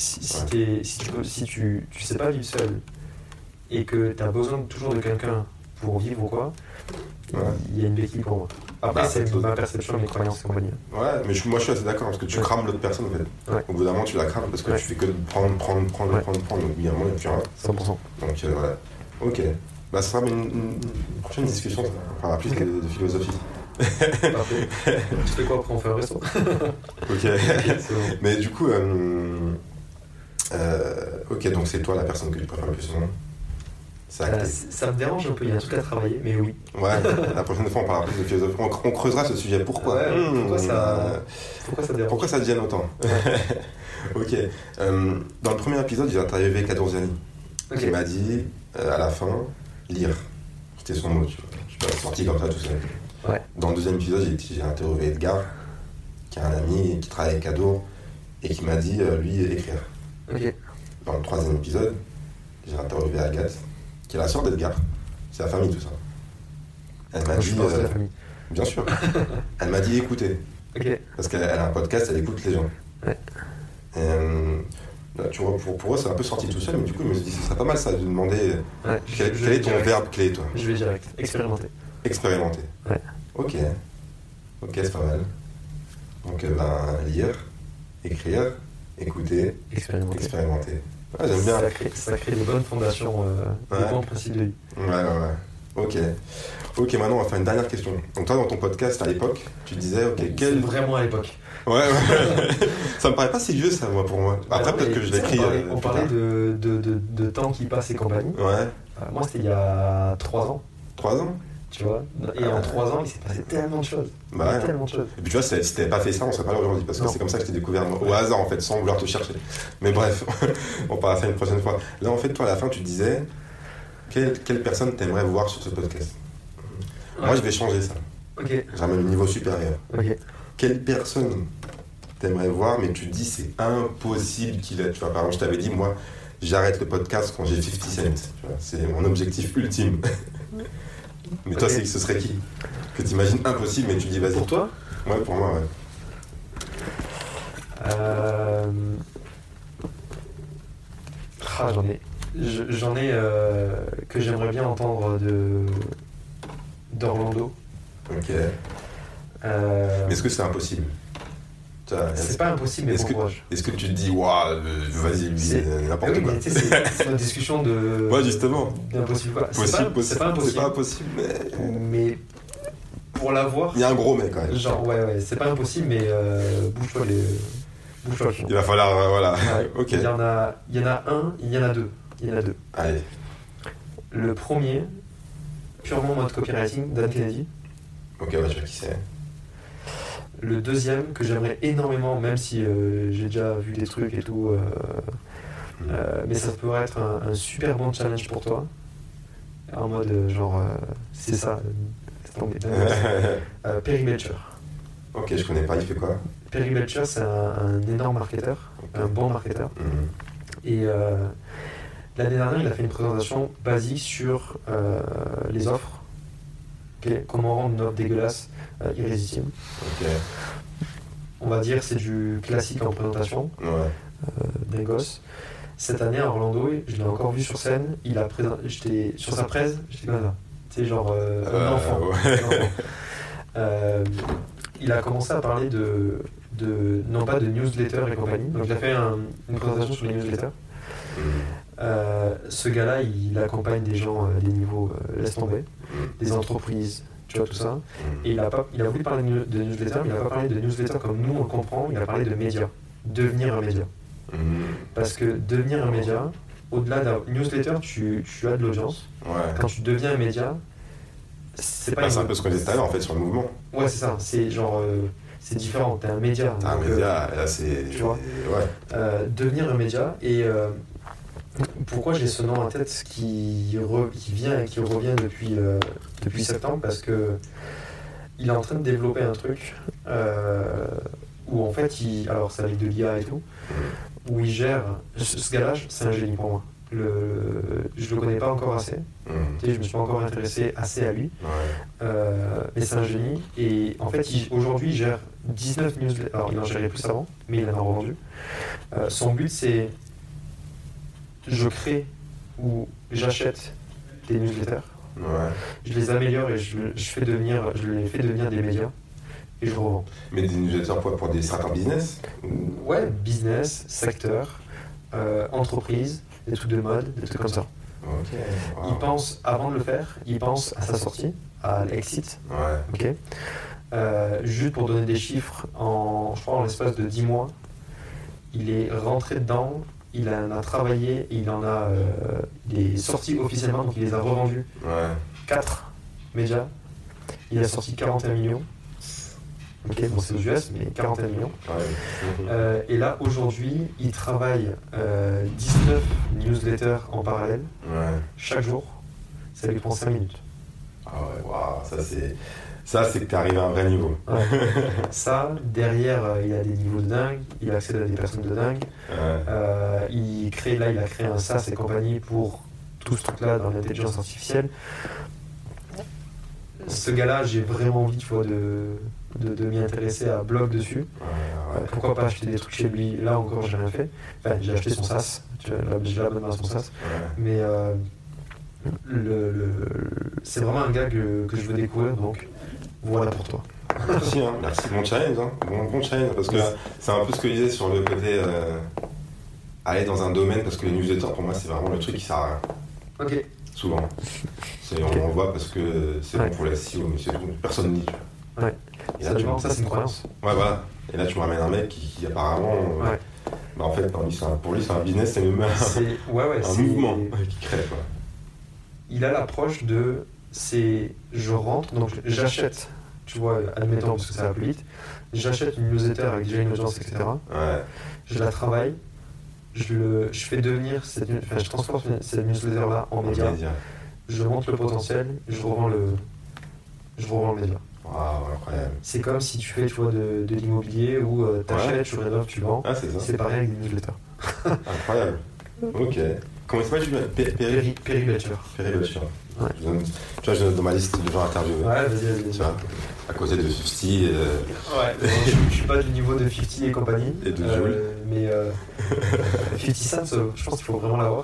tu sais pas vivre seul et que tu as besoin toujours de quelqu'un pour vivre ou quoi, il y a une béquille pour moi. Après, c'est ma perception, mes croyances et compagnie. Ouais, mais moi je suis assez d'accord parce que tu crames l'autre personne en fait. Au bout d'un moment, tu la crames parce que tu fais que prendre. Donc, il y a un moment, il n'y a plus rien. 100%. Donc, voilà. Ok. Bah, ça sera une prochaine discussion. On parlera plus de philosophie. Parfait. Tu fais quoi après on fait un resto? Ok. Bon. Mais du coup, ok, donc c'est toi la personne que tu préfères le plus au monde. Ça me dérange un peu, il y a un truc à travailler, mais oui. Ouais, la prochaine fois on parlera plus de philosophie. On creusera ce sujet. Pourquoi Pourquoi ça te gêne autant? Ok. Dans le premier épisode, j'ai interviewé Kadourziani. Qui m'a dit, à la fin, lire. C'était son mot, tu vois. Je suis pas sorti comme ça tout seul. Ouais. Dans le deuxième épisode, j'ai interviewé Edgar, qui est un ami qui travaille avec Kadour, et qui m'a dit, lui, écrire. Ok. Dans le troisième épisode, j'ai interviewé Agathe, qui est la sœur d'Edgar. C'est la famille, tout ça. Elle m'a dit... c'est la famille. Bien sûr. Elle m'a dit écouter. Ok. Parce qu'elle a un podcast, elle écoute les gens. Ouais. Tu vois, pour eux, c'est un peu sorti tout seul, mais du coup, je me suis dit, ce serait pas mal ça de demander quel est ton verbe clé, toi. Je vais direct. Expérimenter. Expérimenter. Ouais. Ok, c'est pas mal. Donc, lire, écrire, écouter, expérimenter. Ah, j'aime bien. Ça crée de bonnes fondations, de bons principes de vie. Ouais. Ok, maintenant, on va faire une dernière question. Donc, toi, dans ton podcast, à l'époque, tu disais, C'est vraiment à l'époque. Ouais. Ça me paraît pas si vieux, ça, pour moi. Après, peut-être que je l'ai écrit. On parlait de temps qui passe et compagnie. Ouais. Moi, c'était il y a 3 ans. 3 ans? Tu vois. Et en 3 ans, il s'est passé tellement de choses. Tellement de choses. Et puis tu vois, si t'avais pas fait ça, on serait pas là aujourd'hui. Parce que c'est comme ça que je t'ai découvert au hasard, en fait, sans vouloir te chercher. Mais bref, on parlera ça une prochaine fois. Là, en fait, toi, à la fin, tu disais quelle personne t'aimerais voir sur ce podcast? Moi, je vais changer ça. Ok. J'amène le niveau supérieur. Ok. Quelle personne t'aimerais voir, mais tu te dis c'est impossible qu'il ait. Tu vois, par exemple, je t'avais dit, moi, j'arrête le podcast quand j'ai 50 cents. Tu vois, c'est mon objectif ultime. Mais toi, ce serait qui? Que t'imagines impossible, mais tu dis vas-y. Pour toi? Ouais, pour moi, ouais. J'en ai que j'aimerais bien entendre d'Orlando. Ok. Mais est-ce que c'est impossible? C'est pas impossible, mais bon courage. Est-ce que tu te dis, waouh, vas-y, n'importe quoi? C'est une discussion de. Ouais, justement. D'impossible quoi. C'est pas impossible, mais. Pour l'avoir. Il y a un gros mec quand même. Genre, ouais, c'est pas impossible, mais bouge-toi le champ. Il va falloir, voilà. Ouais. Ok. Il y en a un, il y en a deux. Allez. Le premier, purement mode copywriting, Dan Kennedy. Ok, ouais, je vois qui c'est. Le deuxième, que j'aimerais énormément, même si j'ai déjà vu des trucs et tout, mais ça pourrait être un super bon challenge pour toi. En mode, genre, c'est ça, c'est tombé. Perry Melcher. Ok, je connais pas, il fait quoi? Perry Melcher, c'est un énorme marketeur, un bon marketeur. Et l'année dernière, il a fait une présentation basique sur les offres. Okay. Comment rendre une offre dégueulasse irrésistible. Okay. On va dire c'est du classique en présentation d'un gosse. Cette année à Orlando, je l'ai encore vu sur scène, il a j'étais sur sa presse, j'étais comme ça. Tu sais, genre un enfant. Il a commencé à parler non pas de newsletter et compagnie. Donc il a fait une présentation sur les newsletters. Ce gars-là, il accompagne des gens à des niveaux laisse tomber, des entreprises, tu vois tout ça. Et il a voulu parler de newsletter, mais il n'a pas parlé de newsletter comme nous on le comprend. Il a parlé de médias, devenir un média. Parce que devenir un média, au-delà d'un newsletter, tu as de l'audience. Quand tu deviens un média, c'est pas. C'est un peu ce qu'on disait tout à l'heure en fait sur le mouvement. Ouais, c'est ça. C'est genre. C'est différent, t'es un média. Un média, là c'est. Tu vois. Devenir un média et. Pourquoi j'ai ce nom en tête qui revient depuis septembre? Parce que il est en train de développer un truc où en fait, alors c'est avec de l'IA et tout, où il gère. Ce gars-là, c'est un génie pour moi. Je le connais pas encore assez. Je me suis pas encore intéressé assez à lui. Mais c'est un génie. Et en fait, aujourd'hui, il gère 19 newsletters. Alors, il en gérait plus avant, mais il en a revendu. Son but, c'est je crée ou j'achète des newsletters, je les améliore et je les fais devenir des médias et je revends. Mais des newsletters pour des startups business? Ouais, business, secteur, entreprise, des trucs de mode, des trucs comme ça. Okay. Wow. Il pense, avant de le faire, il pense à sa sortie, à l'exit. Okay. Juste pour donner des chiffres, je crois en l'espace de 10 mois, il est rentré dedans il en a travaillé, il en a des sorties officiellement, donc il les a revendus. 4 médias. Il a sorti 41 millions. Ok, bon c'est aux US, mais 41 millions. Et là, aujourd'hui, il travaille 19 newsletters en parallèle, chaque jour. Ça lui prend 5 minutes. Ah ouais, waouh, ça c'est que t'es arrivé à un vrai niveau. Ouais. Ça, derrière, il a des niveaux de dingue, il accède à des personnes de dingue. Il a créé un SaaS et compagnie pour tout ce truc-là dans l'intelligence artificielle. Ce gars-là, j'ai vraiment envie, tu vois, de m'y intéresser, à blog dessus. Pourquoi pas acheter des trucs chez lui? Là encore, j'ai rien fait. Enfin, j'ai acheté son SaaS, j'ai l'abonnement à son SaaS. Mais c'est vraiment un gars que je veux découvrir, donc voilà pour toi. Merci, hein. Merci, bon challenge, hein. Bon challenge, parce que c'est un peu ce que je disais sur le côté aller dans un domaine, parce que les newsletters pour moi c'est vraiment le truc qui sert à rien. Ok. Souvent. On le voit parce que c'est bon pour la SEO, mais c'est tout. Personne ne lit. Ouais. Et là, ça c'est une croyance. Ouais, voilà. Et là tu me ramènes un mec qui apparemment. Bah, en fait, pour lui c'est un business, c'est même un mouvement qui crée, quoi. Il a l'approche de je rentre, donc j'achète, tu vois, admettons parce que ça va plus vite, j'achète une newsletter avec déjà une audience, etc. Je la travaille, je fais devenir je transforme cette newsletter là en média, je montre le potentiel, je revends le média. Waouh, incroyable. C'est comme si tu fais, tu vois, de l'immobilier où t'achètes, tu rénoves, tu vends. C'est pareil avec des newsletters. Incroyable. Ok. Comment ça s'appelle? Perry Belcher. Ouais. Tu vois, je note dans ma liste de gens interviewés. Ouais, vas-y. Tu vois, à côté de 50. Ouais, je suis pas du niveau de 50 et compagnie. Et de Joule. Mais 50 Cent, je pense qu'il faut vraiment l'avoir.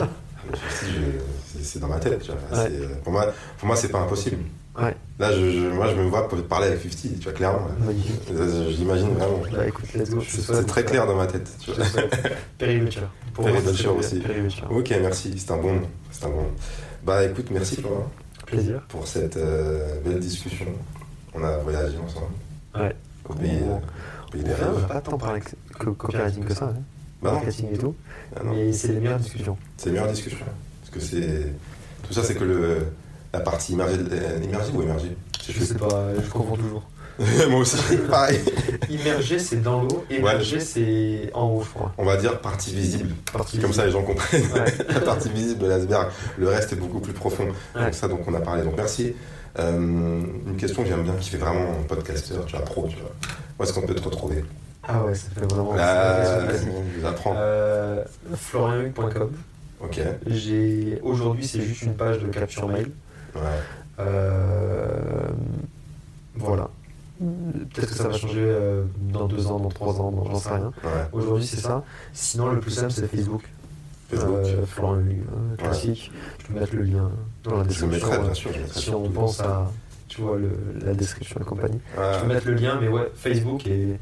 C'est dans ma tête, tu vois. Ouais. Pour moi, c'est pas impossible. Ouais. Là, moi, je me vois pour parler avec 50, tu vois, clairement. Je l'imagine vraiment. Bah écoute, let's go. C'est très clair dans ma tête. Perry Belcher. Perry Belcher aussi. Perry Belcher. Ok, merci. C'est un bon nom. Bah écoute, merci Florent. Plaisir. Pour cette belle discussion. On a voyagé ensemble. Ouais. Au pays des rêves. On va pas tant parler copywriting que ça, hein. Marketing et tout. Mais c'est les meilleures discussions. C'est les meilleures discussions. Parce que tout ça, c'est que la partie immergée ou émergée? Je sais pas, je confonds toujours. Moi aussi, pareil. Immergé, c'est dans l'eau. Émergé, c'est en haut, je crois. On va dire partie visible. Comme ça, les gens comprennent. La partie visible de l'iceberg. Le reste est beaucoup plus profond. Donc ça, on a parlé. Donc merci. Une question que j'aime bien, qui fait vraiment podcasteur, tu vois, pro, tu vois. Où est-ce qu'on peut te retrouver? Ah ouais, ça fait vraiment... je vous apprends. florianhugues.com. Ok. Aujourd'hui, c'est juste une page de capture mail. Voilà. Peut-être que ça va changer dans 2 ans, dans 3 ans, j'en sais rien. Aujourd'hui, c'est ça. Sinon, le plus simple, c'est Facebook. Florian Hugues, classique. Je peux mettre le lien dans la description. Je le mettrai, bien sûr. Si on pense à, tu vois, la description de la compagnie. Je peux mettre le lien, mais ouais, Facebook et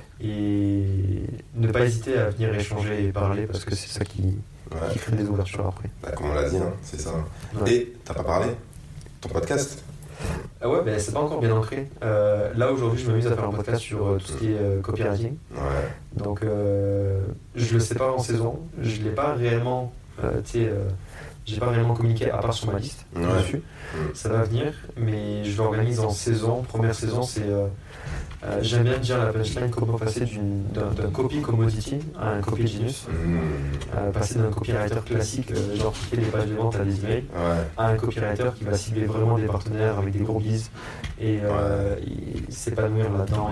ne pas hésiter à venir échanger et parler parce que c'est ça qui crée des ouvertures après. Bah, comme on l'a dit, hein, c'est ça. Et t'as pas parlé? Ton podcast? Ouais, ben c'est pas encore bien ancré. Là aujourd'hui, je m'amuse à faire un podcast sur tout ce qui est copywriting. Donc, je le sépare en saison. Je l'ai pas réellement, j'ai pas réellement communiqué à part sur ma liste dessus. Ça va venir, mais je l'organise en saison. Première saison, c'est j'aime bien dire la punchline, comment passer d'un copy commodity à un copy genius. Passer d'un copywriter classique, genre qui fait des pages de vente à des emails, à un copywriter qui va cibler vraiment des partenaires avec des gros bises et s'épanouir là-dedans.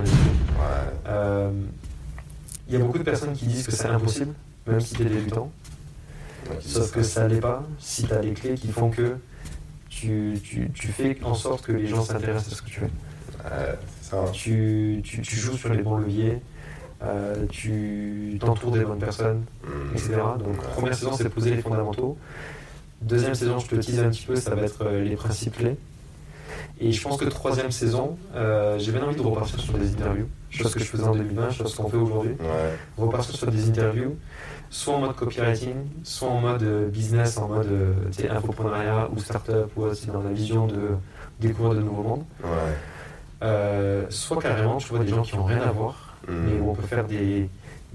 Il y a beaucoup de personnes qui disent que c'est impossible, même si tu es débutant. Sauf que ça l'est pas si tu as les clés qui font que tu fais en sorte que les gens s'intéressent à ce que tu fais. Tu joues sur les bons leviers, tu t'entoures des bonnes personnes, etc. Donc première saison, c'est poser les fondamentaux. Deuxième saison, je te tease un petit peu, ça va être les principes clés. Et je pense que troisième saison, j'ai bien envie de repartir sur des interviews, chose que je faisais en 2020, chose qu'on fait aujourd'hui. Repartir sur des interviews, soit en mode copywriting, soit en mode business, en mode infopreneuriat ou startup, ou aussi dans la vision de découvrir de nouveaux mondes. Soit carrément, tu vois des gens qui n'ont rien à voir, mais où on peut faire des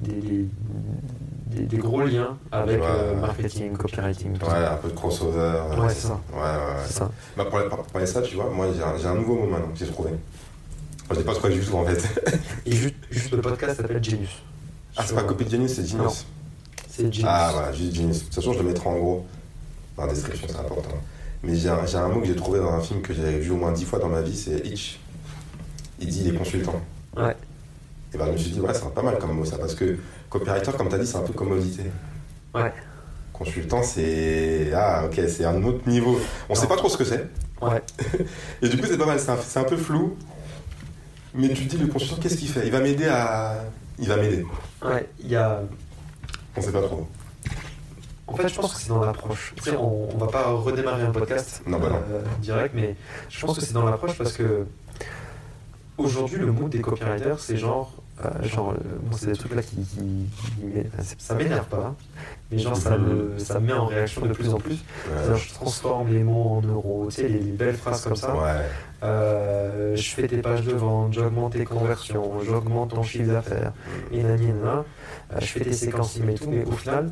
gros liens avec marketing, copywriting. Tout un peu de crossover. Ouais, c'est ça. C'est ça. Bah, pour parler de ça, tu vois, moi j'ai un nouveau mot maintenant que j'ai trouvé. Je n'ai pas trouvé juste en fait. Et juste le podcast s'appelle Genius. Ah, c'est pas Copy Genius, c'est Genius. Non, c'est Genius. Ah, voilà, juste Genius. De toute façon, je le mettrai en gros dans la description, c'est important. Mais j'ai un mot que j'ai trouvé dans un film que j'ai vu au moins 10 fois dans ma vie, c'est Hitch. Il dit les consultants. Ouais. Et ben, je me suis dit, ouais, c'est pas mal comme mot ça, parce que copywriter, comme tu as dit, c'est un peu commodité. Ouais. Consultant, c'est. Ah, ok, c'est un autre niveau. On sait pas trop ce que c'est. Ouais. Et du coup, c'est pas mal, c'est un peu flou. Mais tu te dis, le consultant, qu'est-ce qu'il fait ? Il va m'aider à. Il va m'aider. Ouais, il y a. On sait pas trop. En fait, je pense que c'est dans l'approche. Tu sais, on va pas redémarrer un podcast non. direct, mais je pense que c'est dans l'approche parce que aujourd'hui, le mood des copywriters, c'est genre moi, c'est des trucs là ça m'énerve pas, mais genre ça me met en réaction de plus en plus. Ouais. Je transforme les mots en euros, tu sais, les belles phrases comme ça. Ouais. Je fais tes pages de vente, j'augmente tes conversions, j'augmente ton chiffre d'affaires, et nanana. Je fais tes séquences email et tout, mais au final,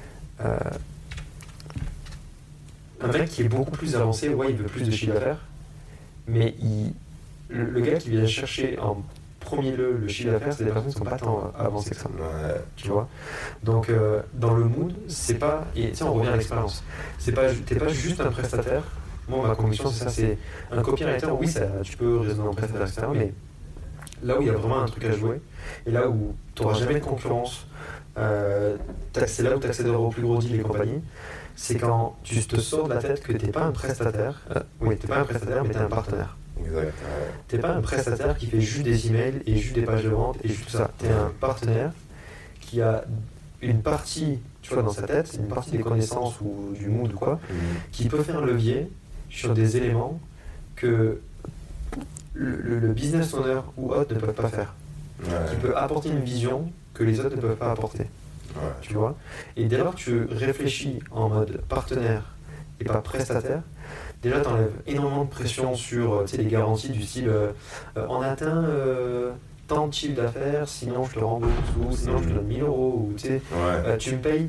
un mec qui est beaucoup plus avancé, ouais, il veut plus de chiffre d'affaires, mais le gars qui vient chercher en premier le chiffre d'affaires, c'est des personnes qui ne sont pas tant avancées que ça. Ouais. Tu vois. Donc, dans le mood, c'est pas. Et tu sais, on revient à l'expérience. T'es pas juste un prestataire. Moi, ma conviction, c'est ça, c'est un copywriter, oui, ça, tu peux raisonner en prestataire, etc. Mais là où il y a vraiment un truc à jouer, et là où tu n'auras jamais de concurrence, c'est là où tu accéderas au plus gros deal et compagnie, c'est quand tu te sors de la tête que tu n'es pas un prestataire. Oui, tu n'es pas un prestataire, mais tu es un partenaire. Exact. T'es pas un prestataire qui fait juste des emails et juste des pages de vente et juste tout ça. T'es un partenaire qui a une partie, tu vois, dans sa tête, une partie des connaissances ou du mood ou quoi, qui peut faire un levier sur des éléments que le business owner ou autre ne peuvent pas faire. Ouais. Qui peut apporter une vision que les autres ne peuvent pas apporter. Ouais. Tu vois. Et dès lors que tu réfléchis en mode partenaire et pas prestataire, déjà tu enlèves énormément de pression sur les garanties du style on atteint tant de chiffre d'affaires, sinon je te rembourse, ou sinon je te donne 1000 €, ou tu me payes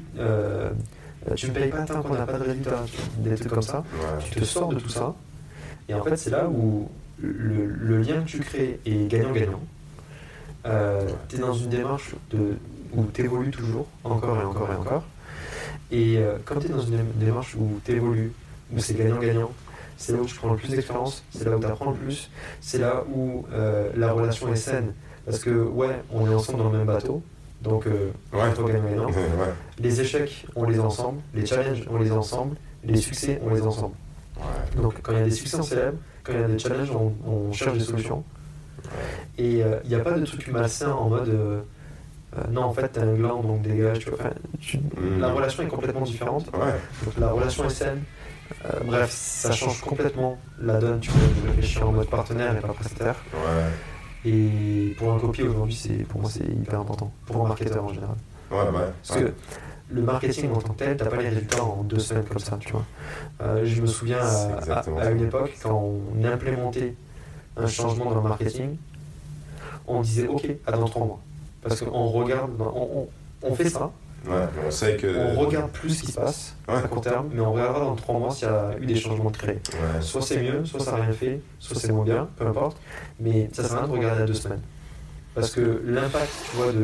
pas tant qu'on n'a pas de résultat, des trucs comme ça. Ouais. Tu te sors de tout ça, et en fait c'est là où le lien que tu crées est gagnant-gagnant. Tu es dans une démarche où tu évolues toujours, encore et encore et encore. Et quand tu es dans une démarche où tu évolues, où c'est gagnant-gagnant, c'est là où tu prends le plus d'expérience, c'est là où tu apprends le plus, c'est là où la relation est saine. Parce que, ouais, on est ensemble dans le même bateau, donc bateau gagnant-gagnant. Ouais. Les échecs, on les a ensemble, les challenges, on les a ensemble, les succès, on les a ensemble. Ouais. Donc quand il y a des succès, on célèbre, quand il y a des challenges, on cherche des solutions. Et il n'y a pas de truc malsain en mode non, en fait, t'es un gland, donc dégage. Tu vois. La relation est complètement différente. Ouais. Donc la relation est saine. Bref, ça change complètement la donne. Tu peux réfléchir en mode partenaire et pas prestataire. Ouais. Et pour un copier aujourd'hui, pour moi, c'est hyper important. Pour un marketeur en général. Ouais. Parce que le marketing en tant que tel, t'as pas les résultats en 2 semaines comme ça, tu vois. Je me souviens à une époque, quand on implémentait un changement dans le marketing, on disait OK, à dans 3 mois. Parce qu'on regarde, on fait ça. Ouais, on sait que. On regarde plus ce qui se passe à court terme, mais on regardera dans 3 mois s'il y a eu des changements de créés. Ouais. Soit c'est mieux, soit ça n'a rien fait, soit c'est moins bien, peu importe. Mais ça sert à rien de regarder à 2 semaines. Parce que l'impact, tu vois,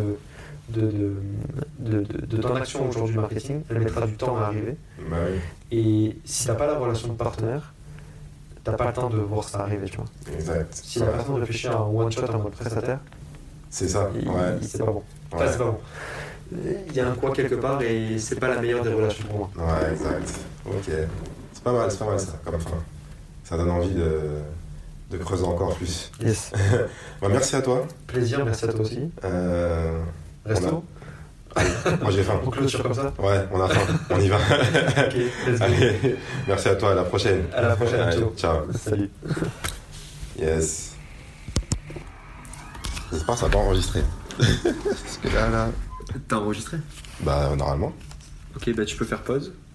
de ton action aujourd'hui du marketing, elle mettra du temps à arriver. Bah oui. Et si tu n'as pas la relation de partenaire, tu n'as pas le temps de voir ça arriver, tu vois. Exact. Si la personne réfléchit à un one-shot en mode prestataire, c'est ça. Ouais. c'est pas bon. Enfin, c'est pas bon. Il y a un quoi quelque part et c'est pas la meilleure des relations pour moi. Ouais, exact. Ok. C'est pas mal ça, comme fin. Ça donne envie de creuser encore plus. Yes. Bah, merci à toi. Plaisir, merci à toi aussi. Resto. Moi j'ai faim. On clôture comme ça. Ouais, on a faim. On y va. Ok, let's go. Allez, merci à toi. À la prochaine. À la prochaine. Allez, ciao. Salut. Yes. J'espère que ça va pas enregistrer. Parce que là. T'as enregistré? Bah, normalement. Ok, bah tu peux faire pause.